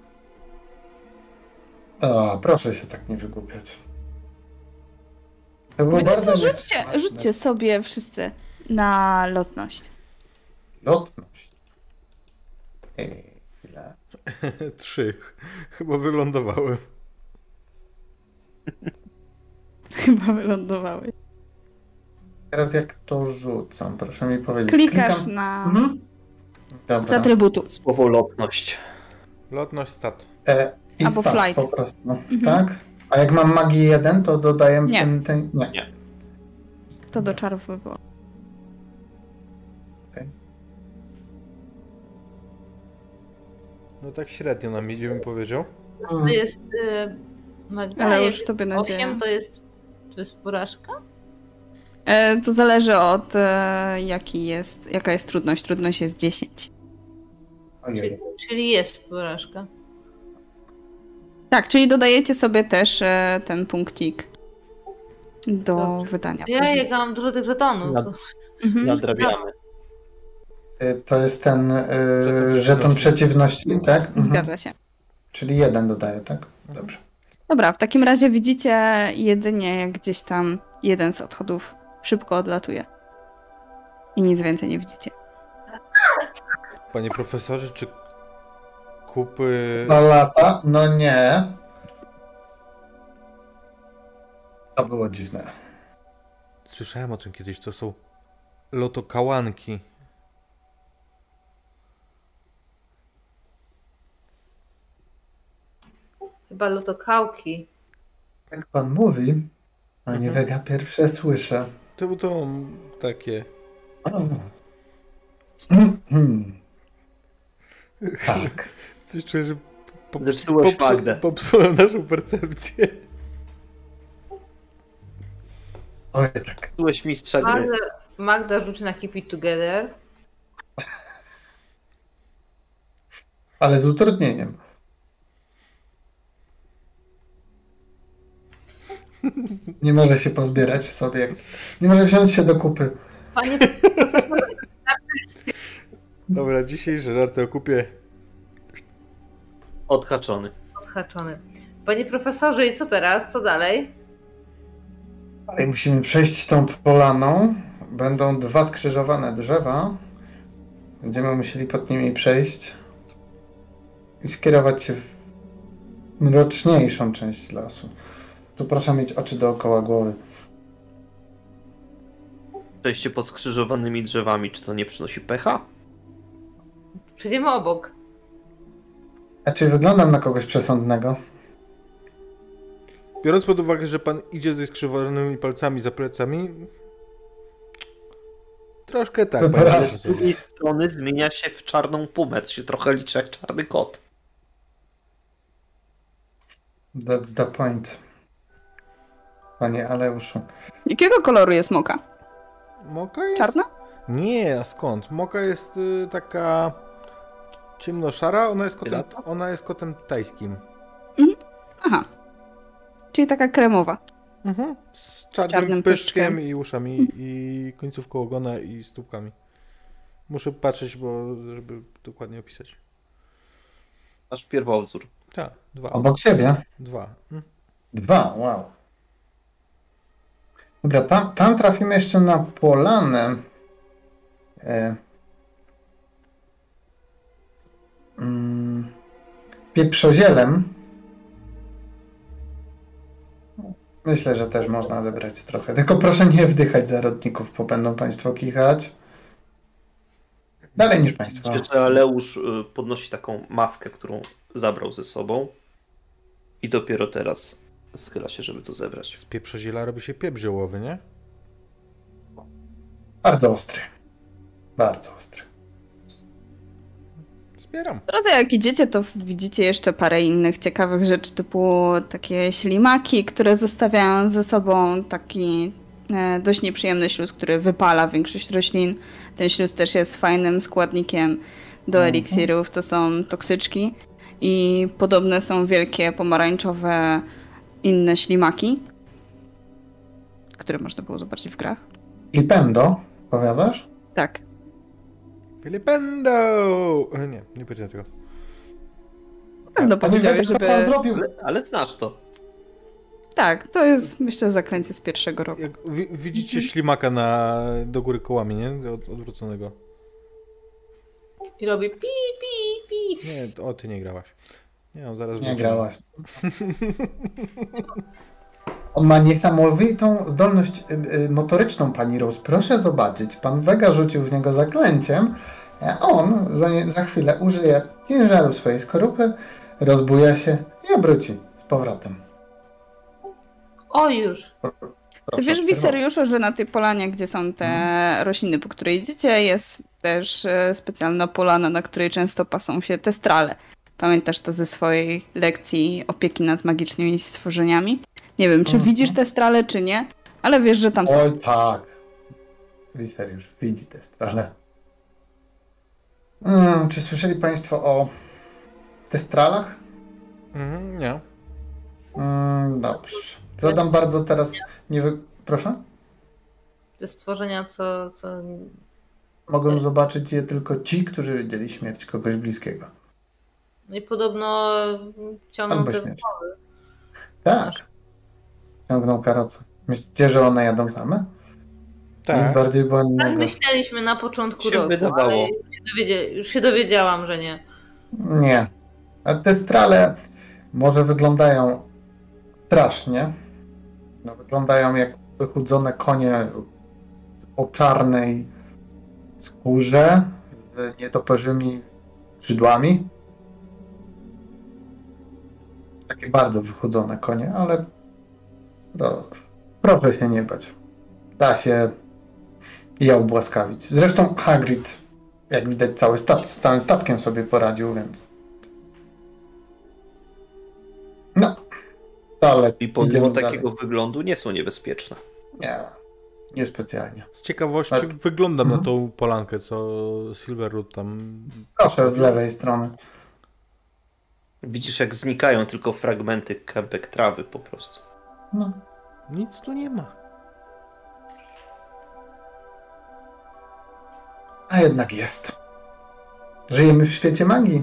O, proszę się tak nie wygłupiać. To było Wiecie bardzo co, rzućcie, niesmaczne. rzućcie sobie wszyscy na lotność. Lotność. Ej, chwilę. Trzy. Chyba wylądowałem. Chyba wylądowały. Teraz jak to rzucam, proszę mi powiedzieć. Klikasz Klikam... na... Mhm. Dobra. z atrybutu. Słowo lotność. Lotność stat. E, i Albo start flight. po prostu, Mhm. tak? A jak mam magię jeden, to dodaję Nie. ten, ten... Nie. Nie. To do czarów by było. No tak średnio nam idzie, bym powiedział. To Mm. jest... Y, Magda, Ale jak już tobie nadzieję. osiem to jest, to jest porażka? E, to zależy od e, jaki jest, jaka jest trudność. Trudność jest dziesięć. Ojej. Czyli, czyli jest porażka. Tak, czyli dodajecie sobie też e, ten punkcik do Dobrze. wydania. Ja później. jak mam dużo tych żetonów. Na- To... Mhm. Nadrabiamy. Y, To jest ten y, Żeton żeton przeciwności. przeciwności, tak? Mhm. Zgadza się. Czyli jeden dodaję, tak? Dobrze. Dobra, w takim razie widzicie jedynie jak gdzieś tam jeden z odchodów szybko odlatuje. I nic więcej nie widzicie. Panie profesorze, czy kupy... Dwa lata? No nie. To było dziwne. Słyszałem o tym kiedyś, to są lotokałanki. Chyba lotokałki. Jak pan mówi, panie Mhm. Wega, pierwsze słyszę. To było to takie... O. Mhm. Tak. Coś czuję, że pops- Zepsułeś popsu- Magdę. popsułem naszą percepcję. Oj, tak. Byłeś mistrza gry. Magda, Magda rzuci na Keep It Together. Ale z utrudnieniem. Nie może się pozbierać w sobie. Nie może wziąć się do kupy. Panie profesorze, Dobra, dzisiejsze żarty o kupie. Odhaczony. odhaczony. Panie profesorze, i co teraz? Co dalej? Ale musimy przejść tą polaną. Będą dwa skrzyżowane drzewa. Będziemy musieli pod nimi przejść i skierować się w mroczniejszą część lasu. Tu proszę mieć oczy dookoła głowy. Przejście pod skrzyżowanymi drzewami, czy to nie przynosi pecha? Przejdziemy obok. A czy wyglądam na kogoś przesądnego? Biorąc pod uwagę, że pan idzie ze skrzyżowanymi palcami za plecami... Troszkę tak, Dobra. panie Ale z profesorze. drugiej strony zmienia się w czarną pumę, co się trochę liczy jak czarny kot. That's the point. Panie Aleuszu. Jakiego koloru jest moka? Moka jest... Czarna? Nie, a skąd? Moka jest y, taka ciemnoszara, ona jest kotem, Lata? ona jest kotem tajskim. Aha. Czyli taka kremowa. Mhm. Z czarnym, czarnym pyszczkiem pyszczkiem. i uszami i końcówką ogona i stópkami. Muszę patrzeć, bo żeby dokładnie opisać. Aż pierwowzór. Tak, dwa. Obok siebie. Dwa. Mhm. Dwa, wow. Dobra, tam, tam trafimy jeszcze na polanę. E... Mm... Pieprzozielem. Myślę, że też można zebrać trochę. Tylko proszę nie wdychać zarodników, bo będą Państwo kichać. Dalej niż Państwo. Widzicie, że Aleusz y, podnosi taką maskę, którą zabrał ze sobą i dopiero teraz schyla się, żeby to zebrać. Z pieprzoziela robi się pieprz ziołowy, nie? Bardzo ostry. Bardzo ostry. Zbieram. W drodze jak idziecie, to widzicie jeszcze parę innych ciekawych rzeczy, typu takie ślimaki, które zostawiają ze sobą taki e, dość nieprzyjemny śluz, który wypala większość roślin. Ten śluz też jest fajnym składnikiem do Mhm. eliksirów, to są toksyczki i podobne są wielkie pomarańczowe inne ślimaki, które można było zobaczyć w grach. Flipendo, powiadasz? Tak. Filipendo! E, Nie, nie powiedziałem tego. Na pewno Panie powiedziałeś, Wega, co żeby... pan zrobił? Ale, ale znasz to. Tak, to jest, myślę, zaklęcie z pierwszego roku. Jak wi widzicie ślimaka na, do góry kołami, nie? Od, odwróconego. I robi pi, pi, pi. Nie, to- o, ty nie grałaś. Nie, on zaraz Nie wróci. grałaś. On ma niesamowitą zdolność y, y, motoryczną, pani Rose. Proszę zobaczyć. Pan Vega rzucił w niego zaklęciem, a on za, nie- za chwilę użyje ciężaru swojej skorupy, rozbuja się i obróci z powrotem. O, już. Ty Proszę wiesz, obserwować. Wiseriuszu, że na tej polanie, gdzie są te rośliny, po której idziecie, jest też e, specjalna polana, na której często pasą się te strale. Pamiętasz to ze swojej lekcji opieki nad magicznymi stworzeniami? Nie wiem, czy Mhm. widzisz te strale, czy nie, ale wiesz, że tam są. Oj tak. Wiseriusz widzi te straże. Mm, czy słyszeli państwo o testralach? Mhm, nie. Mm, dobrze. Zadam bardzo teraz nie wy... Proszę? Te stworzenia, co... co... Mogą zobaczyć je tylko ci, którzy widzieli śmierć kogoś bliskiego. No i podobno ciągną Albo te... śmierć. Tak. Ciągną karocę. Myślicie, że one jadą same? Nic Tak. bardziej Tak błędnego. myśleliśmy na początku Się roku, wydawało. ale już się, dowiedzie... już się dowiedziałam, że nie. Nie. A te strale może wyglądają strasznie. No, wyglądają jak wychudzone konie o czarnej skórze z nietoperzymi skrzydłami. Takie bardzo wychudzone konie, ale no, proszę się nie bać. Da się je ubłaskawić. Zresztą Hagrid, jak widać, cały stat z całym statkiem sobie poradził, więc... No, ale I pomimo idziemy takiego dalej. wyglądu nie są niebezpieczne. Nie, nie specjalnie. Z ciekawości Tak. wyglądam Mhm. na tą polankę, co Silverwood tam... Proszę z lewej strony. Widzisz, jak znikają tylko fragmenty kępek trawy po prostu. No. Nic tu nie ma. A jednak jest. Żyjemy w świecie magii.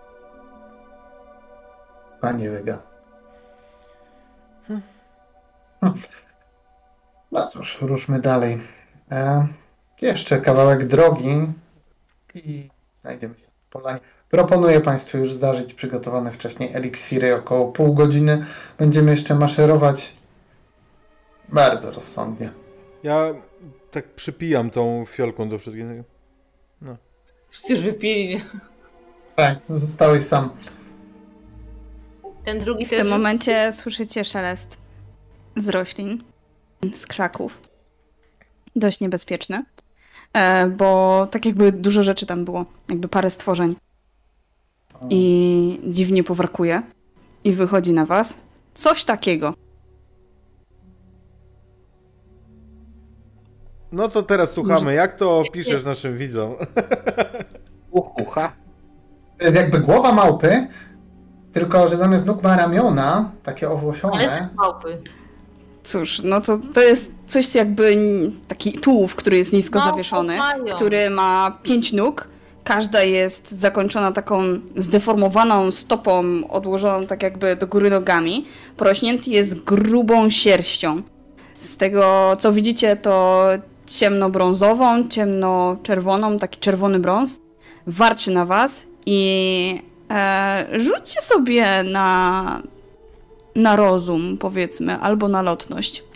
Panie Vega. Hmm. Hm. No cóż, ruszmy dalej. E, jeszcze kawałek drogi i znajdziemy się w polanie. Proponuję Państwu już zdarzyć przygotowane wcześniej eliksiry. Około pół godziny będziemy jeszcze maszerować bardzo rozsądnie. Ja tak przypijam tą fiolką do wszystkiego. No. Wszyscy już wypili, nie? Tak, tu zostałeś sam. Ten drugi W też... tym momencie słyszycie szelest z roślin, z krzaków. Dość niebezpieczny, e, bo tak jakby dużo rzeczy tam było, jakby parę stworzeń. I dziwnie powrakuje i wychodzi na was coś takiego. No to teraz słuchamy, jak to opiszesz naszym widzom? Ucha. To jest jakby głowa małpy, tylko że zamiast nóg ma ramiona, takie Ale owłosione. te małpy. Cóż, no to, to jest coś jakby n- taki tułów, który jest nisko No, zawieszony, mają. który ma pięć nóg. Każda jest zakończona taką zdeformowaną stopą, odłożoną tak jakby do góry nogami. Porośnięty jest grubą sierścią. Z tego, co widzicie, to ciemnobrązową, ciemnoczerwoną, taki czerwony brąz. Warczy na was i e, rzućcie sobie na, na rozum, powiedzmy, albo na lotność.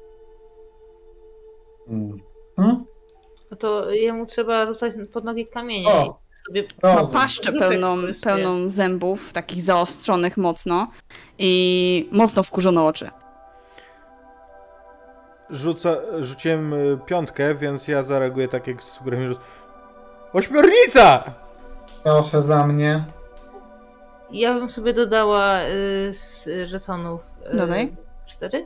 Mm. Hmm? No to jemu trzeba rzucać pod nogi kamienie. O. I sobie... Ma Rozum. paszczę Rzutek pełną, wyspie. pełną zębów, takich zaostrzonych mocno i mocno wkurzone oczy. Rzuca, rzuciłem y, piątkę, więc ja zareaguję tak jak sugeruję, że... Ośmiornica! Proszę za mnie. Ja bym sobie dodała y, z żetonów y, Dodaj. cztery.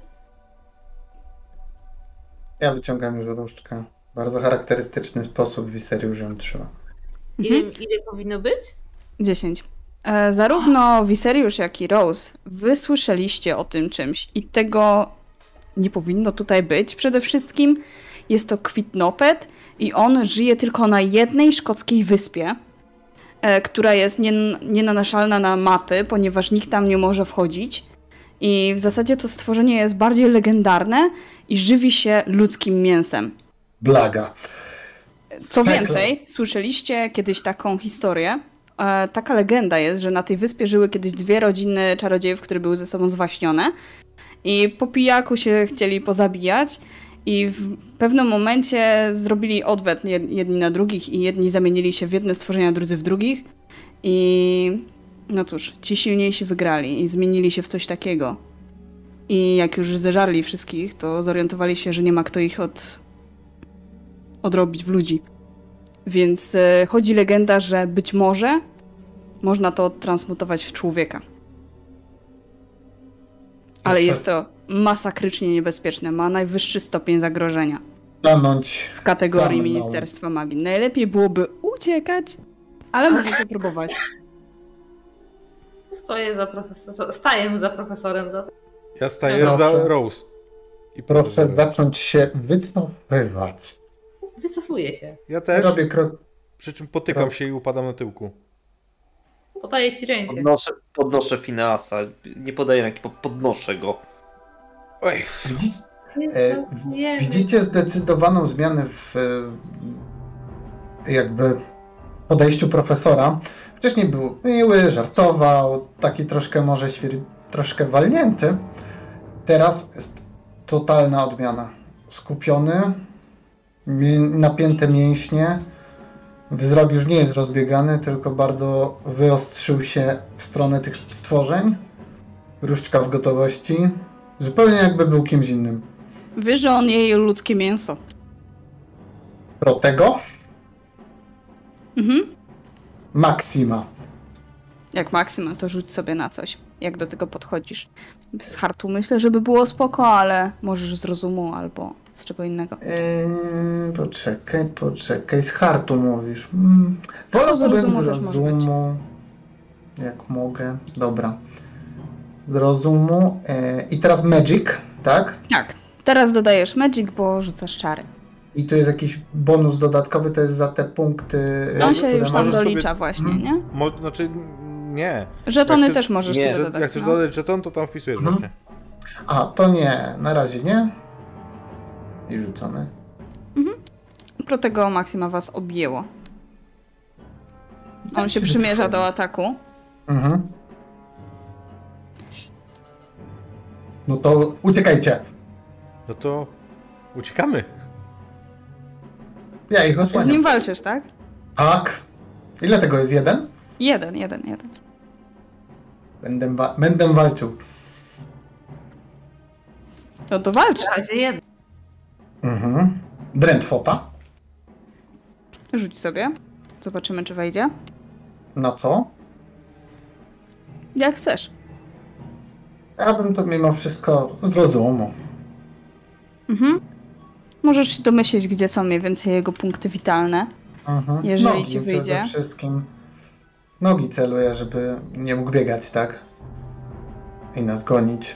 Ja wyciągam już różdżkę. W bardzo charakterystyczny sposób Wiseriusz ją trzyma. Ile, Mhm. ile powinno być? dziesięć. E, zarówno Viseriusz, jak i Rose, wy słyszeliście o tym czymś i tego nie powinno tutaj być. Przede wszystkim jest to kwitnopet i on żyje tylko na jednej szkockiej wyspie, e, która jest nie, nienanaszalna na mapy, ponieważ nikt tam nie może wchodzić. I w zasadzie to stworzenie jest bardziej legendarne i żywi się ludzkim mięsem. Blaga. Co Tak. więcej, słyszeliście kiedyś taką historię. E, taka legenda jest, że na tej wyspie żyły kiedyś dwie rodziny czarodziejów, które były ze sobą zwaśnione. I po pijaku się chcieli pozabijać. I w pewnym momencie zrobili odwet jedni na drugich i jedni zamienili się w jedne stworzenia, drudzy w drugich. I no cóż, ci silniejsi wygrali i zmienili się w coś takiego. I jak już zeżarli wszystkich, to zorientowali się, że nie ma kto ich od... odrobić w ludzi. Więc e, chodzi legenda, że być może można to transmutować w człowieka. Ale Przez- jest to masakrycznie niebezpieczne. Ma najwyższy stopień zagrożenia Stanąć w kategorii za mną. Ministerstwa Magii. Najlepiej byłoby uciekać, ale możecie próbować. Stoję za profesorem. Staję za profesorem. Za... Ja staję Proszę. za Rose. I Proszę próbuję. zacząć się wycofywać. Wycofuję się. Ja też, Robię krok. przy czym potykam Proszę. się i upadam na tyłku. Podaję ci rękę. Podnoszę, podnoszę Fineasa. Nie podaję ręki, po- podnoszę go. Oj, Widzicie, Nie, e, nie, widzicie zdecydowaną zmianę w e, jakby podejściu profesora. Wcześniej był miły, żartował, taki troszkę może świr, troszkę walnięty. Teraz jest totalna odmiana. Skupiony, mię, napięte mięśnie. Wzrok już nie jest rozbiegany, tylko bardzo wyostrzył się w stronę tych stworzeń. Różdżka w gotowości. Zupełnie jakby był kimś innym. Wiesz, że on je ludzkie mięso. Pro tego Mhm. Maxima. Jak Maksyma, to rzuć sobie na coś. Jak do tego podchodzisz. Z hartu myślę, żeby było spoko, ale możesz z rozumu albo z czego innego. Eee, poczekaj, poczekaj. Z hartu mówisz. Mm. Wolałbym rozumu z też może rozumu. Jak mogę. Dobra. Z rozumu. Eee, I teraz magic, tak? Tak. Teraz dodajesz magic, bo rzucasz czary. I tu jest jakiś bonus dodatkowy, to jest za te punkty. On e, się które już tam możesz- sobie- dolicza właśnie, Mhm. nie? mo, znaczy nie. Żetony Jak chcesz- też możesz nie, sobie Że, dodać. jak chcesz no. dodać żeton, to tam wpisujesz Mhm. właśnie. A, to nie. Na razie nie. I rzucamy. Pro tego Maksyma was objęło. On Tak się się przymierza wycofuje. do ataku. Mhm. No to uciekajcie. No to uciekamy. Ja ich Z osłaniam. nim walczysz, tak? Tak. Ile tego jest? Jeden? Jeden, jeden, jeden. Będę, wa- będę walczył. No to walcz. Na razie jedno. Mhm. Drętwota. Rzuć sobie. Zobaczymy, czy wejdzie. Na co? Jak chcesz. Ja bym to mimo wszystko z rozumu. Mhm. Możesz się domyślić, gdzie są mniej więcej jego punkty witalne. Mhm. Jeżeli Nogi ci wyjdzie. Przede wszystkim. Nogi celuję, żeby nie mógł biegać, tak? I nas gonić.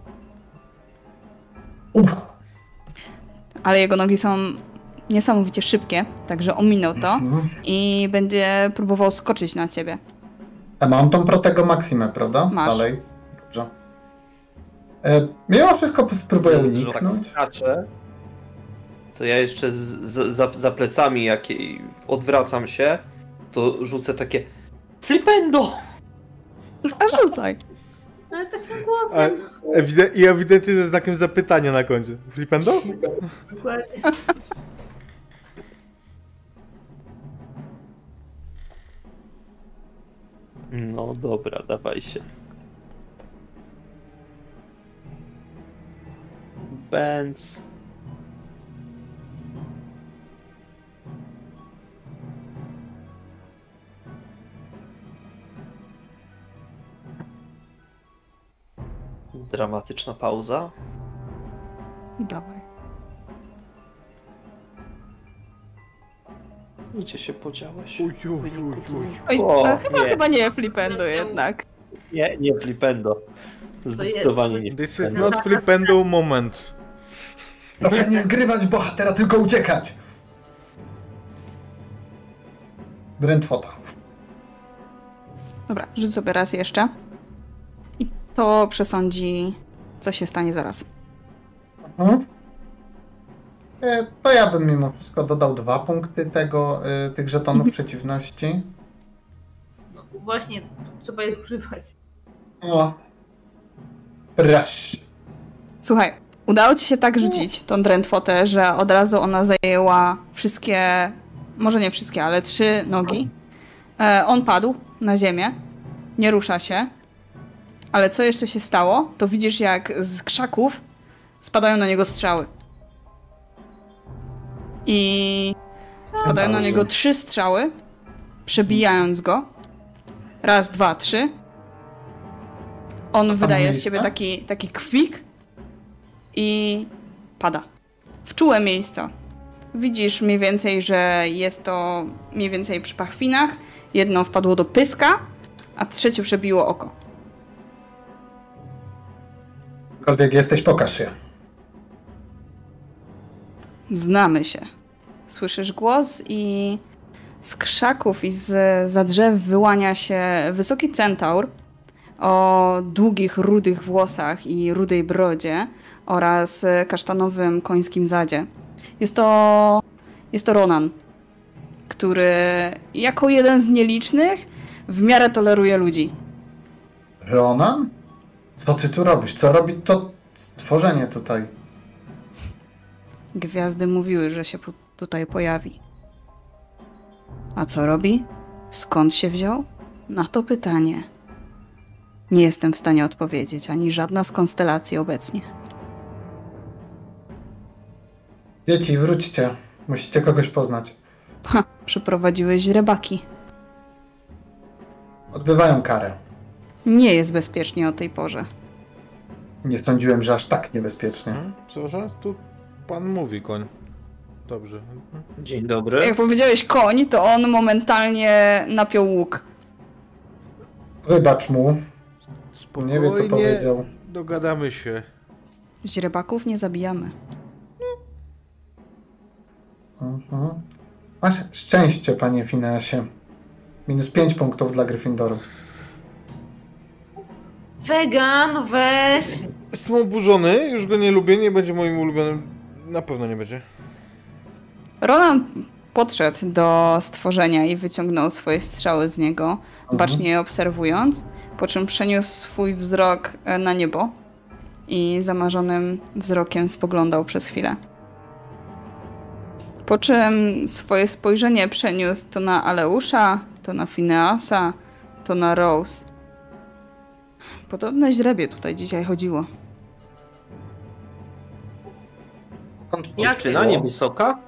Uff. Ale jego nogi są niesamowicie szybkie, także ominął to Mhm. i będzie próbował skoczyć na ciebie. A mam tą protego Maximę, prawda? Masz. Dalej. Dobrze. E, mimo wszystko spróbuję Że tak uniknąć. skaczę, to ja jeszcze z, z, za, za plecami, jak jej odwracam się, to rzucę takie flipendo! A rzucaj. Ale takim A, głosem. ewide- I ewidentnie ze znakiem zapytania na końcu. Flipendo? Dokładnie. No dobra, dawaj się. Benz. Dramatyczna pauza. Dawaj. Gdzie się podziałeś? Uj, uj, uj, uj. Oj, O, e, chyba, nie. chyba nie Flipendo jednak. Nie, nie Flipendo. Zdecydowanie nie. This is Flipendo. not flipendo moment. Proszę nie zgrywać bohatera, tylko uciekać! Drętwota. Dobra, rzuć sobie raz jeszcze. I to przesądzi, co się stanie zaraz. Mhm. E, To ja bym mimo wszystko dodał dwa punkty tego, y, tych żetonów Mhm. przeciwności. No, właśnie, trzeba ich używać. O. Proszę. Słuchaj, udało ci się tak rzucić tą drętwotę, że od razu ona zajęła wszystkie, może nie wszystkie, ale trzy nogi. E, on padł na ziemię, nie rusza się. Ale co jeszcze się stało, to widzisz jak z krzaków spadają na niego strzały. I spadają na niego trzy strzały, przebijając go. Raz, dwa, trzy. On wydaje z miejsce? siebie taki, taki kwik i pada. W czułe miejsca. Widzisz mniej więcej, że jest to mniej więcej przy pachwinach. Jedno wpadło do pyska, a trzecie przebiło oko. Gdziekolwiek jesteś, pokaż się. Znamy się. Słyszysz głos i z krzaków i z za drzew wyłania się wysoki centaur o długich, rudych włosach i rudej brodzie oraz kasztanowym końskim zadzie. Jest to, jest to Ronan, który jako jeden z nielicznych w miarę toleruje ludzi. Ronan? Co ty tu robisz? Co robi to stworzenie tutaj? Gwiazdy mówiły, że się pu- tutaj pojawi. A co robi? Skąd się wziął? Na to pytanie nie jestem w stanie odpowiedzieć, ani żadna z konstelacji obecnie. Dzieci, wróćcie. Musicie kogoś poznać. Ha, przyprowadziłeś źrebaki. Odbywają karę. Nie jest bezpiecznie o tej porze. Nie sądziłem, że aż tak niebezpiecznie. Hmm? Co, że? Tu pan mówi, koń. Dobrze. Dzień dobry. Jak powiedziałeś koń, to on momentalnie napiął łuk. Wybacz mu. Spokojnie, Nie wie, co powiedział. dogadamy się. Źrebaków nie zabijamy. Mhm. Masz szczęście, panie Fineasie. Minus pięć punktów dla Gryffindoru. Wegan, weź! Jestem oburzony, już go nie lubię, nie będzie moim ulubionym. Na pewno nie będzie. Ronan podszedł do stworzenia i wyciągnął swoje strzały z niego, bacznie je obserwując, po czym przeniósł swój wzrok na niebo i zamarzonym wzrokiem spoglądał przez chwilę. Po czym swoje spojrzenie przeniósł to na Aleusza, to na Fineasa, to na Rose. Podobne źrebie tutaj dzisiaj chodziło. Skąd Dziewczyna poszło? niewysoka?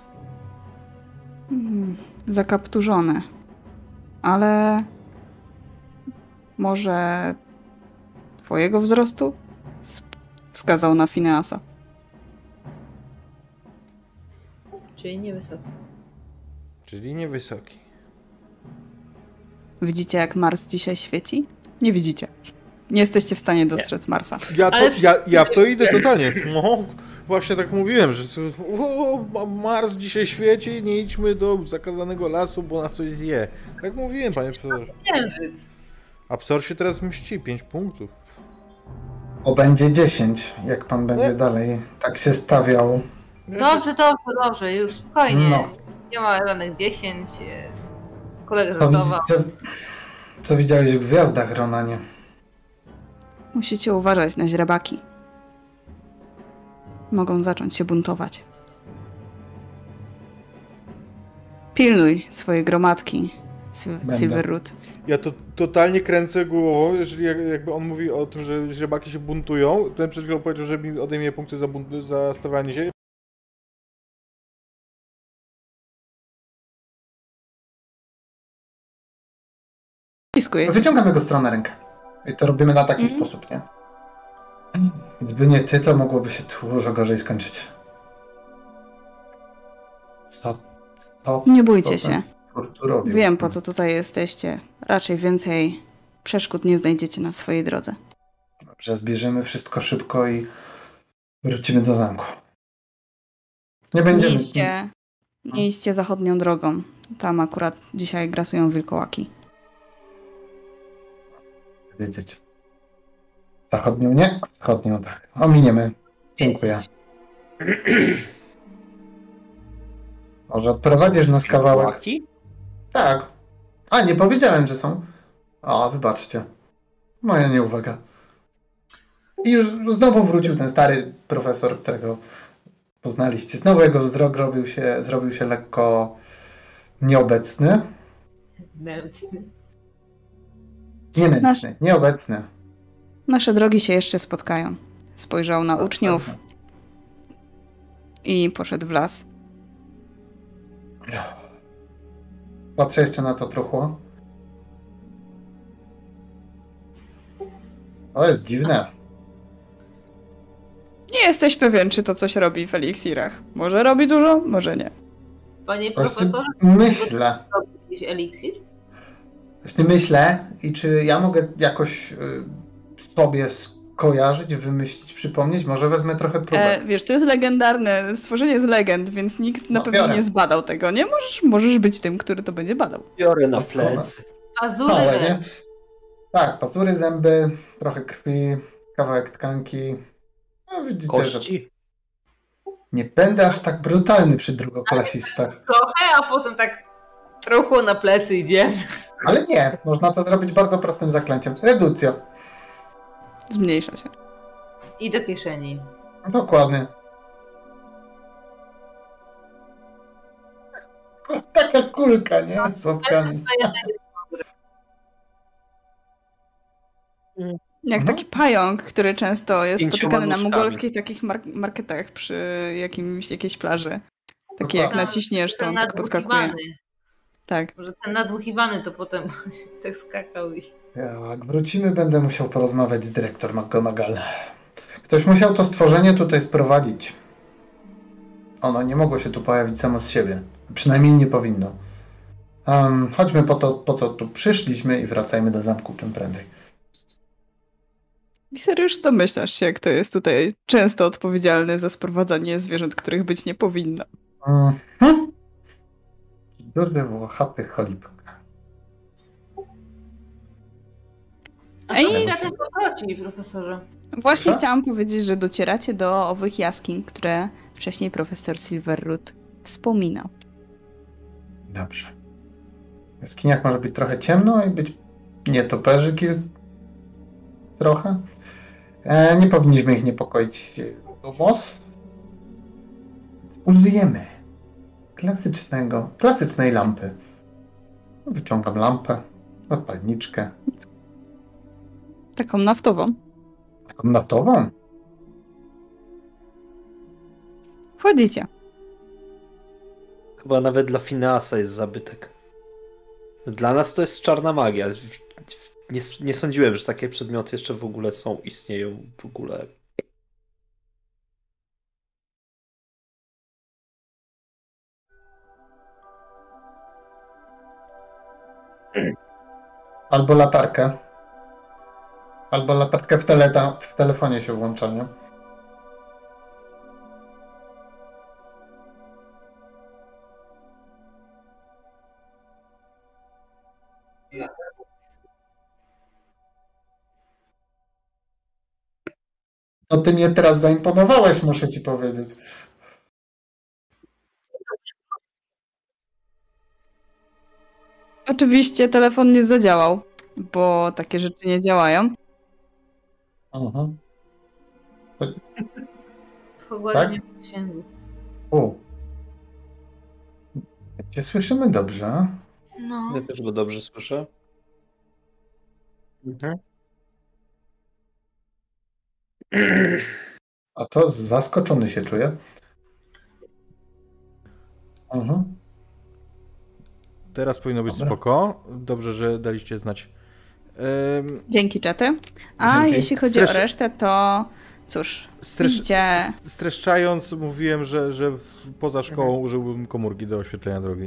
Hmm, zakapturzone. Ale może twojego wzrostu? Sp- wskazał na Fineasa. Czyli niewysoki. Czyli niewysoki. Widzicie, jak Mars dzisiaj świeci? Nie widzicie. Nie jesteście w stanie dostrzec Marsa. Ja, to, Ale ja, ja w to idę totalnie. No, właśnie tak mówiłem, że o, Mars dzisiaj świeci, nie idźmy do zakazanego lasu, bo nas coś zje. Tak mówiłem, panie profesorze. Księżyc. A psor się teraz mści, pięć punktów. O, będzie dziesięć, jak pan będzie Nie. dalej tak się stawiał. Dobrze, dobrze, dobrze, już spokojnie. No. Nie ma żadnych dziesięć. e, Kolega Co, żartował. widzi, co, co widziałeś w gwiazdach, Ronanie? Musicie uważać na źrebaki. Mogą zacząć się buntować. Pilnuj swojej gromadki, Sil- Będę. Silverroot. Ja to totalnie kręcę głową, jeżeli jak- jakby on mówi o tym, że źrebaki się buntują. Ten przed chwilą powiedział, że mi odejmie punkty za, bunt- za stawianie się. Piskuję. Wyciągam jego stronę rękę. I to robimy na taki Mhm. sposób, nie? Gdyby nie ty, to mogłoby się dużo gorzej skończyć. Co, Co, Nie bójcie co się. ten stwór robił? Wiem, po co tutaj jesteście. Raczej więcej przeszkód nie znajdziecie na swojej drodze. Dobrze, zbierzemy wszystko szybko i wrócimy do zamku. Nie będziemy... Nie idźcie, nie idźcie zachodnią drogą. Tam akurat dzisiaj grasują wilkołaki. wiedzieć. Zachodnią nie? Wschodnią tak. Ominiemy. Dziękuję. Może odprowadzisz nas kawałek? Wilkołaki? Tak. A, nie powiedziałem, że są. O, wybaczcie. Moja nieuwaga. I już znowu wrócił ten stary profesor, którego poznaliście. Znowu jego wzrok robił się, zrobił się lekko nieobecny. Mętny. Niemętny, nieobecny. Nasze drogi się jeszcze spotkają. Spojrzał na uczniów i poszedł w las. Patrzę jeszcze na to truchło. To jest dziwne. Nie jesteś pewien, czy to coś robi w eliksirach. Może robi dużo, może nie. Panie Właśnie profesorze, myślę. robi jakiś eliksir? Właśnie myślę i czy ja mogę jakoś y, sobie skojarzyć, wymyślić, przypomnieć? Może wezmę trochę próbek. E, wiesz, to jest legendarne stworzenie z legend, więc nikt na No, pewno biorę. nie zbadał tego. Nie możesz, możesz być tym, który to będzie badał. Biorę na Od kogo? plecy. Azury. Małe, nie? Tak, pazury, zęby, trochę krwi, kawałek tkanki. No widzicie, że Kości. nie będę aż tak brutalny przy drugoklasistach. Trochę, a potem tak trochę na plecy idziemy. Ale nie, można to zrobić bardzo prostym zaklęciem. Reducjo. Zmniejsza się. I do kieszeni. Dokładnie. Taka kulka, nie? Z łapkami. Jak Mhm. taki pająk, który często jest Pięcioma spotykany na nóżkami. mongolskich takich mar marketach przy jakimś, jakiejś plaży. Taki jak Dokładnie. naciśniesz, to Ten on tak podskakuje. nadmuchiwany. Tak. Może ten nadmuchiwany to potem tak skakał i... Jak wrócimy, będę musiał porozmawiać z dyrektor McGonagall. Ktoś musiał to stworzenie tutaj sprowadzić. Ono nie mogło się tu pojawić samo z siebie. Przynajmniej nie powinno. Um, chodźmy po to, po co tu przyszliśmy i wracajmy do zamku czym prędzej. Wisariusz, domyślasz się, kto jest tutaj często odpowiedzialny za sprowadzanie zwierząt, których być nie powinno. Mhm. Duży, włochaty cholipek. A Ej. co światem pochodzi, profesorze? Właśnie Co? chciałam powiedzieć, że docieracie do owych jaskiń, które wcześniej profesor Silverroot wspominał. Dobrze. W jaskiniach może być trochę ciemno i być nietoperzy kil... trochę. E, nie powinniśmy ich niepokoić dumos. Użyjemy klasycznego, klasycznej lampy. Wyciągam lampę, zapalniczkę, Taką naftową. taką naftową. Wchodzicie. Chyba nawet dla Fineasa jest zabytek. Dla nas to jest czarna magia. Nie, nie sądziłem, że takie przedmioty jeszcze w ogóle są, istnieją w ogóle. Albo latarkę. Albo latarkę w, teleta, w telefonie się włącza, nie? To ty mnie teraz zaimponowałeś, muszę ci powiedzieć. Oczywiście telefon nie zadziałał, bo takie rzeczy nie działają. Mhm. W Hogwarcie Tak? nie ma księgu. U. Cię słyszymy dobrze. No. Ja też go dobrze słyszę. Mhm. A to zaskoczony się czuję. Mhm. Teraz powinno być Dobra. spoko. Dobrze, że daliście znać. Ym, Dzięki, czaty. A Dzięki. jeśli chodzi o Zresztą- resztę, to cóż, Stresz... widzicie... Streszczając, mówiłem, że, że w, poza szkołą mhm. użyłbym komórki do oświetlenia drogi.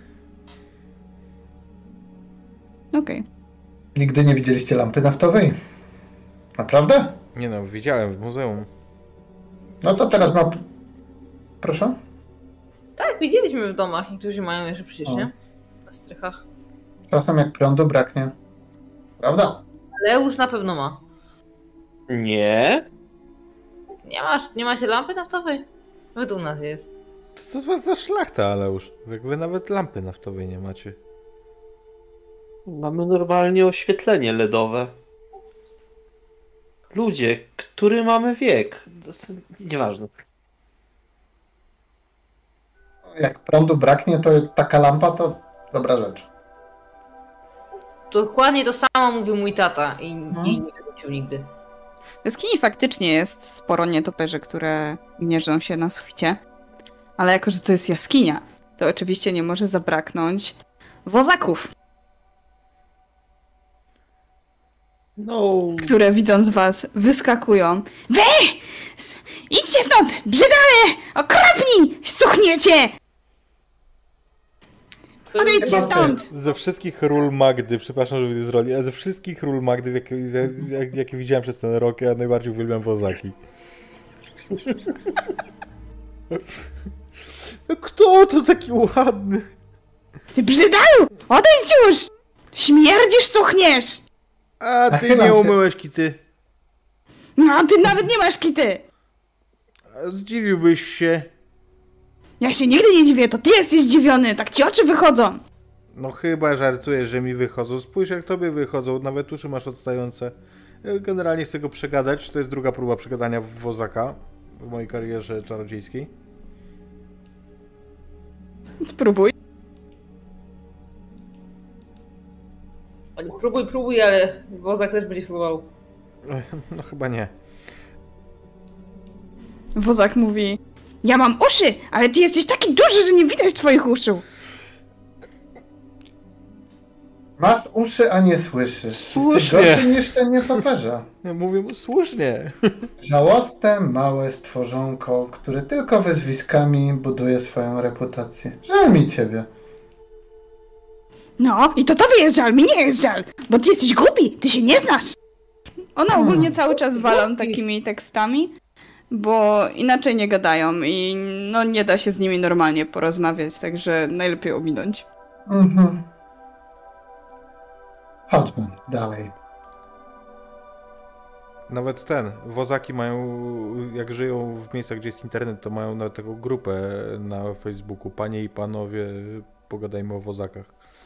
Okej. Okay. Nigdy nie widzieliście lampy naftowej? Naprawdę? Nie no, widziałem w muzeum. No to teraz mam... Proszę? Tak, widzieliśmy w domach. Niektórzy mają jeszcze przecież, nie? Na strychach. Czasem jak prądu braknie. Prawda? Ale już na pewno ma. Nie? Nie masz, nie macie lampy naftowej? Nawet u nas jest. To co z was za szlachta, Aleusz? Jak wy nawet lampy naftowej nie macie. Mamy normalnie oświetlenie ledowe. Ludzie, który mamy wiek? Nieważne. Jak prądu braknie, to taka lampa to dobra rzecz. Dokładnie to samo mówił mój tata i Hmm. jej nie wrócił nigdy. W jaskini faktycznie jest sporo nietoperzy, które gnieżdżą się na suficie. Ale jako, że to jest jaskinia, to oczywiście nie może zabraknąć wozaków, No. które widząc was wyskakują. Wy! Idźcie stąd! Brzydale! Okropni! Suchniecie! Odejdźcie stąd! Ze wszystkich ról Magdy, przepraszam, że wyjdę z roli, ale ze wszystkich ról Magdy, jakie, jak, jakie widziałem przez ten rok, ja najbardziej uwielbiam wozaki. No kto to taki ładny? Ty brzydalu! Odejdź już! Śmierdzisz, suchniesz! A ty Nachylam nie się. umyłeś kity. No, ty nawet nie masz kity! Zdziwiłbyś się. Ja się nigdy nie dziwię, to ty jesteś zdziwiony, tak ci oczy wychodzą! No chyba żartujesz, że mi wychodzą. Spójrz jak tobie wychodzą, nawet uszy masz odstające. Ja generalnie chcę go przegadać, to jest druga próba przegadania wozaka w mojej karierze czarodziejskiej. Spróbuj. Próbuj, próbuj, ale wozak też będzie próbował. No chyba nie. Wozak mówi: ja mam uszy, ale ty jesteś taki duży, że nie widać twoich uszu. Masz uszy, a nie słyszysz. Słusznie. Jesteś gorszy niż ten nietoperze. Ja mówię mu słusznie. Żałosne, małe stworzonko, które tylko wyzwiskami buduje swoją reputację. Żal mi ciebie. No, i to tobie jest żal, mi nie jest żal, bo ty jesteś głupi, ty się nie znasz. One ogólnie cały czas walą takimi tekstami, bo inaczej nie gadają i no nie da się z nimi normalnie porozmawiać, także najlepiej ominąć. Mhm. Chodźmy dalej. Nawet ten, wozaki mają, jak żyją w miejscach, gdzie jest internet, to mają nawet taką grupę na Facebooku. Panie i panowie, pogadajmy o wozakach.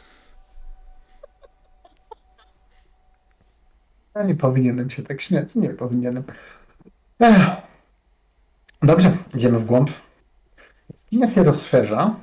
Ja nie powinienem się tak śmiać, nie powinienem. Ech. Dobrze, idziemy w głąb. Jaskinia się rozszerza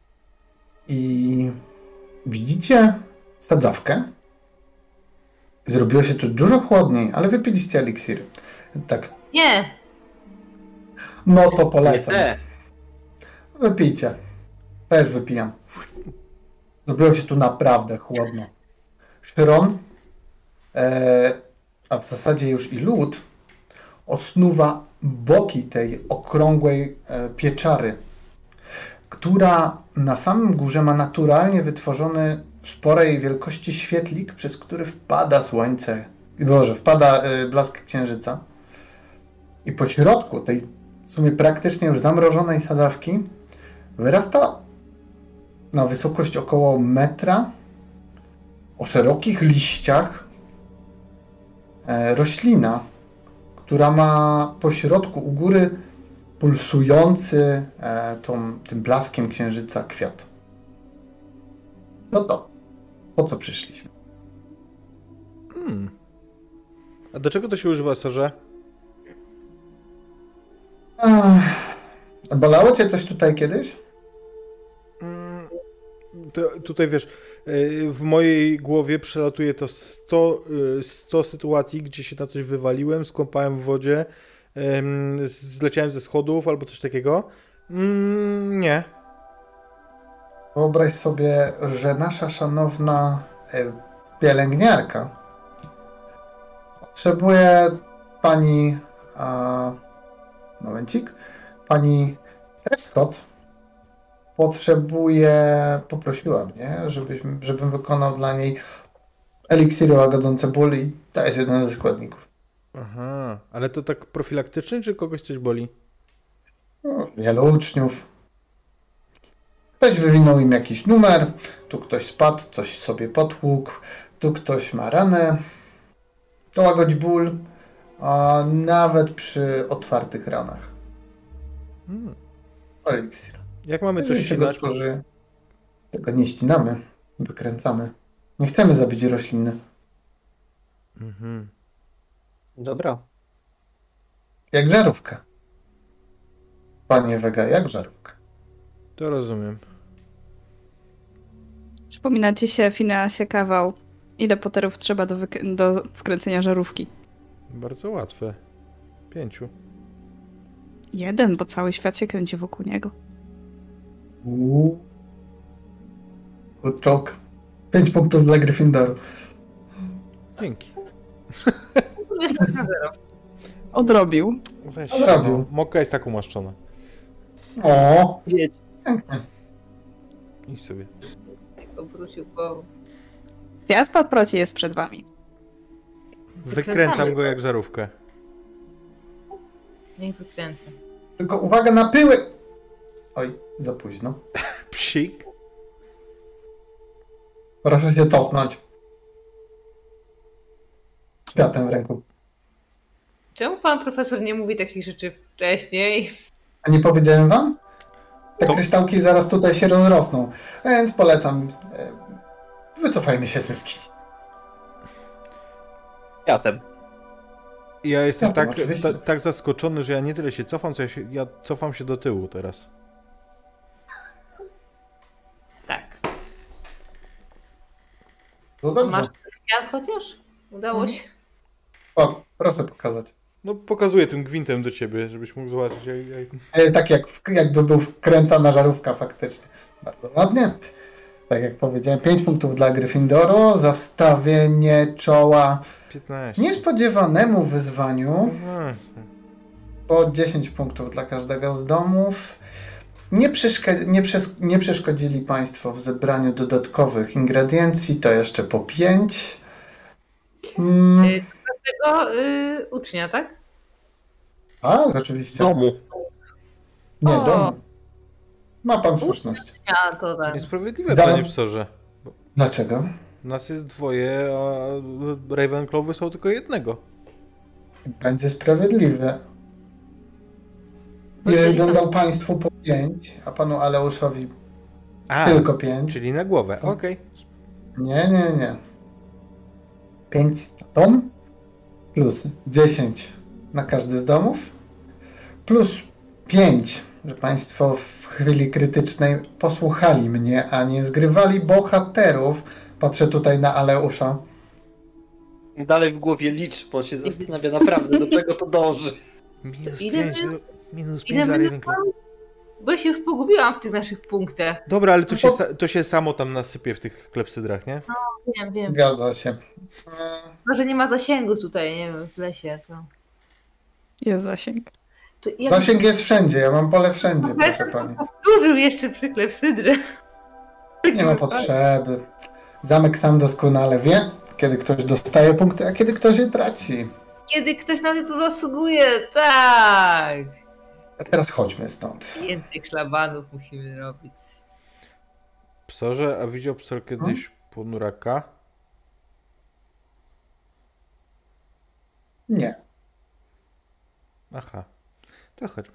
i widzicie sadzawkę. Zrobiło się tu dużo chłodniej, ale wypiliście eliksiry. Tak. Nie! No to Nie polecam. te. Wypijcie. Też wypijam. Zrobiło się tu naprawdę chłodno. Chiron, e, a w zasadzie już i lód, osnuwa boki tej okrągłej e, pieczary, która na samym górze ma naturalnie wytworzony sporej wielkości świetlik, przez który wpada słońce, Boże, wpada e, blask księżyca. I po środku tej w sumie praktycznie już zamrożonej sadzawki wyrasta na wysokość około metra, o szerokich liściach, e, roślina, która ma po środku u góry pulsujący e, tą, tym blaskiem księżyca kwiat. No to, po co przyszliśmy? Hmm. A do czego to się używa, serze? Ech, bolało cię coś tutaj kiedyś? Mm, to, tutaj wiesz, w mojej głowie przelatuje to sto, sto sytuacji, gdzie się na coś wywaliłem, skąpałem w wodzie, zleciałem ze schodów albo coś takiego. Mm, nie. Wyobraź sobie, że nasza szanowna e, pielęgniarka potrzebuje pani A... Momencik. Pani Prescott potrzebuje, poprosiła mnie, żebyśmy, żebym wykonał dla niej eliksiry łagodzące ból i to jest jeden ze składników. Aha, ale to tak profilaktycznie, czy kogoś coś boli? No, wielu uczniów. Ktoś wywinął im jakiś numer, tu ktoś spadł, coś sobie potłukł, tu ktoś ma ranę. To łagodzi ból, a nawet przy otwartych ranach. Hmm. Eliksir. Jak mamy to Jeżeli się go ścinać? spożyje, tego nie ścinamy, wykręcamy. Nie chcemy zabić rośliny. Mhm. Dobra. Jak żarówkę. Panie Vega, jak żarówkę. To rozumiem. Przypominacie się, Fineasie, kawał, ile Potterów trzeba do, wyk- do wkręcenia żarówki? Bardzo łatwe. Pięciu. Jeden, bo cały świat się kręci wokół niego. Uuu. Good joke. Pięć punktów dla Gryffindoru. Dzięki. Wiesz, tak na zero. Odrobił. Weź. Odrobił. No, moka jest tak umaszczona. O, Jedź. pięknie. Idź sobie. Jak obrócił głową. Kwiat paproci jest przed wami. Wykręcam go jak żarówkę. Niech wykręcę. Tylko uwaga na pyły! Oj, za późno. Psik. Proszę się cofnąć. Kwiatem w ręku. Czemu pan profesor nie mówi takich rzeczy wcześniej? A nie powiedziałem wam? Te To- kryształki zaraz tutaj się rozrosną. Więc polecam. e, Wycofajmy się z tym skini. Jatem. Ja jestem Ja tam tak, oczywiście. ta, tak zaskoczony, że ja nie tyle się cofam, co ja, się, ja cofam się do tyłu teraz. Tak. No dobrze. Masz kwiat chociaż? Udało się? O, proszę pokazać. No pokazuję tym gwintem do ciebie, żebyś mógł zobaczyć. Jak, jak... E, Tak jak, w- jakby był wkręcana żarówka faktycznie. Bardzo ładnie. Tak jak powiedziałem, pięć punktów dla Gryffindoru. Zastawienie czoła piętnaście. niespodziewanemu wyzwaniu. Mhm. Po dziesięć punktów dla każdego z domów. Nie, przeszka- nie, przes- nie przeszkodzili Państwo w zebraniu dodatkowych ingrediencji, to jeszcze po pięć. Mm, Y, Tego y, ucznia, tak? tak, oczywiście. Domu. Nie, O. domu. Ma Pan słuszność. Ja to tak. Niesprawiedliwe, Za- panie psorze. Dlaczego? Nas jest dwoje, a Ravenclawy są tylko jednego. Będzie sprawiedliwe. Jeżeli będą Państwu po pięć, a Panu Aleuszowi A, tylko pięć. czyli na głowę, To- okej. Nie, nie, nie. pięć na dom plus dziesięć na każdy z domów plus pięć, że Państwo w chwili krytycznej posłuchali mnie, a nie zgrywali bohaterów. Patrzę tutaj na Aleusza. Dalej w głowie licz, bo on się zastanawia naprawdę, do czego to dąży. Minus Ile pięć, my- no, minus ile pięć dla my Ravenclaw. Bo ja się już pogubiłam w tych naszych punktach. Dobra, ale to No się, to- sa- to się samo tam nasypie w tych klepsydrach, nie? Wiem, wiem. Zgadza się. Może nie ma zasięgu tutaj, nie wiem, w lesie. To... Jest zasięg. to ja Zasięg jest wszędzie, ja mam pole wszędzie, proszę Profesor Pani. to powtórzył jeszcze przy klepsydrze. Nie ma potrzeby. Zamek sam doskonale wie, kiedy ktoś dostaje punkty, a kiedy ktoś je traci. Kiedy ktoś na to zasługuje, tak. A teraz chodźmy stąd. Więcej szlabanów musimy robić. Psorze, a widział psor kiedyś ponuraka? Nie. Aha, to chodźmy.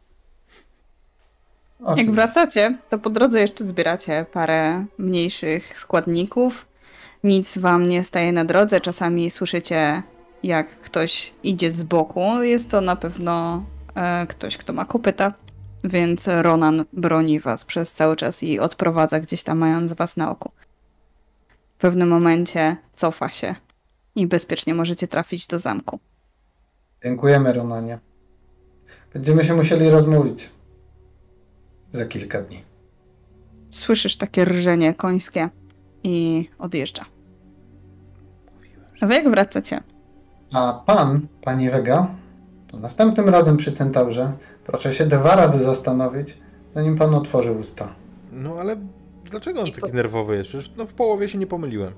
Jak Oczywiście. wracacie, to po drodze jeszcze zbieracie parę mniejszych składników. Nic wam nie staje na drodze. Czasami słyszycie, jak ktoś idzie z boku. Jest to na pewno e, ktoś, kto ma kopyta, więc Ronan broni was przez cały czas i odprowadza gdzieś tam, mając was na oku. W pewnym momencie cofa się i bezpiecznie możecie trafić do zamku. Dziękujemy, Ronanie. Będziemy się musieli rozmówić. Za kilka dni. Słyszysz takie rżenie końskie i odjeżdża. A wy jak wracacie? A pan, pani Vega, to następnym razem przy centaurze proszę się dwa razy zastanowić, zanim pan otworzy usta. No ale dlaczego on I taki po- nerwowy jest? Przecież no, w połowie się nie pomyliłem.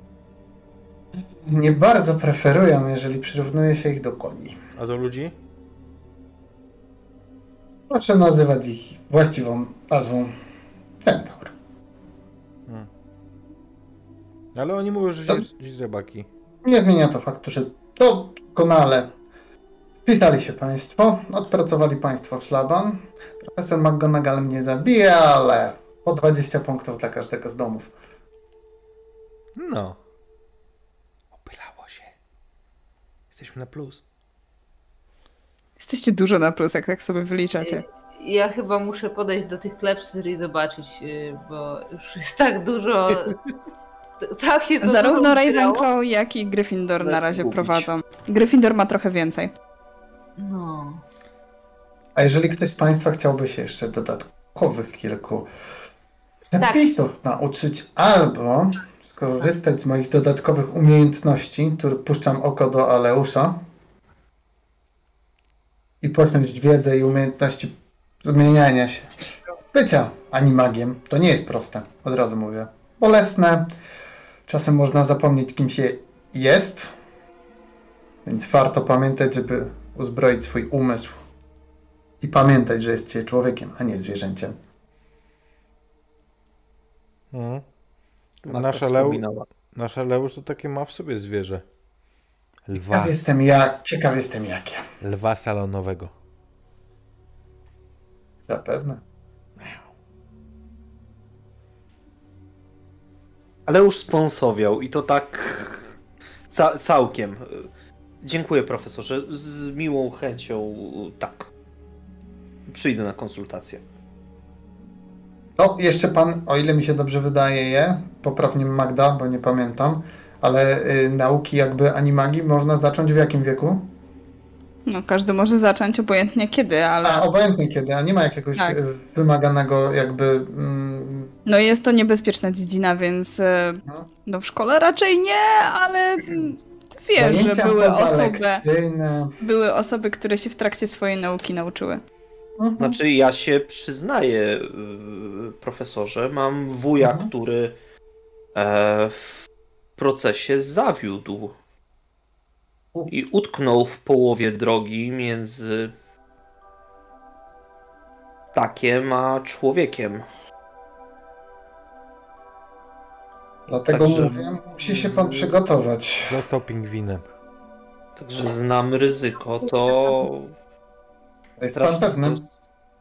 Nie bardzo preferują, jeżeli przyrównuje się ich do koni. A do ludzi? Proszę nazywać ich właściwą nazwą centaur. Hmm. Ale oni mówią, że Dobrze. się źrebaki. Nie zmienia to faktu, że doskonale spisali się państwo, odpracowali państwo szlaban. Profesor McGonagall mnie zabija, ale po dwadzieścia punktów dla każdego z domów. No. Opylało się. Jesteśmy na plus. Jesteście dużo na plus, jak tak sobie wyliczacie. Ja chyba muszę podejść do tych klepsyr i zobaczyć, yy, bo już jest tak dużo... t- Tak się to Zarówno dużo uzbierało. Ravenclaw, jak i Gryffindor na Lepiej razie gubić. prowadzą. Gryffindor ma trochę więcej. No. A jeżeli ktoś z państwa chciałby się jeszcze dodatkowych kilku przepisów nauczyć albo skorzystać z moich dodatkowych umiejętności, które puszczam oko do Aleusza i posiąść wiedzę i umiejętności zmieniania się, bycia animagiem, to nie jest proste, od razu mówię. Bolesne, czasem można zapomnieć, kim się jest, więc warto pamiętać, żeby uzbroić swój umysł i pamiętać, że jesteście człowiekiem, a nie zwierzęciem. Mhm. Matka Nasza Leu... wspominała. Nasza Leusz to takie ma w sobie zwierzę. Lwa. Ciekaw jestem jak, ciekaw jestem jakie. Lwa salonowego. Zapewne. Ale już sponsowiał i to tak ca całkiem. Dziękuję, profesorze. Z miłą chęcią tak. Przyjdę na konsultację. No, jeszcze pan, o ile mi się dobrze wydaje je, poprawnie Magda, bo nie pamiętam, ale y, nauki jakby animagii można zacząć w jakim wieku? No, każdy może zacząć obojętnie kiedy, ale A, obojętnie kiedy, a nie ma jakiegoś Tak. y, wymaganego jakby... Mm, no jest to niebezpieczna dziedzina, więc e, no, no w szkole raczej nie, ale mm, wiesz, że zajęcia były osoby, pozalekcyjne. były osoby, które się w trakcie swojej nauki nauczyły. Mhm. Znaczy, ja się przyznaję, yy, profesorze, mam wuja, Mhm. który e, w procesie zawiódł U. i utknął w połowie drogi między ptakiem a człowiekiem. Dlatego Także- mówię, musi się pan przygotować. Został pingwinem. Także znam ryzyko, to To jest pan straszne. pewny? To...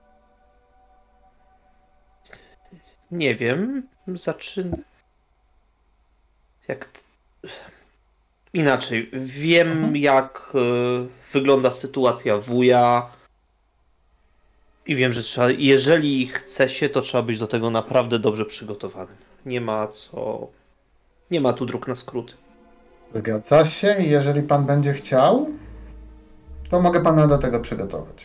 Nie wiem, zaczyna... Jak... Inaczej, wiem Mhm. jak y, wygląda sytuacja wuja i wiem, że trzeba, jeżeli chce się, to trzeba być do tego naprawdę dobrze przygotowanym. Nie ma co... Nie ma tu dróg na skróty. Zgadza się i jeżeli pan będzie chciał, to mogę pana do tego przygotować.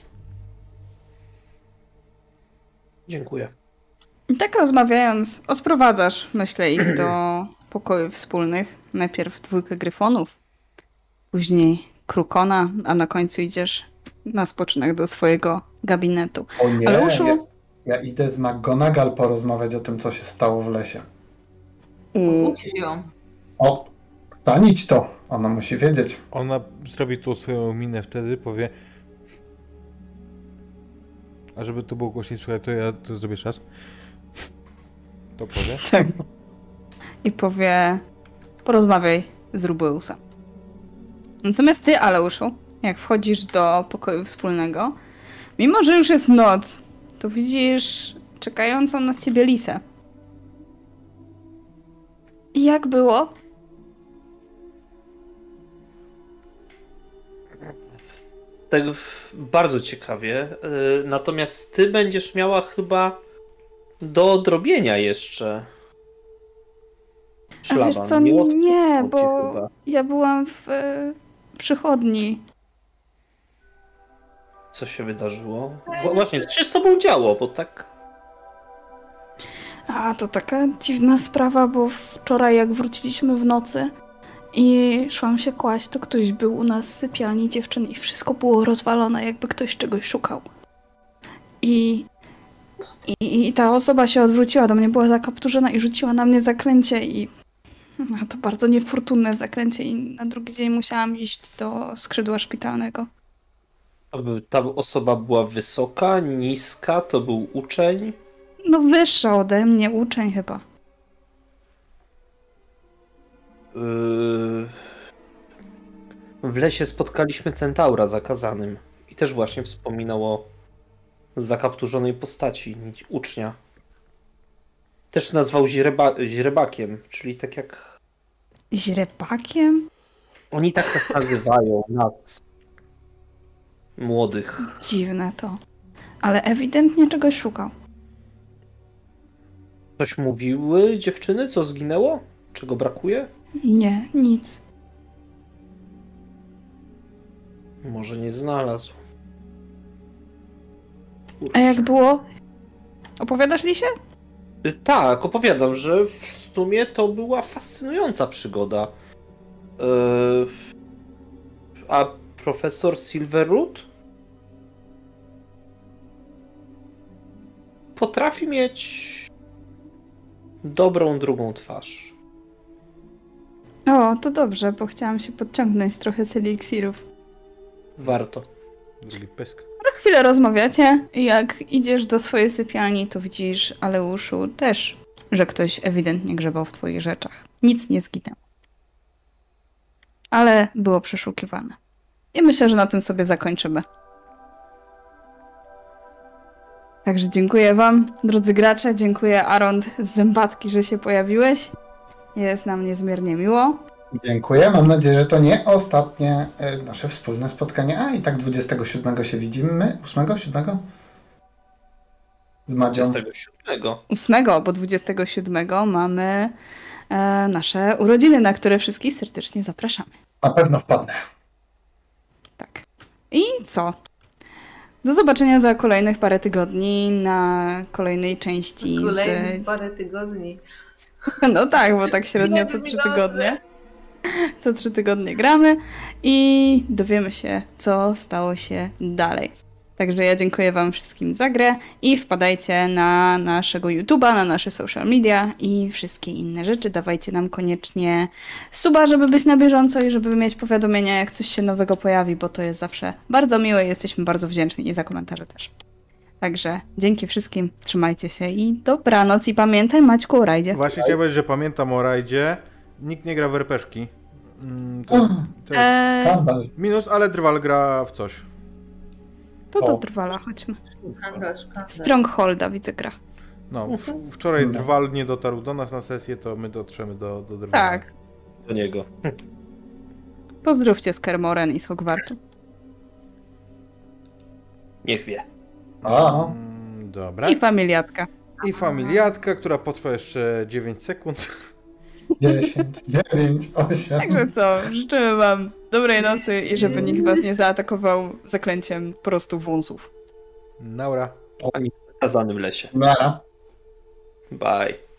Dziękuję. I tak rozmawiając, odprowadzasz, myślę, ich do pokojów wspólnych. Najpierw dwójkę gryfonów, później krukona, a na końcu idziesz na spoczynek do swojego gabinetu. O nie, Ale uszu... ja, ja idę z McGonagall porozmawiać o tym, co się stało w lesie. U... Ucz ją. O, tanić to, ona musi wiedzieć. Ona zrobi tą swoją minę wtedy, powie... A żeby to było głośniej słuchaj, to ja to zrobię czas. To powie. Tak. I powie, porozmawiaj z Rubeusa. Natomiast ty, Aleuszu, jak wchodzisz do pokoju wspólnego, mimo że już jest noc, to widzisz czekającą na ciebie Lisę. I jak było? Tak bardzo ciekawie. y, Natomiast ty będziesz miała chyba do odrobienia jeszcze. A Szlaban. wiesz co, nie, odpuszczą nie ci bo chyba. ja byłam w e, przychodni. Co się wydarzyło? Wła- Właśnie, co się z tobą działo, bo tak... A, to taka dziwna sprawa, bo wczoraj jak wróciliśmy w nocy i szłam się kłaść, to ktoś był u nas w sypialni dziewczyn i wszystko było rozwalone, jakby ktoś czegoś szukał. I, i, i ta osoba się odwróciła do mnie, była zakapturzona i rzuciła na mnie zaklęcie i a to bardzo niefortunne zaklęcie i na drugi dzień musiałam iść do skrzydła szpitalnego. Ta osoba była wysoka, niska, to był uczeń? No wyższa ode mnie, uczeń chyba. Yy... W lesie spotkaliśmy centaura zakazanym i też właśnie wspominał o zakapturzonej postaci ucznia. Też nazwał źreba źrebakiem, czyli tak jak... Źrebakiem? Oni tak nas nazywają, nas. Młodych. Dziwne to. Ale ewidentnie czegoś szukał. Coś mówiły dziewczyny, co zginęło? Czego brakuje? Nie, nic. Może nie znalazł. A jak było? Opowiadasz, Lisie? Y, Tak, opowiadam, że w sumie to była fascynująca przygoda. Yy... A profesor Silverroot? Potrafi mieć dobrą drugą twarz. O, to dobrze, bo chciałam się podciągnąć trochę z eliksirów. Warto. Drugi pysk. Na chwilę rozmawiacie i jak idziesz do swojej sypialni, to widzisz, Aleuszu, też, że ktoś ewidentnie grzebał w twoich rzeczach. Nic nie zginęło. Ale było przeszukiwane. I myślę, że na tym sobie zakończymy. Także dziękuję wam, drodzy gracze. Dziękuję, Arond z Zębatki, że się pojawiłeś. Jest nam niezmiernie miło. Dziękuję. Mam nadzieję, że to nie ostatnie e, nasze wspólne spotkanie. A i tak dwudziestego siódmego się widzimy. ósmego, siódmego? Z Madzią. dwudziestego siódmego. ósmego, bo dwudziestego siódmego mamy e, nasze urodziny, na które wszystkich serdecznie zapraszamy. Na pewno wpadnę. Tak. I co? Do zobaczenia za kolejnych parę tygodni na kolejnej części. Kolejnych z... parę tygodni. No tak, bo tak średnio co trzy tygodnie. Co trzy tygodnie gramy i dowiemy się, co stało się dalej. Także ja dziękuję wam wszystkim za grę i wpadajcie na naszego YouTube'a, na nasze social media i wszystkie inne rzeczy. Dawajcie nam koniecznie suba, żeby być na bieżąco i żeby mieć powiadomienia, jak coś się nowego pojawi, bo to jest zawsze bardzo miłe i jesteśmy bardzo wdzięczni i za komentarze też. Także dzięki wszystkim, trzymajcie się i dobranoc i pamiętaj, Maćku, o rajdzie. Właśnie chciałem powiedzieć, że pamiętam o rajdzie. Nikt nie gra w er pe gie ki. Mm, to, to jest Eee, Skandal. minus, ale Drwal gra w coś. to do O. Drwala, chodźmy. Szkandal, szkandal. Strongholda widzę gra. No, w, wczoraj No. Drwal nie dotarł do nas na sesję, to my dotrzemy do, do Drwala. Tak. Do niego. Pozdrówcie z Kermoren i z Hogwartu. Niech wie. A, Mm, dobra. I familiatka. I familiatka, która potrwa jeszcze dziewięć sekund. dziesięć, dziewięć, osiem. Także co, życzymy wam dobrej nocy i żeby nikt was nie zaatakował zaklęciem po prostu wąsów. Naura. Ani w zakazanym lesie. Nara. Bye.